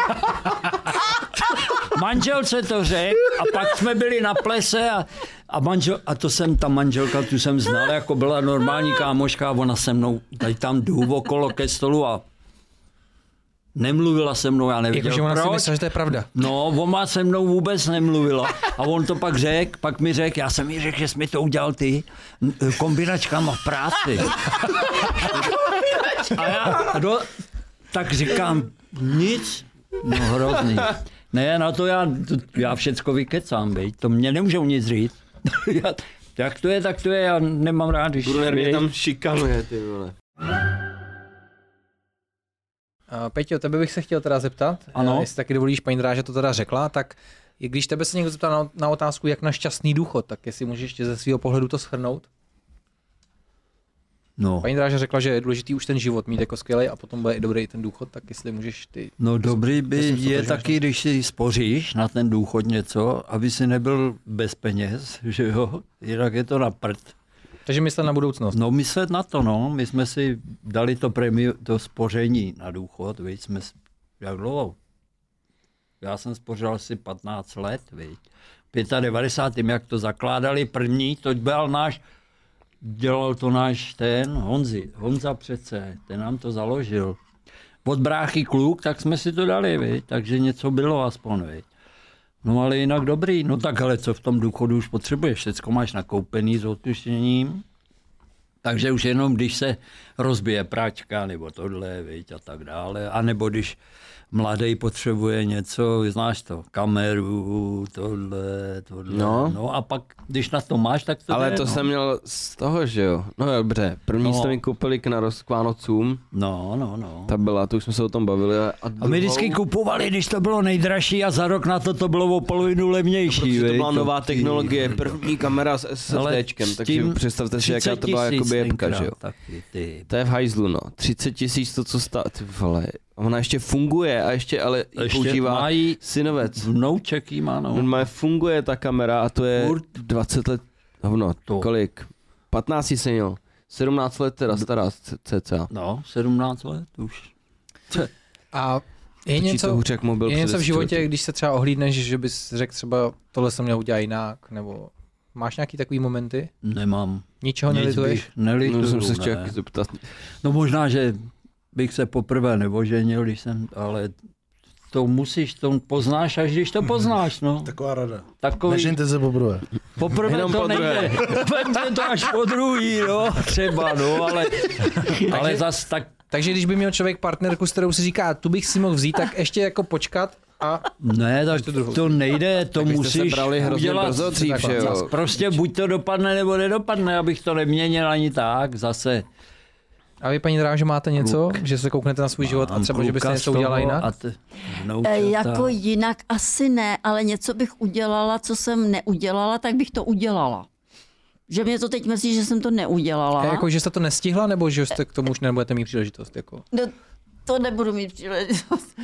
Manželce to řekl a pak jsme byli na plese a ta manželka, tu jsem znal, jako byla normální kámoška a ona se mnou, tady tam jdu okolo ke stolu a nemluvila se mnou, já nevěděl jako, že ona proč. Si myslela, že to je pravda. No, ona se mnou vůbec nemluvila a on to pak mi řekl, já jsem jí řekl, že jsi mi to udělal ty kombinačkama v práci. A já tak říkám, nic, no hrozný. Ne, na to já všecko vykecám, bej. To mě nemůžou nic říct. Jak to je, tak to je, já nemám rád, když... Brunner mě tam šikanuje, ty vole. Peťo, tebe bych se chtěl teda zeptat, ano? Jestli taky dovolíš, paní Dráža to teda řekla, tak když tebe se někdo zeptá na otázku, jak na šťastný důchod, tak jestli můžeš ještě ze svého pohledu to shrnout? No. Paní Dráža řekla, že je důležitý už ten život mít jako skvělej a potom bude i dobrý ten důchod, tak jestli můžeš ty... No dobrý by je taky, když si spoříš na ten důchod něco, aby si nebyl bez peněz, že jo, jinak je to na prd. Takže myslet na budoucnost. No myslet na to, no. My jsme si dali to spoření na důchod, víc jsme, jak dlouho? Já jsem spořil asi 15 let, víc. 95. jak to zakládali první, to byl dělal to náš Honza přece, ten nám to založil. Od bráchy kluk, tak jsme si to dali, viď? Takže něco bylo aspoň, viď? No ale jinak dobrý, no tak ale co v tom důchodu už potřebuješ, všecko máš nakoupený s odpuštěním, takže už jenom když se rozbije práčka nebo tohle, viď, a tak dále, anebo když mladý potřebuje něco, znáš to, kameru, tohle. No a pak, když na to máš, tak to ale jde, to jsem měl z toho, že jo. No dobře, první jste mi koupili k Vánocům. No. Ta byla, to už jsme se o tom bavili. A my vždycky kupovali, když to bylo nejdražší a za rok na to bylo o polovinu levnější. Protože to byla nová technologie, první kamera s SSDčkem, takže představte si, jaká to byla jakoby jebka, že jo. To je v hajzlu, no. 30 000 to, co stát, ty vole. Ona ještě funguje a ještě používá synovec. Vnouček jí má, no. Normálně funguje ta kamera a to je 20 let, kolik? 15 jsi měl. 17 let teda stará cca. No, 17 let už. A je něco v životě, když se třeba ohlídneš, že bys řekl třeba tohle jsem měl udělat jinak, nebo máš nějaký takový momenty? Nemám. Ničeho nelituješ? Nelituju, no, jsem se chtěl zeptat. No možná, že bych se poprvé neoženil, ale to musíš, to poznáš, až když to poznáš, no. Taková rada. Nežijte se poprvé. Poprvé jenom to nejde. Vemte to až po druhý, no, třeba, no, ale zas tak. Takže když by měl člověk partnerku, s kterou si říká, tu bych si mohl vzít, tak ještě jako počkat a... Ne, tak to nejde, to musíš udělat brzo dřív, že jo. Prostě buď to dopadne, nebo nedopadne, abych to neměnil ani tak, zase. A vy, paní Drážo, máte něco, že se kouknete na svůj život a třeba, že byste něco udělala jinak? Jako jinak asi ne, ale něco bych udělala, co jsem neudělala, tak bych to udělala. Že mě to teď myslí, že jsem to neudělala. Jako, že jste to nestihla, nebo že jste k tomu už nebudete mít příležitost? Jako? No, to nebudu mít příležitost,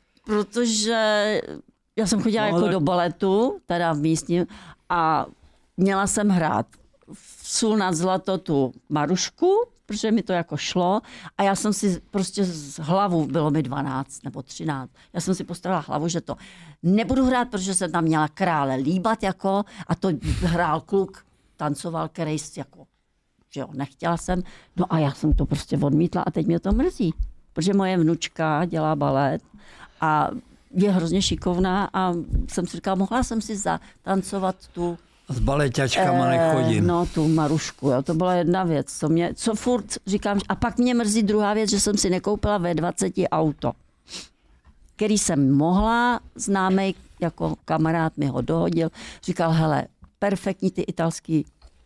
protože já jsem chodila jako do baletu, teda v místním, a měla jsem hrát v Sůl nad zlato tu Marušku, protože mi to jako šlo a já jsem si prostě z hlavu, bylo mi 12 nebo 13, já jsem si postavila hlavu, že to nebudu hrát, protože jsem tam měla Krále líbat jako a to hrál kluk, tancoval, který jako, že jo, nechtěla jsem, no a já jsem to prostě odmítla a teď mě to mrzí, protože moje vnučka dělá balet a je hrozně šikovná a jsem si říkala, mohla jsem si zatancovat tu s baleťačkama nechodím. No, tu Marušku, jo, to byla jedna věc, co furt říkám. A pak mě mrzí druhá věc, že jsem si nekoupila ve 20 auto, který jsem mohla, známej jako kamarád mi ho dohodil, říkal, hele, perfektní ty italský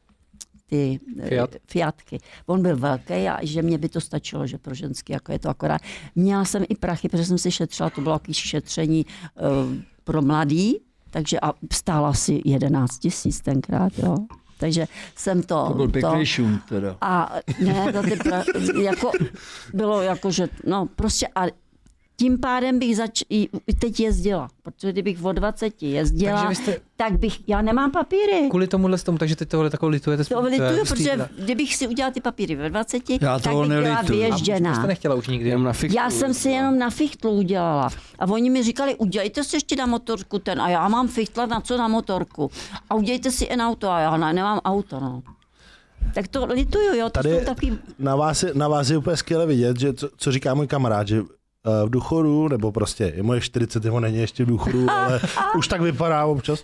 Fiatky. On byl velký a že mě by to stačilo, že pro ženský, jako je to akorát. Měla jsem i prachy, protože jsem si šetřila, to bylo jaký šetření pro mladý, takže a stála asi 11 000 tenkrát, jo. Takže jsem to... To byl pěkný šum teda. A ne, to jako, bylo jako, že no prostě a tím pádem bych teď jezdila, protože kdybych od 20 jezdila, tak bych, já nemám papíry. Kvůli tomuhle tomu, takže teď tohle takovou litujete? To lituju, protože kdybych si udělala ty papíry ve 20, tak bych byla vyježděná. A jste nechtěla už nikdy? Já jsem si jenom na fichtlu udělala. A oni mi říkali, udělejte si ještě na motorku ten. A já mám fichtla na co na motorku. A udělejte si jen auto. A já nemám auto, no. Tak to lituju, jo. To tady jsou taky... na vás je úplně skvěle vidět, že co říká můj kamarád, že v důchodu, nebo prostě je moje 40, jeho není ještě v důchodu, ale už tak vypadá občas,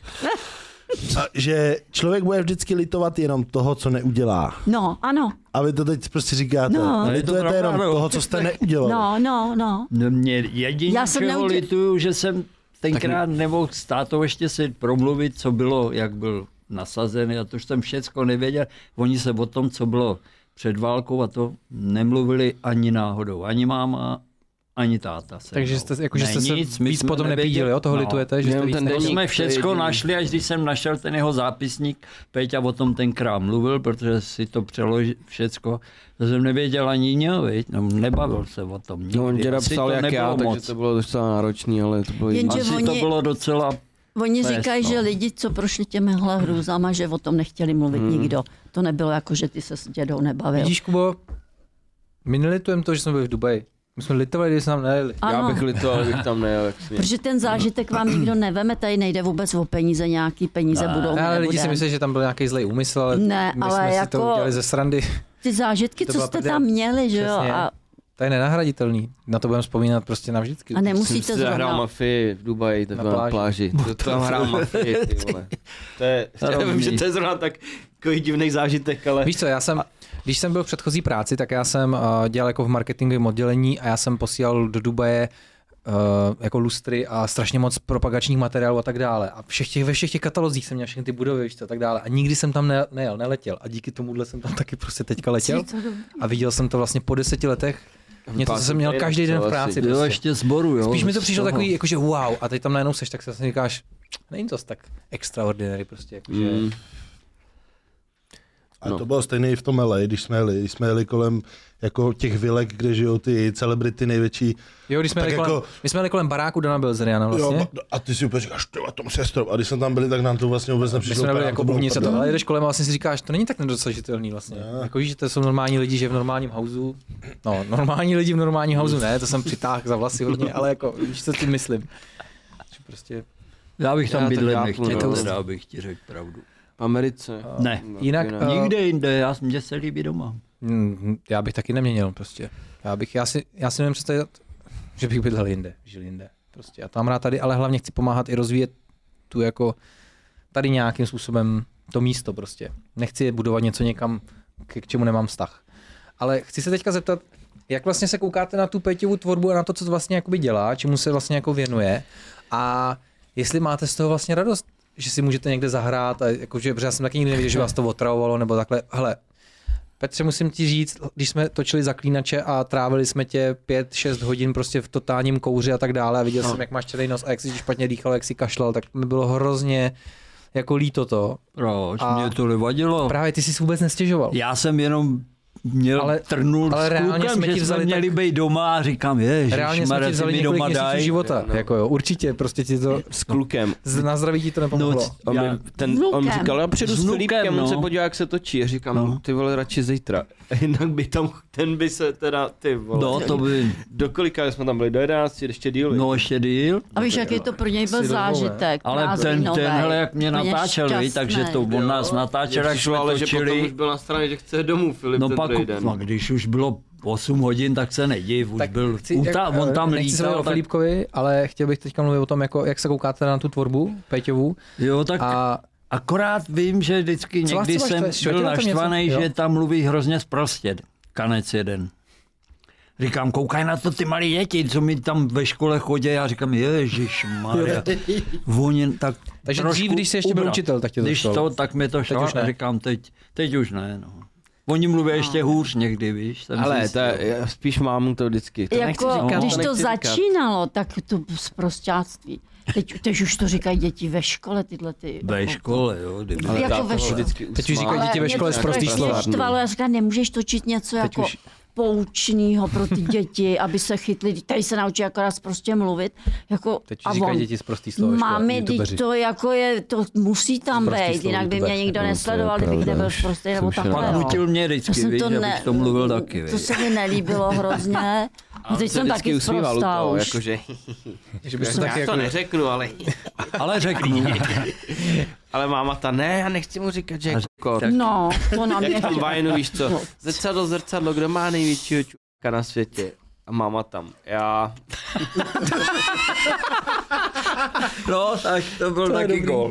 že člověk bude vždycky litovat jenom toho, co neudělá. No, ano. A vy to teď prostě říkáte, litujete jenom toho, co jste neudělali. No. Mě jedině čeho lituju, že jsem tenkrát nemohl s tátou ještě si promluvit, co bylo, jak byl nasazený a to už jsem všecko nevěděl. Oni se o tom, co bylo před válkou a to nemluvili ani náhodou. Ani máma, ani táta. Takže jste, jako, že jste se víc potom nepídili, jo? Toho litujete? Že to jsme všecko našli, až když jsem našel ten jeho zápisník, Péťa o tom tenkrát mluvil, protože si to přeložil všecko. To jsem nevěděl ani viď? No, nebavil se o tom nikdy. No, on děda psal jak já, moc. Takže to bylo docela náročný, ale to bylo to bylo docela... Oni říkají, že lidi, co prošli těmihle hrůzama, že o tom nechtěli mluvit nikdo. To nebylo jako, že ty se s dědou nebavil. Vidíš, Kubo, my nelitujeme to, že jsme byli v Dubaji. My jsme litovali, když jsme tam nejeli. Já bych litoval, kdybych tam nejel. Protože ten zážitek vám nikdo neveme, tady nejde vůbec o peníze, nějaký peníze budou. Ne, ale lidi si myslí, že tam byl nějaký zlej úmysl, ale ne, my ale jsme jako si to udělali ze srandy. Ty zážitky, co jste tam měli, že jo? A... To je nenahraditelný. Na to budeme vzpomínat prostě navždycky. A nemusíte zrovna... Hrál mafii v Dubaji, to bylo na pláži. To tam hrál mafii, ty vole. Já vím, že to je zrovna takový divný zážitek, ale... Víš co, když jsem byl v předchozí práci, tak já jsem dělal jako v marketingovém oddělení a já jsem posílal do Dubaje jako lustry a strašně moc propagačních materiálů a tak dále. A ve všech těch katalozích jsem měl všechny ty budovy, víš co, a tak dále. A nikdy jsem tam neletěl. A díky tomuhle jsem tam taky prostě teďka letěl. A viděl jsem to vlastně po 10 letech. Něco, co jsem měl každý den v práci. Bylo ještě sboru, jo. Spíš mi to přišlo takový, jakože wow, a teď tam najednou seš, tak se vlastně říkáš, není to tak extraordinary prostě, jakože... A to bylo stejné i v tom LA, když jsme jeli kolem jako těch vilek, kde žijou ty celebrity největší. Jo, když jsme jeli kolem baráku Dana Bilzeriana vlastně. Jo, a ty si úplně říkáš, to musí strop. A když jsme tam byli, tak nám to vlastně vůbec nepřišlo. My jsme byli jako uvnitř, ale jdeš kolem a vlastně si říkáš, to není tak nedosažitelný vlastně. Jako víš, že to jsou normální lidi, že v normálním houseu. No, normální lidi v normálním houseu ne, to jsem přitáhl za vlasy hodně, ale jako víš, co tím myslím. Že prostě... Já bych tam bydlet nechtěl, abych ti řekl pravdu. V Americe. Ne. Jinak, nikde jinde, mě se líbí doma. Já bych taky neměnil prostě. Já si nevím představit, že bych bydlel jinde, žil jinde. Prostě. Já tam rád tady, ale hlavně chci pomáhat i rozvíjet tu jako tady nějakým způsobem to místo prostě. Nechci budovat něco někam, k čemu nemám vztah. Ale chci se teďka zeptat, jak vlastně se koukáte na tu Péťovu tvorbu a na to, co vlastně jakoby dělá, čemu se vlastně jako věnuje a jestli máte z toho vlastně radost, že si můžete někde zahrát a jakože, protože já jsem taky nikdy nevěděl, že vás to otravovalo nebo takhle. Hele, Petře, musím ti říct, když jsme točili Zaklínače a trávili jsme tě 5-6 hodin prostě v totálním kouři a tak dále a viděl jsem, jak máš černý nos a jak si špatně dýchal, jak si kašlal, tak mi bylo hrozně jako líto to. Proč? Mě to nevadilo. Právě ty jsi vůbec nestěžoval. Já jsem jenom měl trnul s klukem, že jsme měli být doma a říkám, reálně jsme ti doma dají. Života, jako jo, určitě, prostě ti to s klukem. Na zdraví ti to nepomohlo. On říkal, já přijdu s Filipkem, on se podívá, jak se točí a říkám, ty vole, radši zítra. Jinak by tam, ten by se teda, ty vole. No, to by. Do kolika jsme tam byli? Do 11, ještě díl. No, ještě díl. A víš, jaký to pro něj byl zážitek. Ale tenhle, jak mě natáčel, takže to on nás natáčel, jak jsme ale točili. že potom už byl na straně, že chce domů, Filip, no ten pak, druhý den. No když už bylo 8 hodin, tak se nediv, už byl on tam lítal. O Filipkovi, ale chtěl bych teďka mluvit o tom, jako, jak se koukáte na tu tvorbu Péťovu. Jo, tak akorát vím, že vždycky někdy jsem byl naštvaný, že tam mluví hrozně sprostě. Kanec jeden. Říkám, koukaj na to ty malí děti, co mi tam ve škole chodí, já říkám, ježišmarja. Takže dřív, když jsi ještě byl učitel, tak tě to šlo. Tak mi to šlo a říkám, teď už ne. No. Oni mluví ještě hůř někdy, víš. Ale spíš mámu to vždycky. To jako, když to začínalo, tak to sprosťáctví. Teď už to říkají děti ve škole, tyhle ty. Ve škole, jo. Jako ve škole. Teď už říkají děti ve škole sprostý slova. Já říkám, nemůžeš točit něco jako poučnýho pro ty děti, aby se chytli, tady se naučí akorát prostě mluvit. Jako, teď říkají děti sprostý slova. Mami, to jako je, to musí tam být, jinak by mě nikdo nesledoval, kdybych nebyl prostý nebo takhle. Pak nutil mě vždycky, víš, abych to mluvil taky. To se mi nelíbilo hrozně. A teď jsem taky sprostá už. Jakože, já to neřeknu, ale... Ale řeknu. Ale máma ta, ne, já nechci mu říkat, že je kokot. No, to nám jak tam vajnu, víš co, zrcadlo, kdo má největšího čuka na světě. A máma tam, já. No, tak to byl taky gól.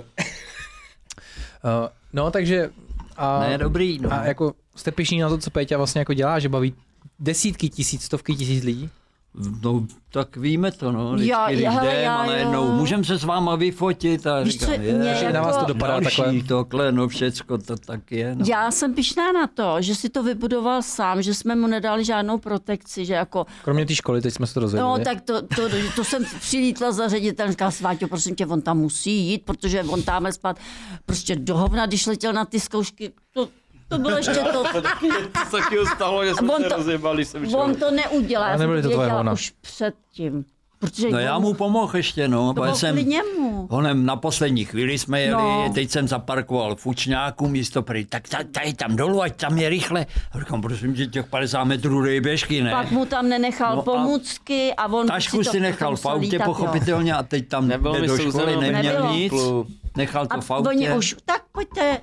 No, takže... Ne, dobrý, no. A jako jste pyšní na to, co Péťa vlastně jako dělá, že baví desítky tisíc, stovky tisíc lidí? No, tak víme to, no. Vždycky, když jdem a najednou můžeme se s váma vyfotit a říkám, že na vás to dopadá takhle, no všecko to tak je. No. Já jsem pyšná na to, že si to vybudoval sám, že jsme mu nedali žádnou protekci, že jako... Kromě té školy, teď jsme se to dozvěděli. No, tak to jsem přilítla za ředitel, říkala, Sváťo, prosím tě, on tam musí jít, protože on tam spát prostě do hovna, když letěl na ty zkoušky, to bylo ještě to. To taky stalo, že jsme se rozjebali. On to neudělal, já jsem to věděla už předtím. No já mu pomohl ještě, no. To bylo němu. Honem na poslední chvíli jsme jeli, teď jsem zaparkoval v Fučňáku místo prý, tak tady tam dolů, ať tam je rychle. A říkám, prosím tě, těch 50 metrů běžky, ne? Pak mu tam nenechal pomůcky a on tašku si nechal v autě, pochopitelně, a teď tam jde do školy, neměl nic. Nechal to v autě. Oni už, tak pojďte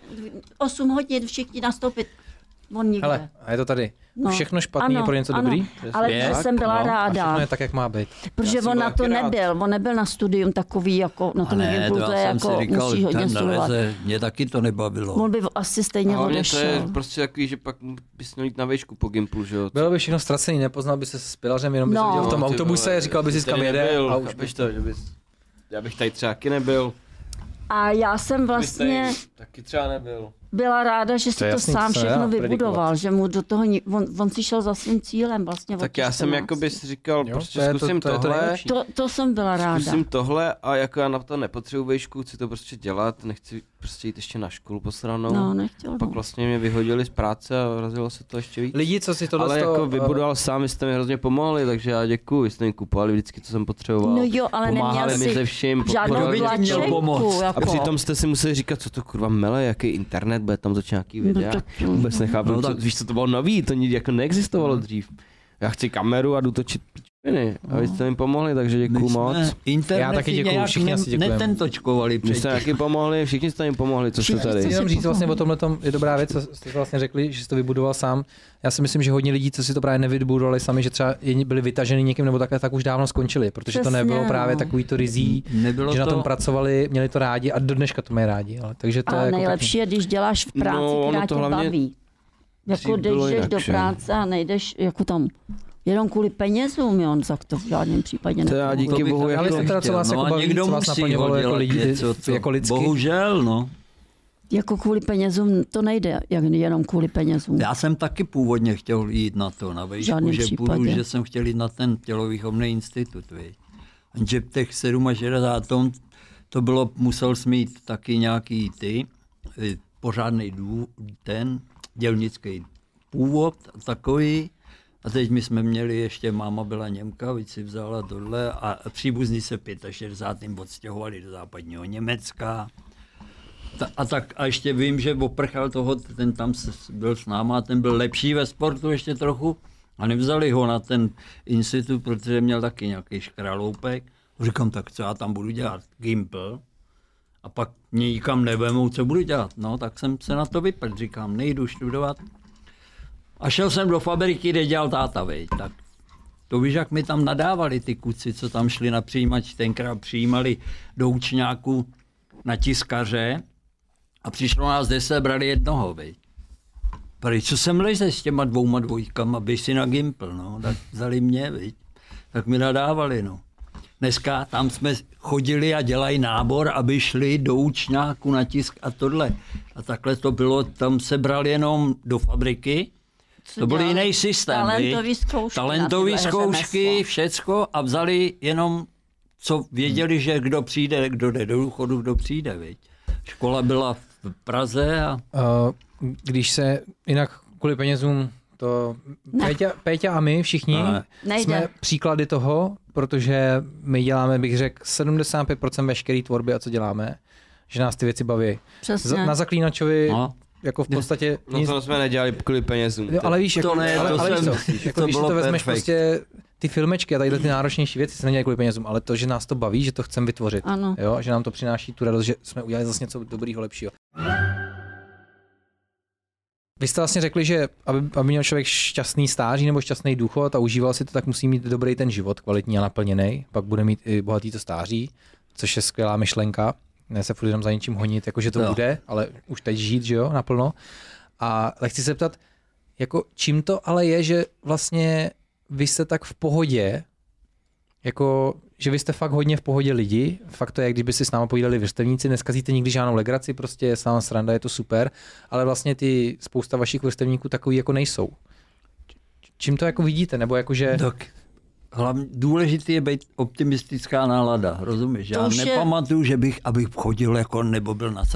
8 hodin všichni nastoupit. On nikde. Hele, a je to tady. No. Všechno špatný je pro něco dobrý? Ale že jsem byla ráda. A všechno je tak, jak má být. Protože on na to nebyl. On nebyl na studium takový, jako na tom Gimplu, to je jako musí hodně studovat. Mě taky to nebavilo. On by asi stejně odešel. To je prostě takový, že pak bys měl jít na výšku po Gimplu, že jo? Bylo by všechno ztracený, nepoznal by se s pilařem, jenom by se viděl v tom autobuse, říkal by si, kam jede. A už bys to, já bych tady třeba taky nebyl. A já jsem vlastně taky třeba nebyl. Byla ráda, že si to sám všechno vybudoval, že mu do toho, on si šel za svým cílem vlastně. Tak já jsem jako bys říkal, prostě zkusím tohle. To jsem byla ráda. Zkusím tohle a jako já na to nepotřebuji výšku, chci to prostě dělat, nechci prostě jít ještě na školu posranou. No, nechtěl. Pak vlastně mě vyhodili z práce a rozjelo se to ještě víc. Lidi, co si to ale jako vybudoval sám, vy jste mi hrozně pomohli, takže já děkuju, vy jste mi kupovali vždycky, co jsem potřeboval. No jo, ale pomáhali mi se vším, žádnou tlačenku. A přitom jste si museli říkat, co to kurva mele, jaký internet, bude tam točit nějaký videa. Vůbec nechápu, víš, co to bylo nový, to jako neexistovalo dřív. Já chci kameru a jdu točit pičoviny. A vy jste mi pomohli, takže děkuju moc. Já taky děkuju, všichni asi děkujeme. Netentočkovali předtím. Vy jste taky pomohli, všichni jste mi pomohli, co jste tady. Jenom říct vlastně o tomhletom je dobrá věc, co jste vlastně řekli, že jste to vybudoval sám. Já si myslím, že hodně lidí, co si to právě nevybudovali sami, že třeba byli vytaženi někým nebo takhle, tak už dávno skončili, protože to nebylo právě takový to rizí, že na tom pracovali, měli to rádi a do dneška to mají rádi. Takže to je nejlepší je, když děláš v práci, která tě baví. Jako jdeš do práce a nejdeš jako tam jenom kvůli penězům, jo, tak to v žádném případě ne. To díky bohu, ale teda, co vás jako baví, co vás naplňovalo jako lidi, jako lidsky. Bohužel, no. Jako kvůli penězům to nejde, jenom kvůli penězům. Já jsem taky původně chtěl jít na to, na výšku, že jsem chtěl jít na ten tělovýchovný institut, víš. Jenže v těch 67 to bylo, musel jsi mít taky nějaký pořádný ten dělnický původ takový. A teď my jsme měli ještě, máma byla Němka, víc si vzala tohle a příbuzní se 65. odstěhovali do západního Německa. A ještě vím, že oprchal toho, ten tam byl s náma, ten byl lepší ve sportu ještě trochu a nevzali ho na ten institut, protože měl taky nějaký škraloupek. Říkám, tak co já tam budu dělat? Gimpl. A pak mě nikam nevemou, co budu dělat. No, tak jsem se na to vyprt, říkám, nejdu studovat. A šel jsem do fabriky, kde dělal táta, veď. Tak to víš, jak mi tam nadávali ty kuci, co tam šli na přijímač, tenkrát přijímali do učňáku na tiskaře a přišlo nás 10, brali jednoho, veď. Prý, co sem leze s těma 2 dvojkama, běž si na Gimpl, no, tak vzali mě, veď. Tak mi nadávali, no. Dneska tam jsme chodili a dělají nábor, aby šli do učňáku na tisk a tohle. A takhle to bylo, tam se bral jenom do fabriky. To byl jiný systém. Talentový zkoušky, všecko a vzali jenom, co věděli, že kdo přijde, kdo jde do důchodu, kdo přijde. Viď. Škola byla v Praze. Když se jinak kvůli penězům, to Péťa a my všichni jsme příklady toho, protože my děláme, bych řekl, 75% veškeré tvorby a co děláme, že nás ty věci baví. Na Zaklínačovi jako v podstatě nic... No to jsme nedělali kvůli penězům. Ale víš, jako, když to vezmeš prostě ty filmečky a tadyhle ty náročnější věci se nedělají kvůli penězům, ale to, že nás to baví, že to chceme vytvořit, jo, že nám to přináší tu radost, že jsme udělali zase něco dobrýho, lepšího. Vy jste vlastně řekli, že aby měl člověk šťastný stáří nebo šťastný důchod a užíval si to, tak musí mít dobrý ten život, kvalitní a naplněný, pak bude mít i bohatý to stáří, což je skvělá myšlenka. Ne se furt jenom za něčím honit, jakože to bude, ale už teď žít, že jo, naplno. Ale chci se ptat, jako čím to ale je, že vlastně vy jste tak v pohodě, jako, že vy jste fakt hodně v pohodě lidi, fakt to je, kdyby si s náma povídali vrstevníci, neskazíte nikdy žádnou legraci, prostě je s náma sranda, je to super, ale vlastně ty spousta vašich vrstevníků takový jako nejsou. Čím to jako vidíte, nebo jakože... Hlavně důležitý je být optimistická nálada, rozumíš? Já nepamatuju, že abych chodil jako nebo byl na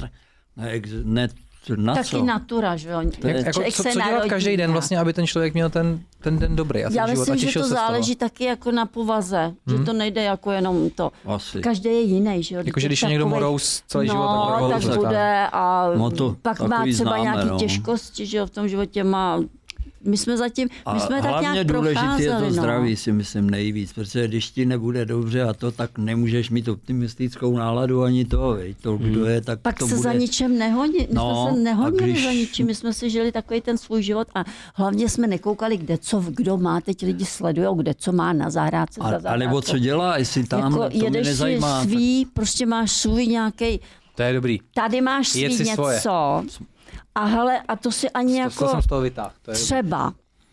taky natura, že jo? Jako, co dělat každý den vlastně, aby ten člověk měl ten den dobrý a já život myslím, a těšil že to záleží taky jako na povaze, že to nejde jako jenom to. Asi. Každý je jiný, že jo? Jakože když je někdo morous celý život, tak bude a pak má třeba známe, nějaké těžkosti, že jo, v tom životě má. My jsme tak nějak hlavně důležité je to zdraví, si myslím nejvíc, protože když ti nebude dobře a to, tak nemůžeš mít optimistickou náladu ani to, veď, to kdo je, tak pak to se bude... za ničem nehodí, my jsme se nehodili za ničím, my jsme si žili takový ten svůj život a hlavně jsme nekoukali, kdo má, teď lidi sledujou, kde co má na zahrádce. A nebo co dělá, jestli tam, jako to mě nezajímá. Prostě máš svůj nějaký. To je dobrý. Tady máš svůj něco. Svoje. A hele, a to si ani jako jsem z toho vytáhl. Třeba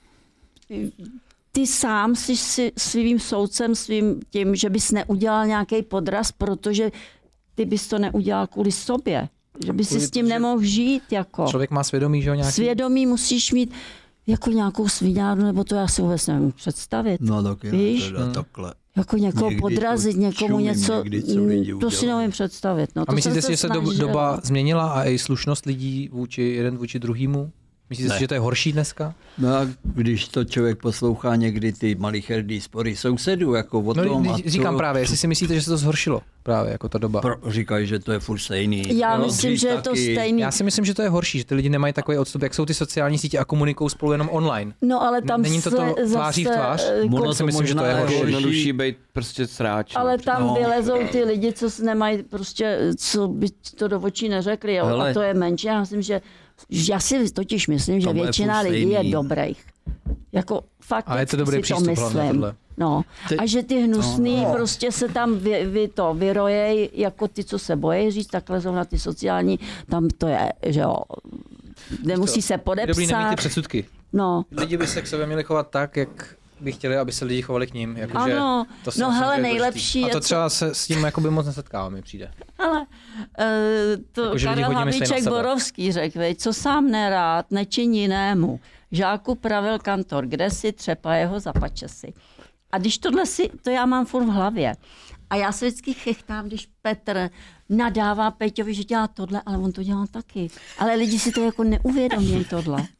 ty sám jsi svým soudcem, svým tím, že bys neudělal nějaký podraz, protože ty bys to neudělal kvůli sobě. Že bys si s tím nemohl žít. Jako. Člověk má svědomí, že jo? Nějaký... Svědomí musíš mít jako nějakou svíňárnu, nebo to já si vůbec nevím představit. No tak víš? Teda takhle. Jako někoho podrazit, někomu něco, to si nevím představit. No, a myslíte si, že se doba změnila a i slušnost lidí jeden vůči druhýmu? Myslíte si, že to je horší dneska? No a když to člověk poslouchá někdy ty malicherdý spory sousedů, jako o tom... Říkám právě, jestli si myslíte, že se to zhoršilo právě jako ta doba. Říkají, že to je furt stejný. Já myslím, že je to stejný. Já si myslím, že to je horší, že ty lidi nemají takový odstup, jak jsou ty sociální sítě a komunikují spolu jenom online. No ale tam není to tváří v tvář? Ono si myslím, že to je horší. Jednodušší být prostě sráč. Ale tam vylezou ty lidi, co nemají prostě, co by to do očí neřekli, jo? A to je menší. Já myslím, že já si totiž myslím, že většina lidí je dobrých. Jako fakt, ale je to dobrý přístup, hlavně tohle. No. A že ty hnusný prostě se tam vyrojej, jako ty, co se bojí říct, tak lezou na ty sociální, tam to je, že jo, nemusí se podepsat. Dobrý nemít ty předsudky. No. Lidi by se k sobě měli chovat tak, jak by chtěli, aby se lidi chovali k ním. Jako, ano, to hele, nejlepší a to třeba se s tím jakoby moc nesetkává, mi přijde. Ale to jako, Karel Havlíček Borovský řekl, co sám nerád, nečiní jinému. Žáku pravil kantor, kde si třepa jeho zapačesy. A když to já mám furt v hlavě. A já se vždycky chechtám, když Petr nadává Peťovi, že dělá tohle, ale on to dělá taky. Ale lidi si to jako neuvědomí tohle.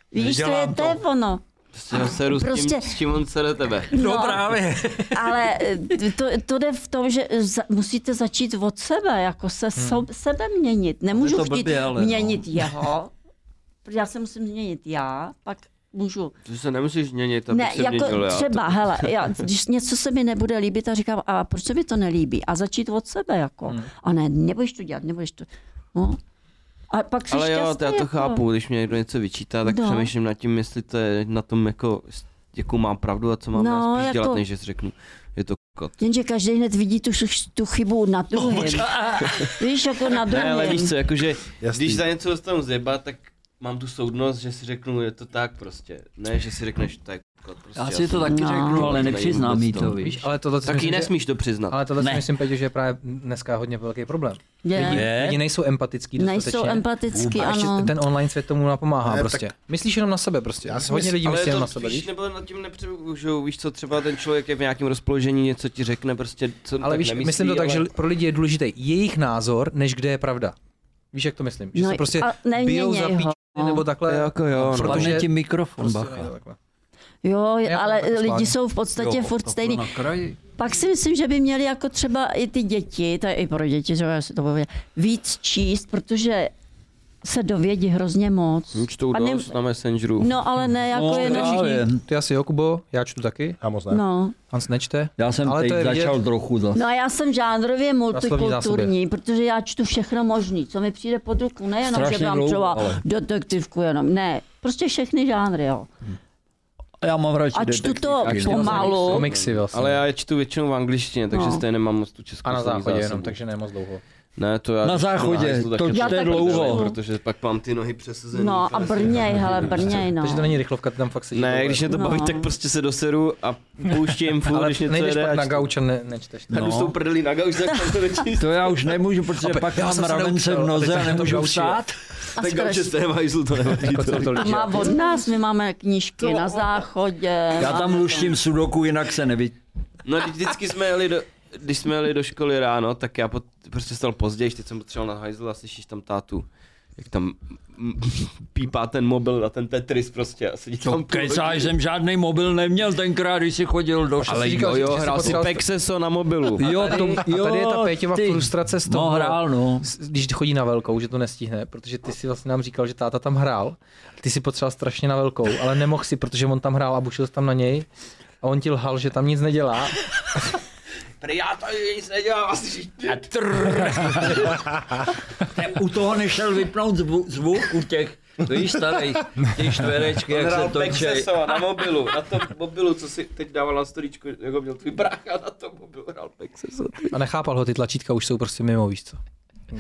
Víš, to je ono. Prostě s čím on sere tebe. No právě. Ale to jde v tom, že musíte začít od sebe, jako se sebe měnit. Nemůžu chtít měnit jeho, protože já se musím změnit já, pak můžu. Ty se nemusíš měnit, aby se jako měnil třeba, hele, když něco se mi nebude líbit a říkám, a proč se mi to nelíbí? A začít od sebe, jako. A ne, nebudeš to dělat, nebudeš to. No. A pak ale jo, já to chápu, když mě někdo něco vyčítá, tak přemýšlím nad tím, jestli to je na tom, jakou mám pravdu a co mám spíš dělat, než že si řeknu, je to kot. Jenže každý hned vidí tu chybu na druhém. Víš, jako na druhém. Ne, ale víš co, jakože když za něco dostanu zjeba, tak mám tu soudnost, že si řeknu, je to tak prostě. Ne, že si řekneš, to je kot. Prostě já si to taky řeknu, ale nepřiznám jí to, víš. Ale tohle, taky nesmíš to přiznat. Ale tohle si myslím, Peťo, že je právě dneska hodně velký problém. Lidi nejsou empatický dostatečně. Nejsou empatický, ano. Ten online svět tomu napomáhá prostě. Myslíš jenom na sebe prostě. Hodně lidí myslí jenom na sebe, víš? Nebo nad tím nepřemýšlím, víš co, třeba ten člověk je v nějakém rozpoložení, něco ti řekne prostě, co ale víš, nemyslí, myslím to tak, že pro lidi je důležitý jejich názor, než kde je pravda. Víš, jak to myslím? Že se prostě bijou za píči, nebo takhle. Jako jo, protože ti mikrofon, bacha. Jo, ale lidi jsou v podstatě furt stejný. Pak si myslím, že by měli jako třeba i ty děti, to je i pro děti, že já si to povím, víc číst, protože se dovědí hrozně moc. Čtou dost na Messengeru. No, ale ne, jako jenom. Ty asi jo, Kubo, já čtu taky. Já moc ne. No. Hans nečte. Já jsem teď začal trochu zase. No a já jsem žánrově multikulturní, protože já čtu všechno možný, co mi přijde pod ruku. Nejenom, že mám třeba detektivku jenom, ne. Prostě všechny žánry, jo. Já mám radši a čtu to pomalu. Komiksy vlastně. Ale já je čtu většinou v angličtině, takže stejně nemám moc tu českou. A na záchodě jenom, takže ne moc dlouho. Ne, to já na záchodě, to čte dlouho. Protože pak mám ty nohy přesazený. No a Brněj, no. Takže to není rychlovka, ty tam fakt sedí. Ne, když mě to baví, tak prostě se doseru a pouštím furt, když něco jede. Ale pak na gauč a nečteš. Tak už tou prdelí na gauč, tak tam to nečíst. To já už nemůžu, protože pak mám mravence v noze a nemůžu vstát. Tak gauče z té hajzlu to nevadí. A má od nás, my máme knížky na záchodě. Já tam luštím sudoku, jinak se neví. No vždycky jsme jeli když jsme jeli do školy ráno, tak já prostě stal později, teď jsem potřeboval na hajzl a slyšíš tam tátu, jak tam pípá ten mobil na ten Tetris prostě a sedí tam. Kecáš, jsem žádný mobil neměl tenkrát, když jsi chodil do školy. Ale jo, hrál si Pexeso na mobilu. Jo, a tady je ta Péťova frustrace z toho, hrál, když chodí na velkou, že to nestihne, protože ty si vlastně nám říkal, že táta tam hrál, ty si potřeboval strašně na velkou, ale nemohl si, protože on tam hrál a bušil jsi tam na něj a on ti lhal, že tam nic nedělá. Já tady nic nedělám, asi u toho nešel vypnout zvuk u těch, víš, starých, těch čtverečky, jak se točej. Na mobilu, na tom mobilu, co si teď dával na storíčku, jako měl tvůj brácha, na tom mobilu hrál Pexeso. A nechápal ho, ty tlačítka už jsou prostě mimo, víš co.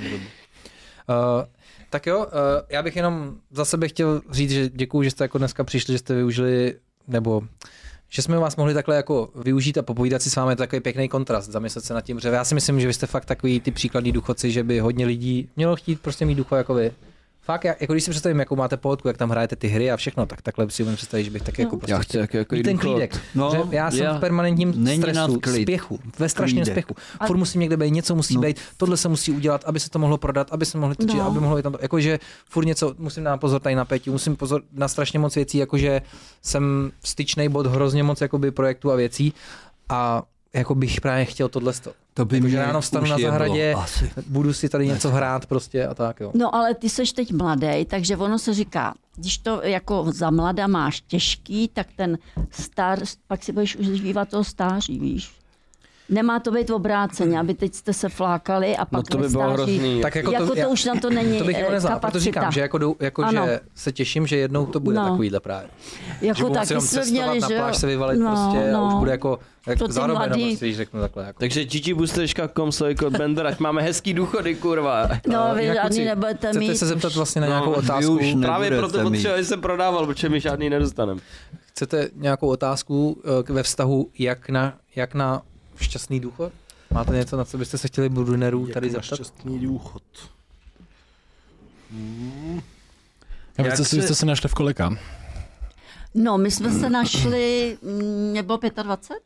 Tak jo, já bych jenom za sebe chtěl říct, že děkuju, že jste jako dneska přišli, že jste využili, nebo že jsme vás mohli takhle jako využít a popovídat si s vámi, takový pěkný kontrast, zamyslet se nad tím, že já si myslím, že vy jste fakt takový ty příkladní důchodci, že by hodně lidí mělo chtít prostě mít ducha jako vy. Fakt, jako když si představím, jakou máte pohodku, jak tam hrajete ty hry a všechno, tak takhle si umím představit, že bych taky jako prostě chtěl ten klídek. No, že já jsem v permanentním stresu, spěchu, ve strašném spěchu. Furt musím někde být, něco musí být, tohle se musí udělat, aby se to mohlo prodat, aby se mohli točit, aby mohlo být tam, jakože furt něco, musím dát pozor tady na Péťu, musím pozor na strašně moc věcí, jakože jsem styčnej bod hrozně moc jakoby projektů a věcí a jako bych právě chtěl tohle. To by mě ráno vstanu na zahradě, budu si tady něco hrát prostě a tak jo. No ale ty seš teď mladý, takže ono se říká, když to jako za mlada máš těžký, tak ten pak si budeš užívat toho stáří, víš. Nemá to být obráceně, aby teď jste se flákali a pak to by bylo hrozný. Tak jako to už na to není to bych kapacita. Proto říkám, že, že se těším, že jednou to bude takovýhle právě. Jako taky jsme měli, že na pláž se vyvalit prostě a už bude jako zarobeno, když řeknu takhle. Jako. Takže gggboosters.com/Bender, ať máme hezký důchody, kurva. No, vy žádný nebudete mít. Chcete se zeptat vlastně na nějakou otázku? Právě proto potřebuji, jsem prodával, protože my žádný nedostaneme. Chcete nějakou otázku ve vztahu jak na šťastný důchod? Máte něco, na co byste se chtěli Brunerů tady zeptat? Šťastný důchod. A vy jste se našli v kolika? No, my jsme se našli, mě bylo 25?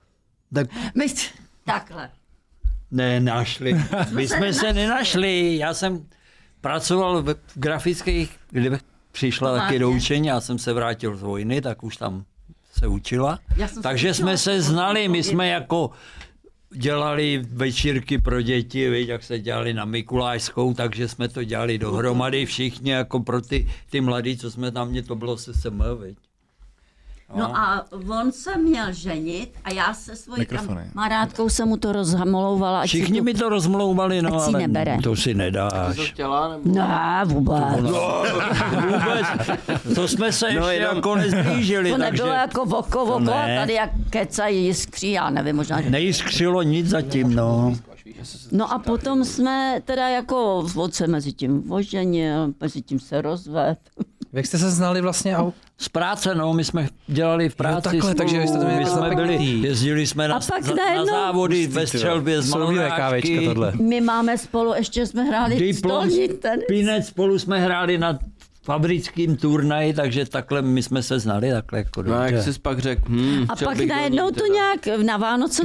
Takhle. My jsme se nenašli. Já jsem pracoval v grafických, přišla taky do učení, já jsem se vrátil z vojny, tak už tam se učila. Takže jsme se znali, my jsme jako dělali večírky pro děti, víš, jak se dělali na Mikulášskou, takže jsme to dělali dohromady všichni, jako pro ty mladí, co jsme tam, mě to bylo se viď. No a on se měl ženit a já se svojí kamarádkou jsem mu to rozhamlouvala. Všichni mi to rozmlouvali, no ale nebere. To si nedáš. To chtěla, nebo? Ne, vůbec. Vůbec. To jsme se ještě jako nezblížili. To nebylo jako voko, a tady jak kecají, jiskří, já nevím, možná. Nejiskřilo nic zatím, no. No a potom jsme teda jako se mezi tím oženil, mezi tím se rozvedl. Jak jste se znali vlastně? Z práce, no, my jsme dělali v práci. Takhle, takže vy jste to my jsme jezdili jsme na závody ve střelbě z malonáčky. My máme spolu, ještě jsme hráli stolní tenis. Pinec spolu jsme hráli na fabrickým turnaji, takže takhle my jsme se znali takhle jako no, jak jsi pak řekl, a pak najednou to nějak na Vánoce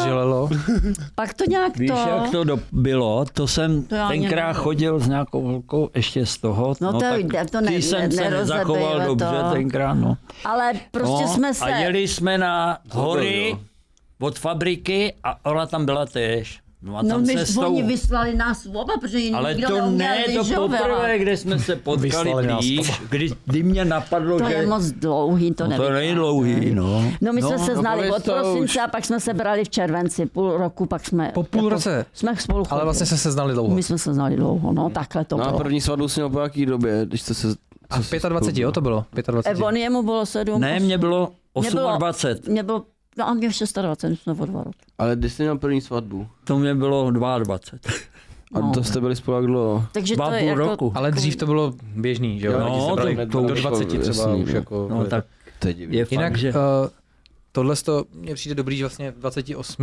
pak to nějak Víš, jak to bylo? To jsem tenkrát chodil s nějakou holkou ještě z toho. No to jsem se nezachoval dobře tenkrát, no. Ale prostě jsme se... A jeli jsme na hory od fabriky a ona tam byla též. No my oni vyslali nás oba, protože jiný ale nikdo to neuměl ne, to poprvé, kde jsme se potkali blíž, kdy mě napadlo, to že... To je moc dlouhý, to nevím. To není dlouhý, no. No my jsme se znali od prosince a pak jsme se brali v červenci, půl roku, pak jsme... Po půl roce? Jsme spolu chodili. Ale vlastně jsme se znali dlouho. My jsme se znali dlouho, no takhle to bylo. No a první svatbu si měl po jaký době, když jste se... A 25, jo, to bylo? 25. On jemu bylo 7. Ne, mě bylo 28. Mě bylo... No a mě 26, jsme o 2 roky. Ale když jsi měl první svatbu? To mě bylo 22. A to jste byli spolu jak dlouho? Takže to je jako... roku. Ale dřív to bylo běžný, že jo? No, to do 20 třeba už jako... No tak to je divný. Jinak tohle mně přijde dobrý, že vlastně 28,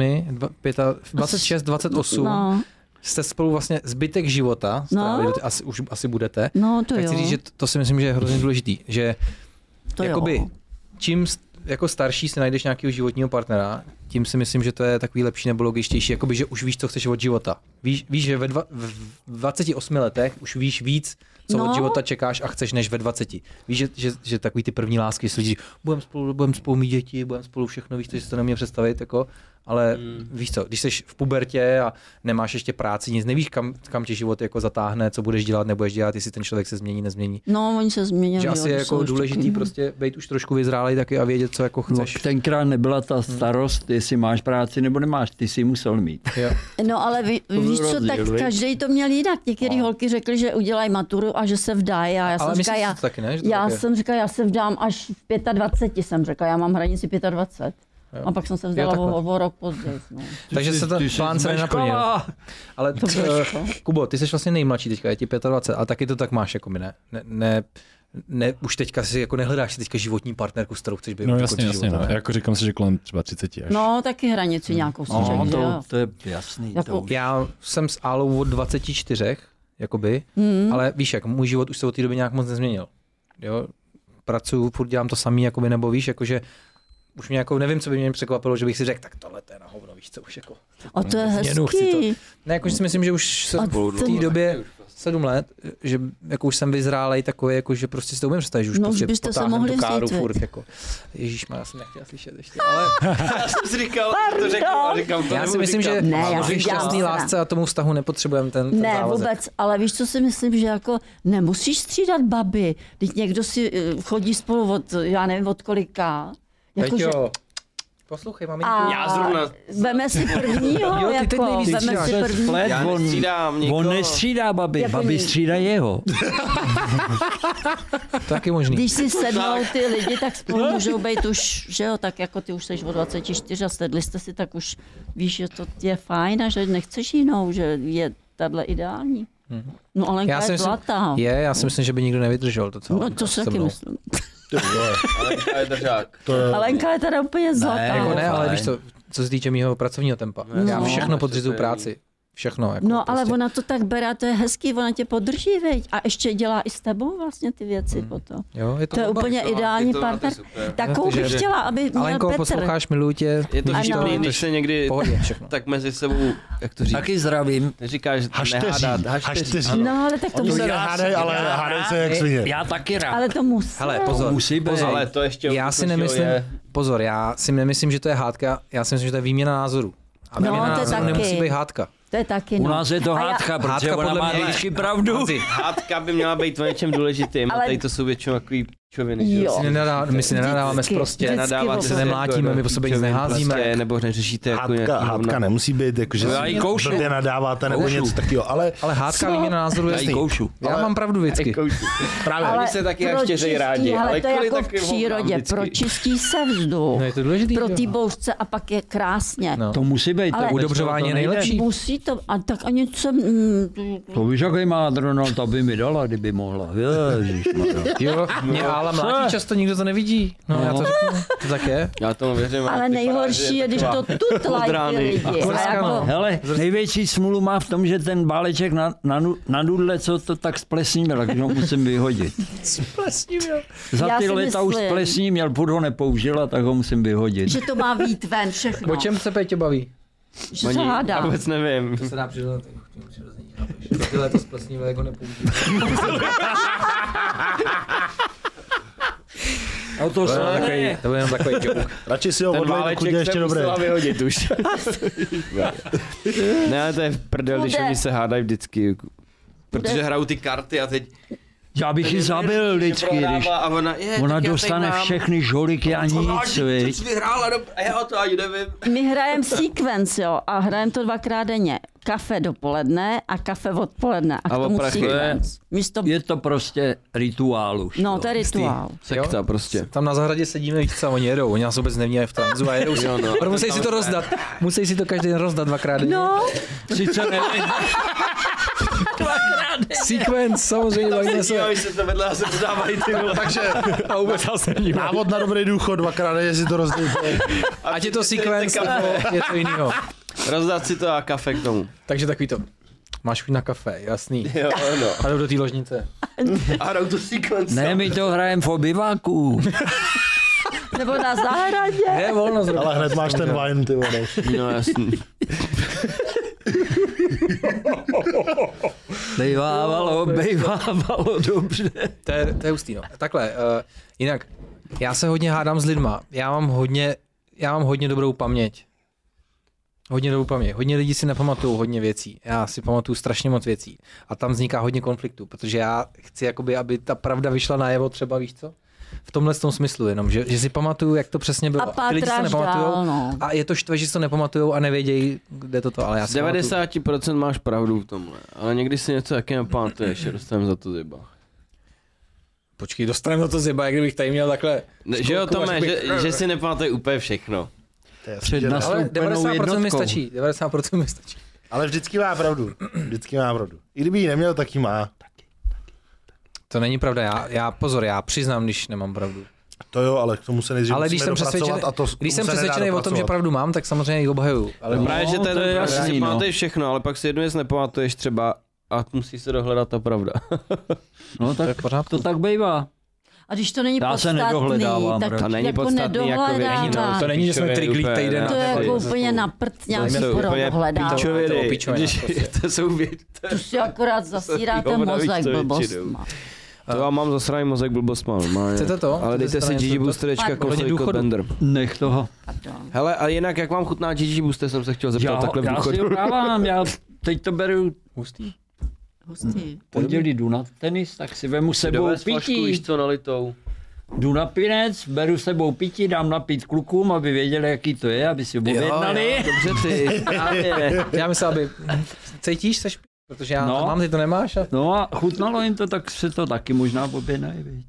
26, 28 jste spolu vlastně zbytek života, už asi budete. No to tak chci říct, že to si myslím, že je hrozně důležitý, že to jakoby čím jako starší si najdeš nějakého životního partnera, tím si myslím, že to je takový lepší nebo logičtější, jakoby, že už víš, co chceš od života. Víš že v 28 letech už víš víc, co od života čekáš a chceš, než ve 20. Víš, že takový ty první lásky si lidi, budeme spolu mít děti, budeme spolu všechno, víš, to si to neměl představit, jako, ale víš co, když jsi v pubertě a nemáš ještě práci, nic nevíš, kam tě život jako zatáhne, co budeš dělat, nebudeš dělat, jestli ten člověk se změní, nezmění. No, oni se změnili. Že asi je jako důležitý prostě být už trošku vyzrálej taky a vědět, co jako chceš. No, tenkrát nebyla ta starost, jestli máš práci nebo nemáš, ty si musel mít. Jo. No ale víš co, tak každý to měl jinak. Některé holky řekly, že udělají maturu a že se vdají. A já jsem říkala, já se vdám až v 25, jsem řekla, já mám hranici 25. Jo. A pak jsem se vzdala o rok později. No. Takže se ten plán se nenaplnil. Ale Kubo, ty jsi vlastně nejmladší teďka, je ti 25, ale taky to tak máš jako my, ne, už teďka si jako nehledáš si teďka životní partnerku, s kterou chceš být. No jasně, no. Jako říkám si, že kolem třeba 30 až. No, taky hranici nějakou si to je jasný. Jako... Já jsem s Álou od 24, jakoby, ale víš jak, můj život už se od té doby nějak moc nezměnil. Jo? Pracuju, furt dělám to samý, jakoby, nebo víš, jakože už mě jako nevím, co by mě překvapilo, že bych si řekl, tak tohle to je na hovno, víš co, už jako. A to je hezký. Ne, jakože si myslím, že už se v té době 7 let, že jako už jsem vyzrálej takový, jako že prostě si to umím představit, že už prostě potáhnem tu káru furt, jako. Ježíšmar, já jsem nechtěl slyšet ještě, ale já jsem si říkal, to řekl a říkám to. Já si myslím, že v šťastný lásce a tomu vztahu nepotřebujeme ten ne, závazek. Vůbec, ale víš, co si myslím, že jako nemusíš střídat baby, teď někdo si chodí spolu od, já nevím, od kolika. Jako, že... Poslouchej, maminko. Já zrovna. Veme si prvního, jo, ty jako, veme si první. Já nestřídám nikoho. On nestřídá babi, jako babi střídá jeho. Taky možný. Když si sednou ty lidi, tak spolu můžou být už, že jo, tak jako ty už jsi o 24 a sedli jste si, tak už víš, že to je fajn a že nechceš jinou, že je tahle ideální. No Alenka je zlatá. Já si myslím, že by nikdo nevydržel to celé. No to si taky myslím. Alenka je držák. Alenka je teda úplně zlatá. Ne, ale víš co se týče mýho pracovního tempa. Já všechno podřizuju práci. všechno. Jako no, ale prostě. ona to tak bere a to je hezký, ona tě podrží, viď? A ještě dělá i s tebou vlastně ty věci potom. Jo, to je úplně ideální partner. Takovou bych chtěla, aby měl Alenko, Petr. Posloucháš, miluji tě. Je to vtipný, když se někdy tak mezi sebou, jak to říct? Taky zdravím. Neříkáš nehádat, hašteří. No, ale tak to Oni musí. se nehádají, ale hádají se jak svině. Já taky rád. Ale to musí. Hele, pozor. Musí být. Ale to ještě Já si nemyslím, pozor, já si nemyslím, že to je hádka, já si myslím, že to je výměna názorů. A No, výměna to je názorů taky. nemusí být hádka. To je taky. U nás je to hádka, protože hádka ona podle má mě je- vždycky pravdu. Hádka by měla být o něčem důležitým, Ale- a tady to jsou většinou takový čoviny, že Jo. My si nenadáváme Vždycky. prostě, Nenadáváte se nemlátíme, my po sobě nic neházíme. Prostě, nebo neřešíte jako Hádka nemusí být, jakože Já ji koušu. blbě nadáváte nebo Koušu. něco takového, ale hádka výměna názorů je Já ji jasný. koušu. Já mám pravdu vždycky. právě Ale se taky pro naštěřejí čistí, rádi, hele, ale to je kvůli jako v takovým přírodě, holkám vždycky. pročistí se vzduch. No je to důležitý. Pro jo. té bouřce a pak je krásně. No. To musí být. Ale- tak bez Udobřování toho to je nejde. nejlepší. Musí to, a tak ani co... To víš, jaký má adrenal, to by mi dala, kdyby mohla. Ježišmarja. Jo, mě ale mlátí často nikdo to nevidí. No, já to řeknu, to tak je. Já tomu věřím. Ale nejhorší je, když to tutlají ty lidi. A jako, Hele, největší smůlu má v tom, že ten báleček na nudle, co to tak splesnil, tak ho musím vyhodit. Za Já ty si leta už myslím- splesní měl, furt ho nepoužila, tak ho musím vyhodit. že to má vít ven všechno. O čem se Pétě baví? Že se hádá. Já vůbec nevím. To se dá přidat k tomu přirození, chápeš? Tyhle to splesnivé, jako nepoužívá. A to se To byl jenom takový joke. radši si ho Ten odlej, dokud je váleček ještě jsem dobré. musela vyhodit už. Ne, ale to je v prdel, když Bude. oni se hádají vždycky. Protože hrajou ty karty a teď... Já bych ji zabil vždycky, když A ona dostane všechny žoliky a nic, viď. vyhrála, a já to ani nevím. My hrajeme sequence, jo, a hrajeme to 2krát denně. Kafe dopoledne a kafe odpoledne. A k tomu oprachy. sequence. Místo... Je to prostě rituál už. No, to je rituál. Sekta prostě. Tam na zahradě sedíme, víš co, oni jedou, oni nás vůbec nevnímají v tranzu a jedou si. Jo, no. A musí si to rozdat. Musí si to každý den rozdat 2krát denně. No, Sice nevím. Sequence, samozřejmě, bavíme se. Oni se to vedle a se vzdávají ty vole. Takže A vůbec nás nevnímá. návod na dobrý důchod, 2krát denně si to rozdejte. Ať je to sequence, nebo je to jinýho. Rozdat si to a kafe k tomu. Takže takový to. Máš chuť na kafe, jasný. Jo, no. A jdou do té ložnice. A hrajou tu sequence. Ne, my to hrajeme v obyváku. nebo na zahradě. Je volno zrovna. Ale hned máš ten wine, ty vole. No jasný. Bejvávalo dobře. To je hustý, no. Takhle, jinak, já se hodně hádám s lidma. Já mám hodně dobrou paměť. Hodně lidí si nepamatují hodně věcí. Já si pamatuju strašně moc věcí. A tam vzniká hodně konfliktů, protože já chci, jakoby, aby ta pravda vyšla najevo třeba, víš co? V tomhle tom smyslu jenom, že si pamatuju, jak to přesně bylo. A Ty lidi se pátráš nepamatujou dál, no. a je to štve, že si to nepamatujou a nevědějí, kde to, ale já Z si pamatuju. 90% máš pravdu v tomhle, ale někdy si něco taky nepamatuješ a dostaneme za to zjeba. Počkej, dostaneme do to zjeba, jak kdybych tady měl takhle... Že jo, Tome, že si nepamatuje úplně všechno. Před Ale nastoupenou 90% mi jednotkou. stačí, 90% mi stačí. Ale vždycky má pravdu. Vždycky má pravdu. I kdyby ji neměl, tak ji má. To není pravda, já přiznám, když nemám pravdu. To jo, ale k tomu se nejdřív Ale když jsem přesvědčený, když jsem přesvědčený o tom, že pravdu mám, tak samozřejmě ji obhajuju. Ale No, právě, že to je ten jasný, si no. pamatuješ všechno, ale pak si jednu věc nepamatuješ třeba a musí se dohledat ta pravda. No tak to tak bývá. A když to není Já se podstatný, nedohledávám, tak To není jako podstatný, jako nedohledává. to není, že jsme triglí týden. To je jako úplně na prd nějaký To úplně prohledává. pičoviny, pičovina, když prostě. to jsou věci. Tu si akorát zasíráte hovna, víš, mozek to většinou. blbostma. To já mám zasraný mozek blbostma. Chcete to? Ale dejte si Chcete GG to? Boosterečka Pardon. kousek jako důchodu. Bender. Nech toho. Pardon. Hele, a jinak, jak vám chutná GG Booster, jsem se chtěl zeptat takhle v Já si důchodu. ho dávám, já teď to beru Hustý. Hustý. pondělí jdu na tenis, tak si vemu sebou Dovez flašku, pití. víš co, nalitou. Jdu na pinec, beru sebou pití, dám napít klukům, aby věděli, jaký to je, aby si objednali. Dobře ty, právě. Já myslím, aby... Cítíš, seš? Protože já No. to mám, ty to nemáš. A... No a chutnalo jim to, tak se to taky možná objednají, viď.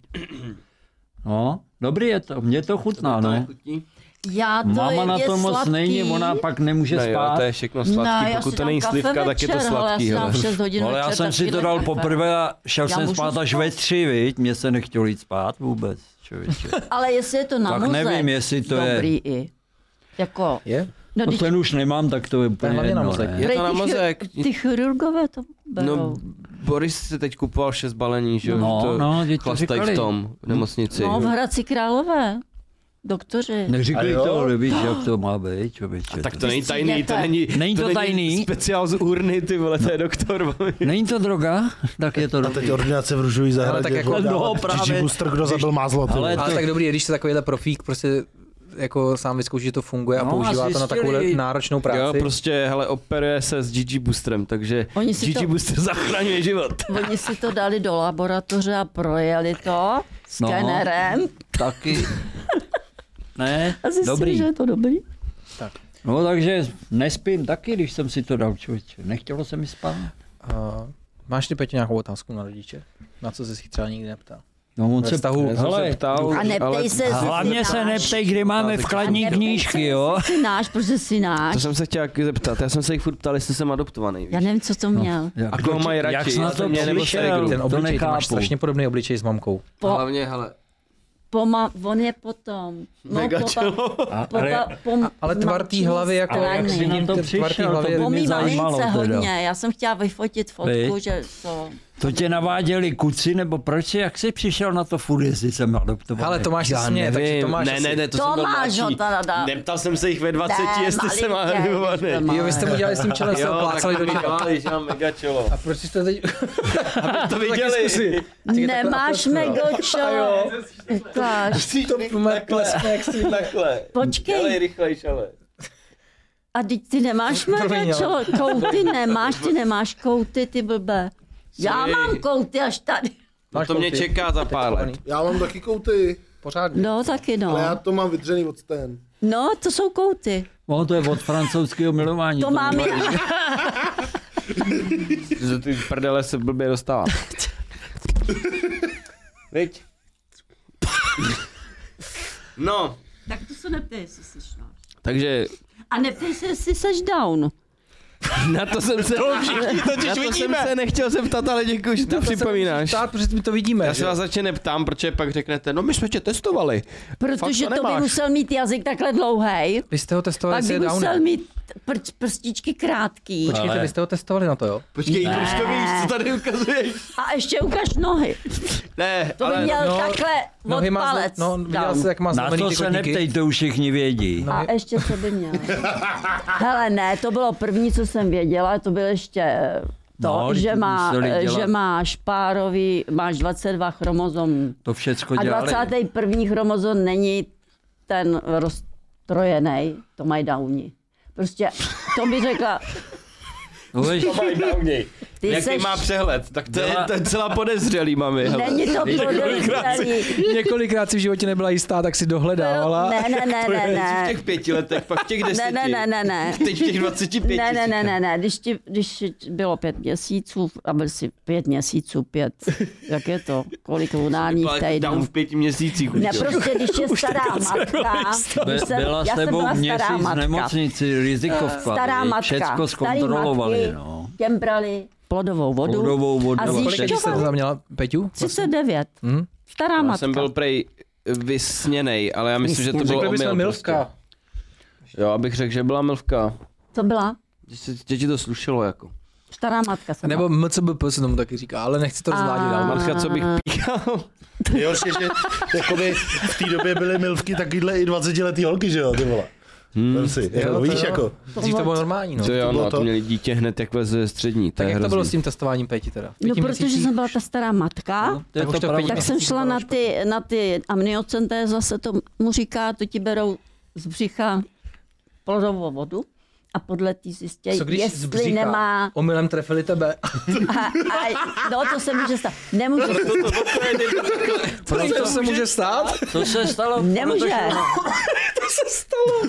No, dobrý je to, mně to chutná, no. Já to Máma na je to moc sladký. není, ona pak nemůže Ne, jo, spát. to je všechno Ne, sladký, já pokud si to dám není kafe slivka, tak je to večer, hele, sladký. já si dám hele. 6 hodin Ale já večer, jsem si to takovýhle dal kafe. poprvé a šel Já jsem můžu spát až spát. ve 3, viď? Mně se nechtělo jít spát vůbec, člověče. Ale jestli je to na Tak mozek, nevím, jestli to je- dobrý i. Jako, Je? No, ten už nemám, tak to je úplně jedno. Je to na mozek. Ty chirurgové to berou. No, Boris se teď kupoval 6 balení, že jo? No, chlastají v tom, v nemocnici. No, v Hradci Králové. Doktoři. Neříkej to, nevíš, jak to má být, člověče. Tak to není tajný, Není to tajný? Speciál z urny, ty vole, to je doktor. Není to droga? Tak je to droga. A teď ordinace v Růžový zahradě. Tak jako, právě. Booster, kdo zabil mázlo. Ale tak dobrý, když se takovýhle profík prostě jako sám vyzkouší, že to funguje a používá to na takovou náročnou práci. Jo, prostě, hele, operuje se s GG Boosterem, takže GG Booster zachraňuje život. Oni si to dali do laboratoře a projeli to skenerem. Taky. Ne, a zjistili, dobrý. že je to dobrý. Tak. No takže nespím taky, když jsem si to dal, člověče. Nechtělo se mi spát. Máš ty, Peťo, nějakou otázku na rodiče? Na co jsi třeba nikdy neptal? No on se ptal. A neptej se, hlavně se neptej, kde máme vkladní knížky, jo? Jsi náš, protože jsi náš. To jsem se chtěl zeptat, já jsem se jich furt ptal, jestli jsem adoptovaný. Víš? Já nevím, co to měl. No, a koho mají radši? Jak jsi na to přišel? Ten obličej, máš strašně podobný obličej s mamkou. Hlavně, hele. On je potom. Ale tvar té hlavy, jako jak si na to přišel, po mý mamince hodně. Já jsem chtěla vyfotit fotku, že to... To tě naváděli kuci, nebo proč jak jsi přišel na to furt, jestli jsem adoptovaný? Ale Tomáš se směje, takže Tomáš... Ne, to jsem byl mladší. Neptal jsem se jich ve 20, jestli jsem adoptovaný. Jo, vy jste mu dělali s tím čelem, jste ho plácali do čela. Jo, mám mega čelo. A proč jste teď... Aby to viděli. Nemáš mega čelo. Ukáž. Počkej. Dělej rychlejš, ale. A teď ty nemáš mega čelo, kouty nemáš, ty nemáš kouty, ty blbe. Já mám kouty až tady. No to mě čeká za pár let. Já mám taky kouty. Pořádně. No, taky no. Ale já to mám vydřený od stén. No, to jsou kouty. No, to je od francouzského milování. To mám já. Že ty prdele se blbě dostává. Viď? No. Tak to se neptej, jestli jsi náš. Takže... A neptej se, jestli jsi down. Na to jsem se... jsem se nechtěl zeptat, ale děkuji, že to připomínáš. Ptát, protože my to vidíme. Já se vás začne neptám, protože pak řeknete, no my jsme tě testovali. Protože to by musel mít jazyk takhle dlouhej. Vy jste ho testovali, pak by musel mít prstičky krátký. Počkejte, vy jste ho testovali na to, jo? Počkej, proč to víš, co tady ukazuješ? A ještě ukaž nohy. Ne, to by měl takhle od palec. No, viděl jsi, jak má znamený ty kotníky. Na to se neptej, to už všichni vědí. No, a ještě co by měl? Hele, ne, to bylo první, co jsem věděla, to byl ještě to, že máš párový, máš 22 chromozomů. To všecko dělali. A 21. chromozom není ten roztrojený, to mají Downi. Prostě to by řekla... To mají Downi. Jaký má přehled, tak to je celá podezřelý, mami. Není to podezřelý. Několikrát si v životě nebyla jistá, tak si dohledávala. Ne. V těch 5 letech, pak v těch 10. Ne. Teď v těch 25. Ne. Když bylo 5 měsíců, a byl si 5 měsíců, 5, jak je to, kolik lunárních týdnů. Down v 5 měsících. Ne, prostě, když je stará matka. Byla s tebou měsíc v nemocnici, rizikovka. Stará matka. Všecko zkontrolovali, no. Těm brali plodovou vodu. A kolik jste to tam měla, Peťu? 39. Stará matka. Já jsem byl prej vysněnej, ale já myslím, že to bylo omyl. Milvka. Jo, abych řekl, že byla milvka. Co byla? Že ti to slušelo jako. Stará matka se nebo MCBP se tomu taky říká, ale nechci to rozvádět dál. Matka, co bych píchal. Nejhorší, že jakoby v té době byly milvky takovýhle i 20letý holky, že jo, ty vole. Víš, jako. Dřív to bylo normální, no. To jo, no, to měli dítě hned jako ze střední. Tak jak to bylo s tím testováním Péti teda? No, protože jsem byla ta stará matka, tak jsem šla na ty amniocenté, zase to mu říká, to ti berou z břicha plodovou vodu a podle té zjistějí, jestli nemá... Omylem trefili tebe. No, to se může stát. Nemůže. Proč to se může stát? To se stalo. Nemůže. To se stalo.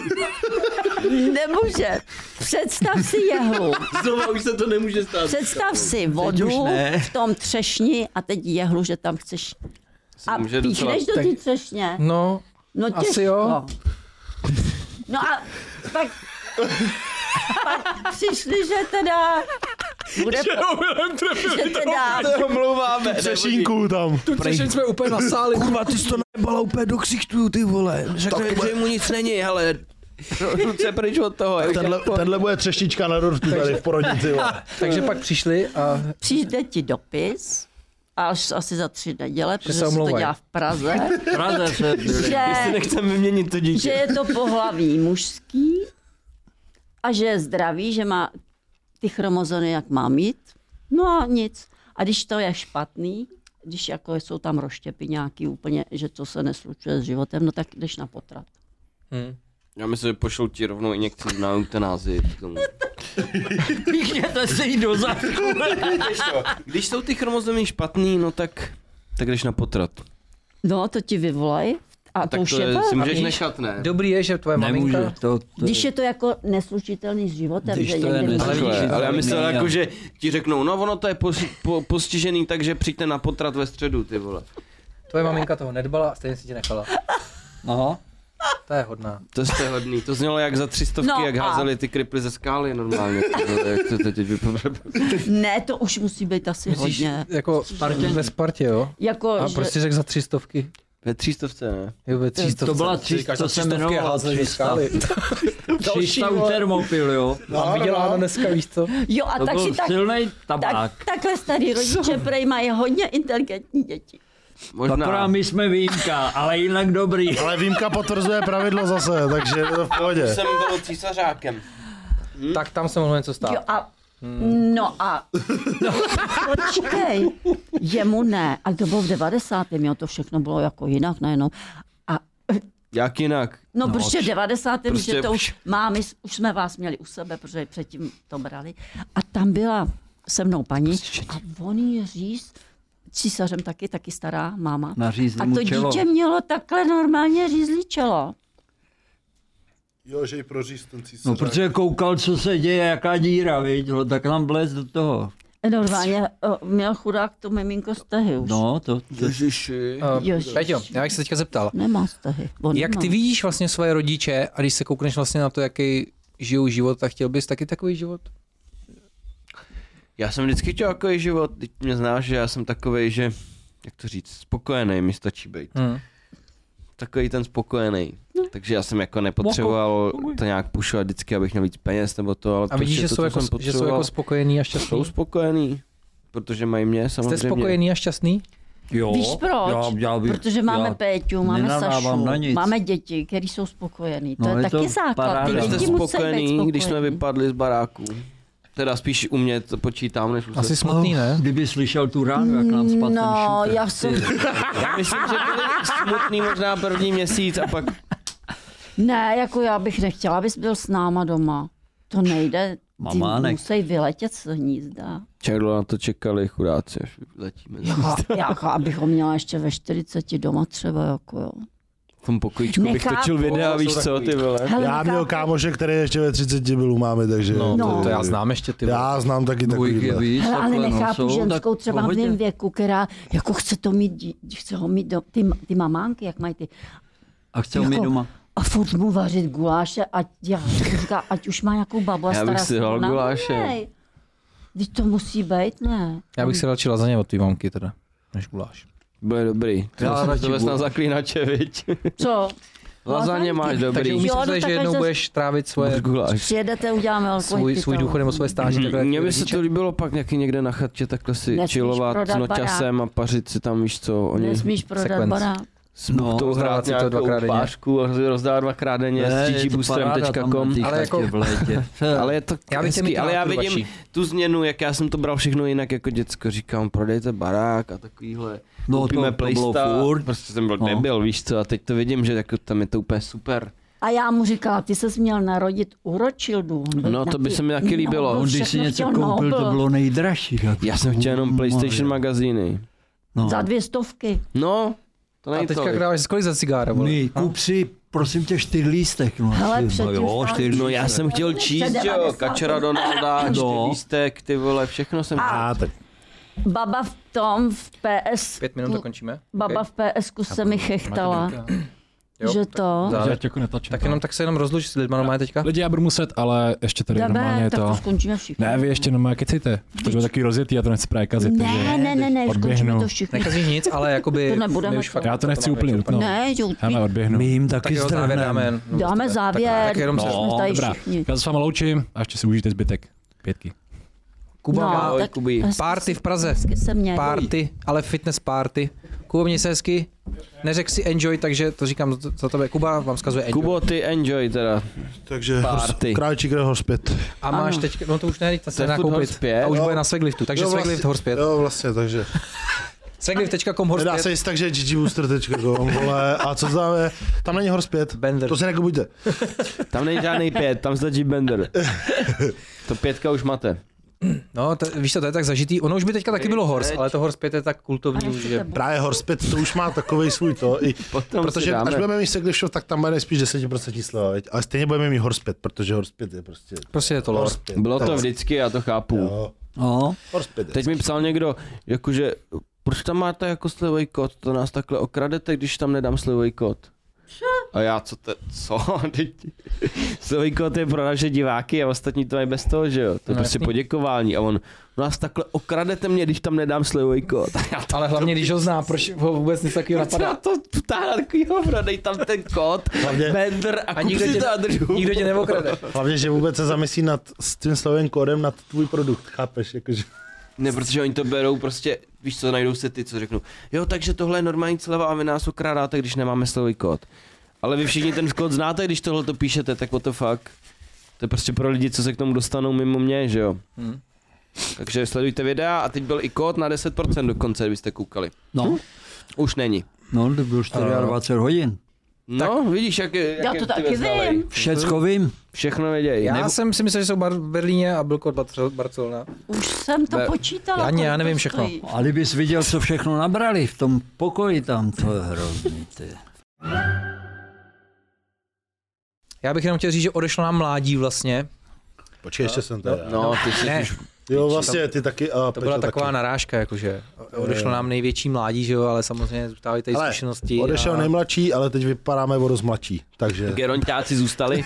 Nemůže. Představ si jehlu. Znovu už se to nemůže stát. Představ si vodu v tom třešni a teď jehlu, že tam chceš. A píchneš do té třešně? No asi jo. No a pak přišli, že teda bude že teda to omlouváme. Třešínku tam. Tu třešení jsme úplně nasáli. Kurva, ty jsi to nebala úplně do ksichtů, ty vole. Řekne, že mu nic není, hele. Ruce pryč od toho. Tenhle bude třešnička na dortu tady v porodnici. Takže pak přišli a... Přijde ti dopis, až asi za 3 neděle, protože se to dělá v Praze. Že si nechceme vyměnit to dítě. Že je to pohlaví mužský a že je zdravý, že má ty chromozomy, jak má mít. No a nic. A když to je špatný, když jako jsou tam rozštěpy nějaký úplně, že to se neslučuje s životem, no tak jdeš na potrat. Já myslím, že pošlou ti rovnou injekci na eutanázii. Píchněte si jí do zadku. Když jsou ty chromozomy špatný, no tak jdeš na potrat. No, to ti vyvolají. A tak to už to je si můžeš nechat, ne? Dobrý je, že tvoje maminka... Když je to jako neslučitelný s životem, že někde... Ale já myslel jako, že ti řeknou, no ono to je postižený, takže přijďte na potrat ve středu, ty vole. Tvoje maminka toho nedbala a stejně si tě nechala. Aha. To je hodná. To jste hodný. To znělo jak za 300, jak házeli ty kriply ze skály normálně. Jak to teď Ne, to už musí být asi hodně. Jako ve Spartě, jo? Jako, a proč si řekl za 300? Ve 300, ne? Jo, ve 300. To byla 300, to se jmenovalo 300. 300 u Thermopil, jo. Mám vyděláno dneska, víš co? Jo, a to tak byl si silnej tabák. Takhle starý rodiče prej mají hodně inteligentní děti. Akorát my jsme výjimka, ale jinak dobrý. Ale výjimka potvrzuje pravidlo zase, takže je to v pohodě. Jsem byl císařákem. Tak tam se mohlo něco stát. Jo, počkej, jemu ne, ale to bylo v 90. Jo, to všechno bylo jako jinak najednou. Jak jinak? No, protože v 90. že to už už jsme vás měli u sebe, protože předtím to brali. A tam byla se mnou paní a on jí říct, císařem taky stará máma. Nařízli a mu to čelo. Dítě mělo takhle normálně řízlý čelo. Jo, že jí proříz ten císař. No, protože koukal, co se děje, jaká díra, víš, tak nám vlez do toho. Normálně měl chudák to miminko stehy už. No, to. Ježiši. Peťo, já bych se teďka zeptal. Nemá stehy. Jak ty vidíš vlastně svoje rodiče a když se koukneš vlastně na to, jaký žijou život, tak chtěl bys taky takový život? Já jsem vždycky chtěl takový život, teď mě znáš, že já jsem takovej, že, jak to říct, spokojený mi stačí být. Takový ten spokojený. Takže já jsem jako nepotřeboval to nějak pušovat vždycky, abych měl víc peněz nebo to, ale a vidíš, že jsou jako spokojení a šťastný? Jsou spokojení, protože mají mě samozřejmě. Jste spokojený a šťastný? Jo, víš proč? Protože máme Péťu, máme Sašu, máme děti, které jsou spokojený. To je taky základ. Ty jste spokojený, když jsme vypadli z baráku. Teda spíš u mě to počítám, než asi smutný, ne? Kdyby slyšel tu ránu, jak nám spadl ten šuter. Já jsem... Já myslím, že byli smutný možná první měsíc a pak... Ne, jako já bych nechtěla, abys byl s náma doma. To nejde. Ty musí vyletět z hnízda. Čeklo na to čekali chudáci, až letíme. Jako abych ho měla ještě ve 40 doma třeba, jako jo. V tom pokojíčku bych točil videa, víš co, ty vole. Já měl kámoše, který ještě ve 30 byl u mámy, takže... No. To já znám ještě ty. Já znám taky takový. Ale nechápu ženskou třeba v mém věku, která jako chce ho mít ty mamánky, jak mají ty... A chce ho mít doma. A furt mu vařit guláše, ať už má nějakou babu a stará. Já bych si dal guláše. Když to musí být, ne. Já bych si radši lazaně od tvý mamky teda, než guláš. Bude dobrý. To ves na zaklínače, viď? Co? Lazaně máš dobrý. Takže umíš si, že jednou budeš trávit svoje... Přijedete, uděláme svůj důchod nebo svoje stáže. Mně by se to líbilo pak někde na chatě takhle si chillovat s noťasem a pařit si tam, víš co, oni... Nesmíš prodat barák. To hrát si to dvakrát denně. Pášku a rozdávat dvakrát denně s ggboosterem.com. Ale je to hezký, ale já vidím tu změnu, jak já jsem to bral všechno jinak jako děcko. Říkám, prodejte barák a takovýhle. Koupíme PlayStation. Prostě jsem byl debil, víš co, a teď to vidím, že jako tam je to úplně super. A já mu říkala, ty ses měl narodit u Rothschildu. No to by se mi taky líbilo. Když si něco koupil, to bylo nejdražší. Já jsem chtěl jenom PlayStation magazíny. Za 200. No. A teďka dáváš kolik za cigára? Kup si, prosím tě, 4 lístek. No, hele, no já jsem chtěl číst, jo, Kačera Donalda, 4 lístek, ty vole, všechno jsem chtěl. Baba v PS... 5 minut dokončíme. Baba v PSku se mi chechtala. Že to? Tak jenom tak se jenom rozluč s lidma normálně teďka. Lidi, já budu muset, ale ještě tady normálně je tak to. Skončíme všichni. Ne, vy ještě normálně kecejte. To bylo taky rozjetý, a to nechci právě kazit. Ne, skončíme to všichni. Nekazíš nic, ale jakoby... To nebudeme. Já to nechci úplně utnout. Ne, že já odběhnu. My jim taky zdrhneme. Dáme závěr. Tak jenom jsme dobrá. Já se s váma loučím a ještě si užijte zbytek 5. Kuba, party v Praze. Party, ale fitness party. Kubo, měj se hezky. Neřek si enjoy, takže to říkám za tebe. Kuba vám vzkazuje enjoy. Kubo, ty enjoy teda. Takže králíček jde zpět. A máš teď, no to už ne, to se nakoupit. A už bude na Svegliftu, takže Sveglift zpět. Jo, vlastně, takže. Sveglift.com zpět. Nedá se jist tak, že ggbooster.com, vole. A co známe? Tam není zpět. Bender. To si nekupujte. Tam není žádný 5, tam stačí Bender. To 5 už máte. No, víš to je tak zažitý. Ono už by teďka taky bylo Horse, ale to Horse 5 je tak kultovní už, že... Právě Horse 5 to už má takovej svůj to. Protože až budeme mít Seglift Shop, tak tam bude spíš 10% sleva, veď? Ale stejně budeme mít Horse 5, protože Horse 5 je prostě... Prostě je to lore. Bylo to vždycky, já to chápu. No. Horse 5 teď mi psal někdo, jakože, proč tam máte jako slevový kód, to nás takhle okradete, když tam nedám slevový kód. A já, co? Slevový kód je pro naše diváky a ostatní to mají bez toho, že jo? To je prostě poděkování a on, nás takhle okradete mě, když tam nedám slevový kód. Ale hlavně, když ho zná, proč ho vůbec nic takového napadá? To vtáhne takovýho, dej tam ten kód, Bender a kup si to a držu. Nikdo tě neokrade. Hlavně, že vůbec se zamyslí s tím slovým kódem nad tvůj produkt, chápeš? Jakože... Ne, protože oni to berou prostě, víš co, najdou se ty, co řeknou. Jo, takže tohle je normální sleva a vy nás okrádáte, když nemáme slový kód. Ale vy všichni ten kód znáte, když tohle to píšete, tak what the fuck. To je prostě pro lidi, co se k tomu dostanou mimo mě, že jo. Takže sledujte videa a teď byl i kód na 10% dokonce, kdybyste koukali. No. Už není. No, to bylo 24 hodin. No, tak, vidíš, jak já to taky vím. Všecko vím. Všechno vědějí. Já jsem si myslel, že jsou v Berlíně a byl kód Barcelona. Už jsem to počítala. Já nevím všechno. A kdybys viděl, co všechno nabrali v tom pokoji tam, to je hrozný, ty. Já bych jenom chtěl říct, že odešlo nám mládí vlastně. Počkej, ještě jsem tady. No, ty jsi ne. Jo, vlastně ty taky. To byla taková narážka, jakože odešlo nám největší mládí, že jo, ale samozřejmě zůstávají tady zkušenosti. Odešel nejmladší, ale teď vypadáme o dost mladší, takže... Geronťáci zůstali.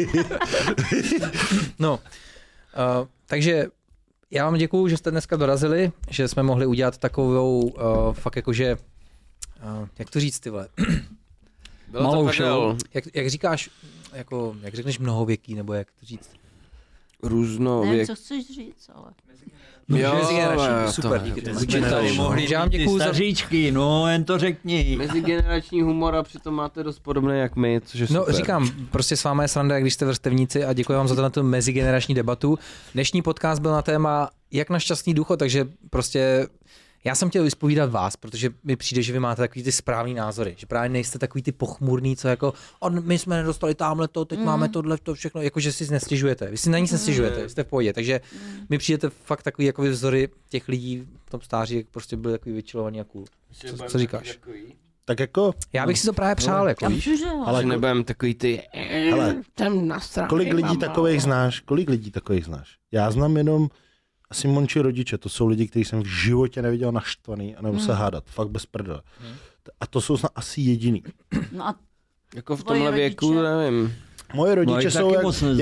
No, takže já vám děkuju, že jste dneska dorazili, že jsme mohli udělat takovou fakt jakože, jak to říct, ty vole? Malou show. Jak říkáš, jako, jak řekneš mnohověký, nebo jak to říct? Různověk. Ne, co chceš říct, ale... Mezigenerační, super, díky. Mohli být ty staříčky, no, jen to řekni. Mezigenerační humor a přitom máte dost podobné jak my, což je super. No říkám, prostě s vámi je sranda, když jste vrstevníci a děkuji vám za tu mezigenerační debatu. Dnešní podcast byl na téma jak na šťastný důchod, takže prostě já jsem chtěl vyspovídat vás, protože mi přijde, že vy máte takový ty správný názory, že právě nejste takový ty pochmurný, co jako my jsme nedostali támhleto, teď máme tohle, to všechno, jakože si nestěžujete. Vy si na nic nestěžujete, jste v pohodě, takže mi přijdete fakt takový jako vzory těch lidí v tom stáří, jak prostě byli takový vyčilovaný a cool. Co říkáš? Tak jako... Já bych si to právě přál, jako víš. Ale nebudem takový ty... Tam na straně. Kolik lidí takových znáš? Já znám jenom asi Monči rodiče, to jsou lidi, kteří jsem v životě neviděl naštvaný a nebo se hádat, fakt bez prdele. A to jsou asi jediný. No a jako v tomhle věku, nevím. Moje rodiče jsou,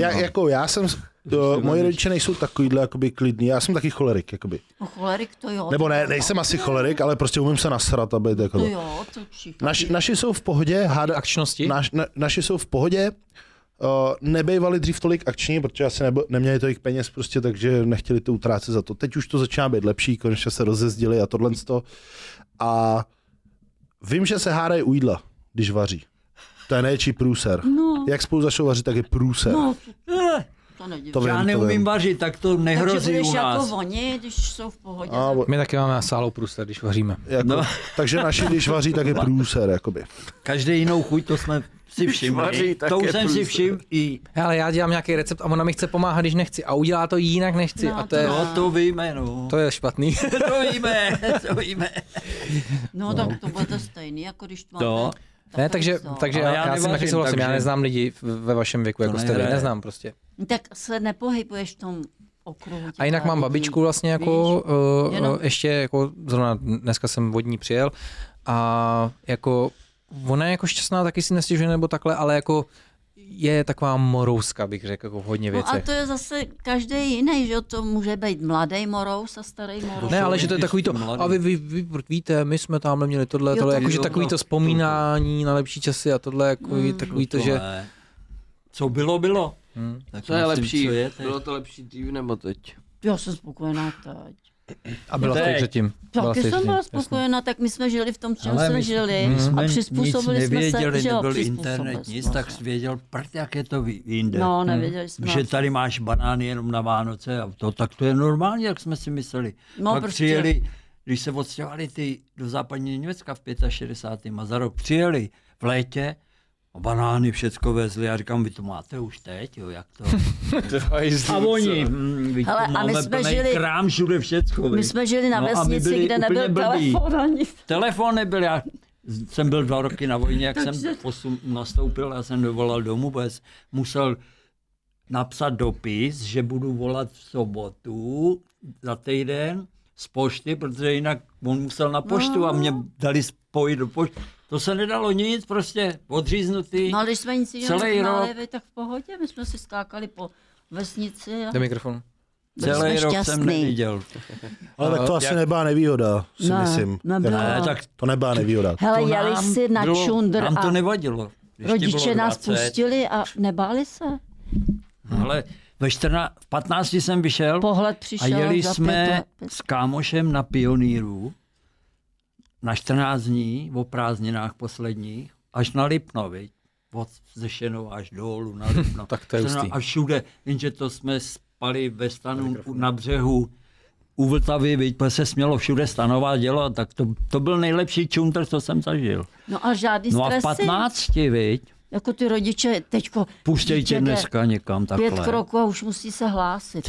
moje rodiče nejsou takovýhle jakoby klidný, já jsem taky cholerik, jakoby. No cholerik to jo. Nebo ne, nejsem asi cholerik, ale prostě umím se nasrat a být jako to. Jo, to naši jsou v pohodě, akčnosti? Naši jsou v pohodě, nebejvali dřív tolik akční, protože asi neměli tolik peněz prostě, takže nechtěli to utrácet za to. Teď už to začíná být lepší, konečně se rozezdili a tohle. A vím, že se hádají u jídla, když vaří. To je největší průser. No. Jak spolu začnou vařit, tak je průser. No. To nedivím. Já neumím vařit, tak to nehrozí u nás. Takže budeš jako oni, když jsou v pohodě. My taky máme sálou průser, když vaříme. Jako, no. Takže naši, když vaří, tak je průser, jakoby. Každý jinou chuť, to jsme si všimli. To už jsem si všiml i... Ale já dělám nějaký recept a ona mi chce pomáhat, když nechci. A udělá to jinak, nechci. No, a to je... to víme, no. To je špatný. to víme. No tak to bude stejný, jako když to máme... Ne, takže já si taky souhlasím, já neznám lidi ve vašem věku, jako jste vy, neznám prostě. Tak se nepohybuješ v tom okruhu. A jinak mám babičku vlastně jako, ještě jako, zrovna dneska jsem od ní přijel a jako ona je jako šťastná, taky si nestěžuje nebo takhle, ale jako je taková morouska, bych řekl, jako v hodně věcech. No a to je zase každý jiný, že to může být mladý morous a starý morous. Ne, ale že to je takový to, a vy víte, my jsme tam měli tohle, jakože takový to vzpomínání na lepší časy a tohle, takový to, že... Co bylo? Co je lepší? Bylo to lepší dřív nebo teď? Já jsem spokojená teď. A byla jste předtím? Taky jsem byla spokojená, tak my jsme žili v tom, čem jsme žili a přizpůsobili jsme se, že jo, nebyl internet, nic, tak jsi věděl, jak je to jinde. No, nevěděli jsme. Že tady máš banány jenom na Vánoce a to, tak to je normální, jak jsme si mysleli. No, pak prostě... přijeli, když se odstěhovali ty do západní Německa v 65. a za rok přijeli v létě, a banány všecko vezli a říkám, vy to máte už teď, jo, jak to? A oni, máme plný krám všude všecko. My jsme žili na vesnici, kde nebyl telefon ani. Telefon nebyl, já jsem byl 2 roky na vojně, jak jsem nastoupil, já jsem dovolal domů, protože musel napsat dopis, že budu volat v sobotu za týden z pošty, protože jinak on musel na poštu a mě dali spojit do pošty. To se nedalo nic, prostě odříznutý. No ale když jsme nic neznali, tak v pohodě, my jsme si skákali po vesnici. Do mikrofonu. Celý rok jsem neviděl. Ale tak to asi nebyla nevýhoda, si myslím. Ne, tak to nebyla nevýhoda. Hele, jeli si na čundr nám to nevadilo. Rodiče nás pustili a nebáli se. Ale v 15 jsem vyšel Pohled přišel a jeli jsme s kámošem na Pionýru na 14 dní o prázdninách posledních, až na Lipno, viď? Od Zešenova až dolů na Lipno. Tak to je hustý. A všude, jenže to jsme spali ve stanu na břehu u Vltavy, viď? Protože se smělo všude stanová dělo, tak to byl nejlepší čuntr, co jsem zažil. No a žádný stresy. No a v 15, viď? Jako ty rodiče teďko... Pustěj tě dneska někam takhle. 5 kroků a už musí se hlásit.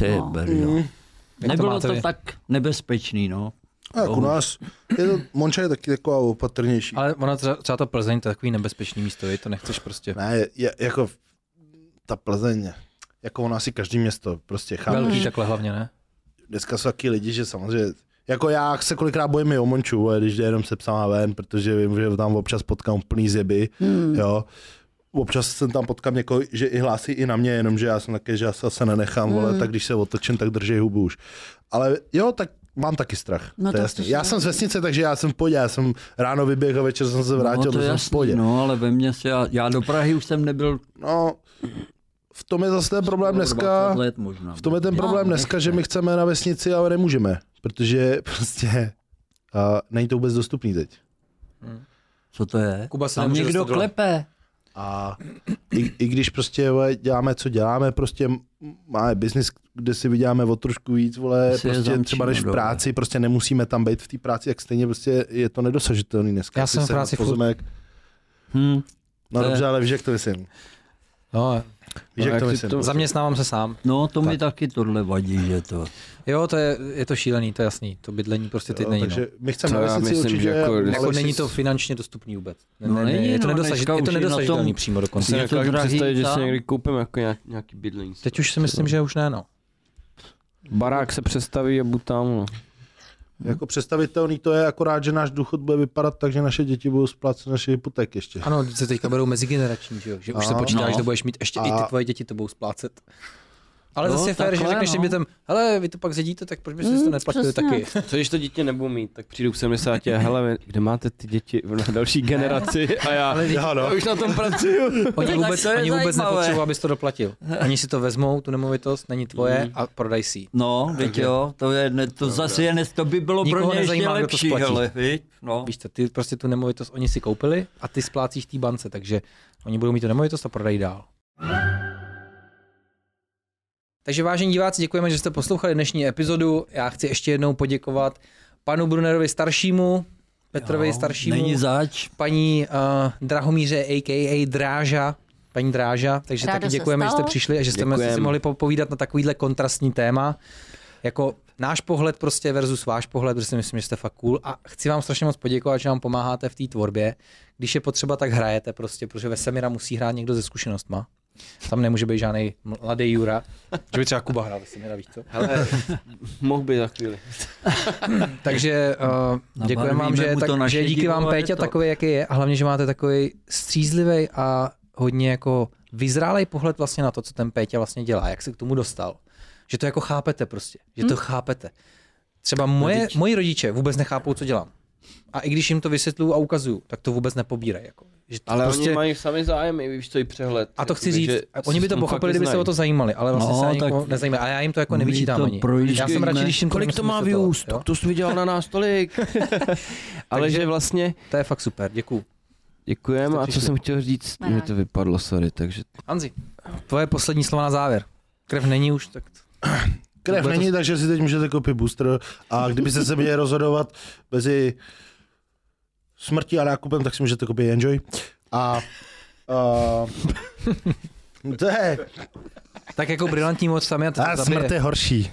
Nebylo to tak nebezpečný, no. A u nás Monča je taky taková opatrnější. Ale ona třeba ta Plzeň, to je takový nebezpečný místo, to nechceš prostě. Ne, jako ta Plzeň, jako ona asi každý město prostě chápe. Velký takhle hlavně, ne? Dneska jsou taky lidi, že samozřejmě, jako já se kolikrát bojím i o Monču, když jde jenom se psama ven, protože vím, že tam občas potkám plný zjeby, jo. Občas jsem tam potkám někoho, že i hlásí i na mě, jenomže já jsem taky, že já se nenechám, vole, tak když se otočím, tak drží hubu už. Ale jo, tak mám taky strach, no to je jasný. Já jsem z vesnice, takže já jsem v pohodě, já jsem ráno vyběhl a večer jsem se vrátil, to jsem v pohodě. No, ale ve městě, já do Prahy už jsem nebyl. No, v tom je zase ten problém dneska, v tom je ten problém dneska, že my chceme na vesnici, ale nemůžeme, protože prostě není to vůbec dostupný teď. Co to je? Kuba se tam někdo klepe. A i když prostě děláme, co děláme, prostě máme biznis, kde si vyděláme o trošku víc, vole, prostě třeba než v práci, prostě nemusíme tam být v té práci, jak stejně prostě je to nedosažitelný dneska. Já jsem v práci pozemek. No dobře, ale víš, jak to myslím. No, víš, jak to myslím. Zaměstnávám se sám. No, to mi taky tohle vadí, že to... Jo, je to šílený, to je jasný. To bydlení prostě teď není. Takže my chceme na vesnici určitě... Jako není to finančně dostupný vůbec. Je to nedosažitelný přímo dokonce. Je to představit, že si někdy koupím jako nějaký bydlení. Teď už si myslím, že už ne, no. Barák se přestaví a butám, no. Jako představitelný to je, akorát, že náš důchod bude vypadat tak, že naše děti budou splácet naše hypotéky ještě. Ano, se teďka berou mezigenerační, že už se počítáš, že budeš mít ještě i ty tvoje děti to budou splácet. Ale zase je fér, že řekneš těm dětem, hele, vy to pak zjedíte, tak proč byste si to neplatili taky? Co když to dítě nebudou mít, tak přijdu k 70 a hele, kde máte ty děti na další generaci a já už na tom pracuju. Oni vůbec nepotřebují, abys to doplatil. Oni si to vezmou, tu nemovitost, není tvoje a prodají si. No, víš jo, to zase je, to by bylo pro ně ještě lepší, hele, víš? No. Víš co, ty prostě tu nemovitost oni si koupili a ty splácíš té bance, takže oni budou mít tu nemovitost a prodají dál. Takže vážení diváci, děkujeme, že jste poslouchali dnešní epizodu. Já chci ještě jednou poděkovat panu Brunnerovi staršímu, Petrovi staršímu, není zač, paní Drahomíře a.k.a. Dráža, paní Dráža, takže taky děkujeme, že jste přišli a že jste si mohli povídat na takovýhle kontrastní téma. Jako náš pohled prostě versus váš pohled, protože si myslím, že jste fakt cool a chci vám strašně moc poděkovat, že nám pomáháte v té tvorbě. Když je potřeba, tak hrajete prostě, protože Vesemira musí hrát někdo se zkušenostma. Tam nemůže být žádný mladý Jura. Že by třeba Kuba hrál, si nedavíš, co? Ale mohl by za chvíli. Takže děkujeme vám, že díky vám Péťa takový, jaký je a hlavně, že máte takový střízlivý a hodně jako vyzrálej pohled vlastně na to, co ten Péťa vlastně dělá, jak se k tomu dostal. Že to jako chápete prostě, že to chápete. Třeba moji rodiče vůbec nechápou, co dělám. A i když jim to vysvětluju a ukazuju, tak to vůbec nepobírají. Jako. Ale prostě... oni mají sami zájem, víš, to i přehled. A to chci říct, oni by to pochopili, kdyby se o to zajímali, ale vlastně se jako nezajímají. A já jim to jako nevyčítám ani. Já jsem radši, když jim kolik to má views, tak to jsi viděl na nás tolik. Ale že vlastně... To je fakt super, děkuju. Děkujeme a co jsem chtěl říct, mě to vypadlo, sorry, takže... Hanzi, tvoje poslední slova na závěr. Krev není už, tak... Krev není, takže si teď můžete koupit booster a kdybyste se měli rozhodovat mezi smrtí a nákupem, tak si můžete koupit Enjoy. To je... Tak jako brilantní moc tam je. A smrt je horší.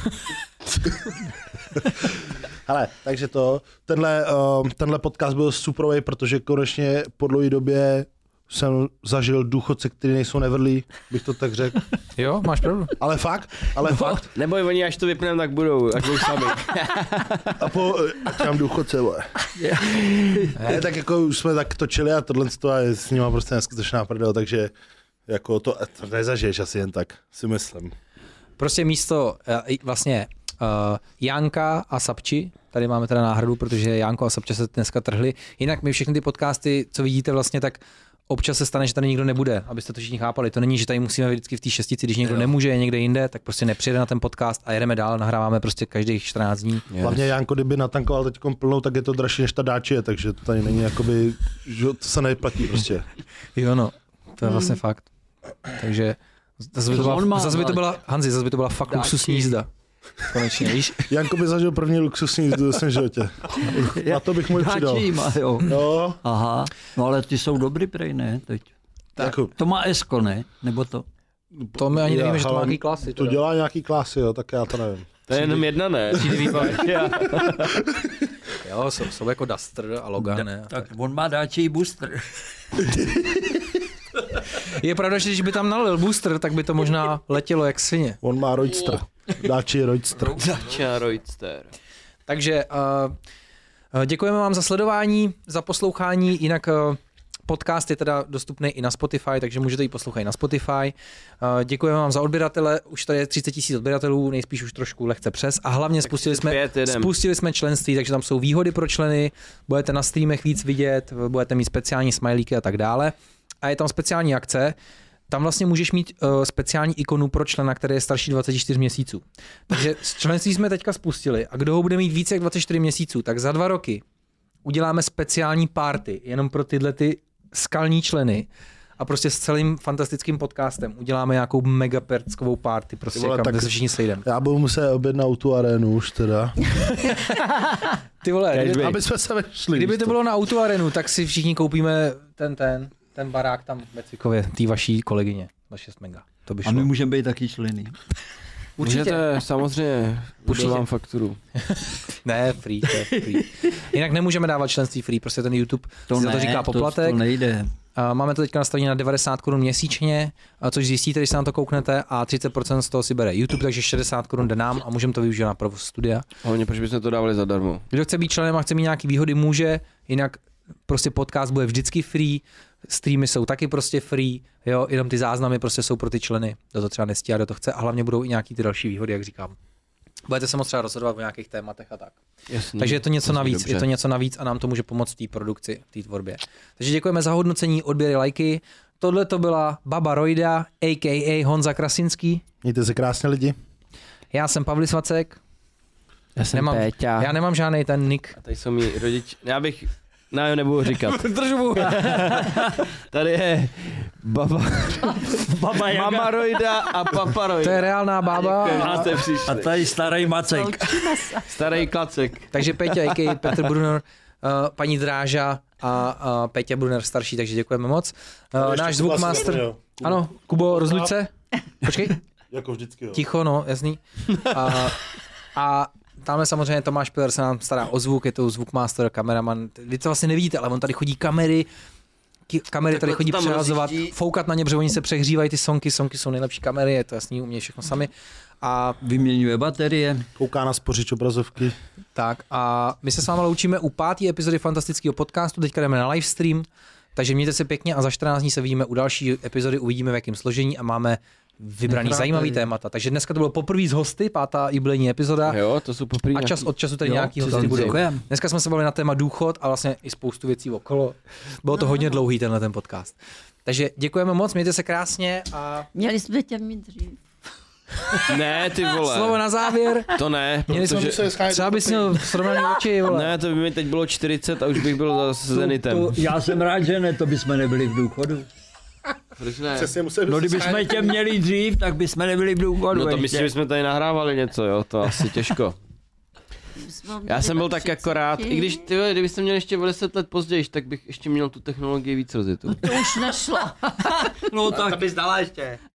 Hele, takže tenhle podcast byl superový, protože konečně po dlouhé době jsem zažil důchodce, kteří nejsou nevrlí, bych to tak řekl. Jo, máš pravdu. Ale fakt. Neboj, oni až to vypneme, tak budou sami. A ať mám důchodce, vole. Ne, tak jako už jsme tak točili a tohle je s nima prostě neskutečná prdel, takže jako to nezažiješ asi jen tak, si myslím. Prostě místo vlastně Janka a Sapči, tady máme teda náhradu, protože Janko a Sapča se dneska trhli. Jinak my všechny ty podcasty, co vidíte vlastně, tak občas se stane, že tady nikdo nebude, abyste to všichni chápali. To není, že tady musíme vždycky v té šestici, když někdo nemůže, je někde jinde, tak prostě nepřijede na ten podcast a jedeme dál, nahráváme prostě každých 14 dní. Hlavně Janko, kdyby natankoval teď plnou, tak je to dražší než ta Dacia, takže to tady není jakoby, že to se neplatí prostě. Jo no, to je vlastně fakt. Takže zase by to byla fakt luxusní jízda. Konečně, víš? Janko by zažil první luxusní jízdu ve svém životě. Na to bych mu přidal. Jo. No. Aha, no ale ty jsou dobrý prej, ne? Teď. Tak. To má Esko, ne? Nebo to? To my ani nevíme, že to má nějaký klasy. To dělá nějaký klasy, jo, tak já to nevím. To je jenom jedna, ne? Jo, jsou jako Duster a Logan, ne? Tak on má Dacia booster. Je pravda, že když by tam nalil booster, tak by to možná letělo jak svině. On má Roadster. Dacia Roadster. Takže děkujeme vám za sledování, za poslouchání, jinak podcast je teda dostupný i na Spotify, takže můžete ji poslouchat na Spotify. Děkujeme vám za odběratele, už tady je 30 000 odběratelů, nejspíš už trošku lehce přes a hlavně spustili jsme členství, takže tam jsou výhody pro členy, budete na streamech víc vidět, budete mít speciální smajlíky a tak dále. A je tam speciální akce, tam vlastně můžeš mít speciální ikonu pro člena, který je starší 24 měsíců. Takže členství jsme teďka spustili a kdo ho bude mít více jak 24 měsíců, tak za 2 roky uděláme speciální party jenom pro tyhle ty skalní členy a prostě s celým fantastickým podcastem uděláme nějakou megaperckovou party, prostě kam se všichni sejdeme. Já budu muset objednat tu arénu už teda. Ty vole, aby jsme se vešli. Kdyby to bylo na Auto Arenu, tak si všichni koupíme ten barák tam ve Cvikově, tý vaší kolegyně za 6 mega. To by šlo. A my můžeme být taky členy. Určitě. Můžete, samozřejmě, pošlu vám fakturu. Ne, free. Jinak nemůžeme dávat členství free, prostě ten YouTube to říká poplatek. To nejde. Máme to teďka nastavené na 90 Kč měsíčně, což zjistíte, když se na to kouknete a 30% z toho si bere YouTube, takže 60 Kč jde nám a můžeme to využít na provoz studia. Hlavně, proč bychom to dávali zadarmo? Kdo chce být členem a chce mít nějaký výhody, může, jinak prostě podcast bude vždycky free, streamy jsou taky prostě free, jo, jenom ty záznamy prostě jsou pro ty členy, kdo to třeba nestíhá, kdo to chce a hlavně budou i nějaký ty další výhody, jak říkám. Budete se moc třeba rozhodovat o nějakých tématech a tak. Jasný, takže je to něco navíc, a nám to může pomoct v té produkci, v té tvorbě. Takže děkujeme za hodnocení, odběry, lajky. Tohle to byla Baba Rojda, a.k.a. Honza Krasinský. Mějte se krásně lidi. Já jsem Pavlis Vacek. Já jsem Péťa. Já nemám žádný ten nick. A tady jsou mý rodiče. Já bych... No, jo, nebudu říkat. Držu. Tady je baba Mama Rojda a Papa Rojda. To je reálná bába. A tady starý Macek. Starý Klacek. Takže Péťa, a.k.a. Petr Brunner, paní Dráža a Péťa Brunner starší, takže děkujeme moc. Náš zvukmaster. Ano, Kubo, rozluč se. Počkej. Jako vždycky, jo. Ticho, no, jasný. A tamhle samozřejmě Tomáš Pilar se nám stará o zvuk, je to zvukmaster, kameraman. Vy to vlastně nevidíte, ale on tady chodí kamery, kamery tady chodí přehazovat, foukat na ně, protože oni se přehřívají ty sonky jsou nejlepší kamery, je to jasný, umějí všechno sami. A vyměňuje baterie. Kouká na spořič obrazovky. Tak a my se s vámi loučíme u 5. epizody fantastického podcastu, teďka jdeme na livestream, takže mějte se pěkně a za 14 dní se vidíme u další epizody, uvidíme v jakém složení a máme vybraný zajímavý témata. Takže dneska to bylo poprvé z hosty, 5. jubilejní epizoda. Jo, to jsou poprvé. A čas od času tady nějaký hosty budou. Dneska jsme se bavili na téma důchod a vlastně i spoustu věcí okolo. Bylo to hodně dlouhý ten podcast. Takže děkujeme moc, mějte se krásně a... Měli jsme tě mít dřív. Ne, ty vole. Slovo na závěr. To ne, protože... Třeba bys měl srovnaný oči, vole. Ne, to by mi teď bylo 40 a už bych byl za Zenitem. Já jsem rád, že ne, to bychom nebyli v důchodu. Proč ne? No kdybychom tě měli dřív, tak bychom nebyli v důchodu. No to myslím, že jsme tady nahrávali něco, jo, to asi těžko. Já jsem byl tak jako rád, i když kdybyste měli ještě o 10 let později, tak bych ještě měl tu technologii víc rozjetou. No to už nešlo. No tak bys dala ještě.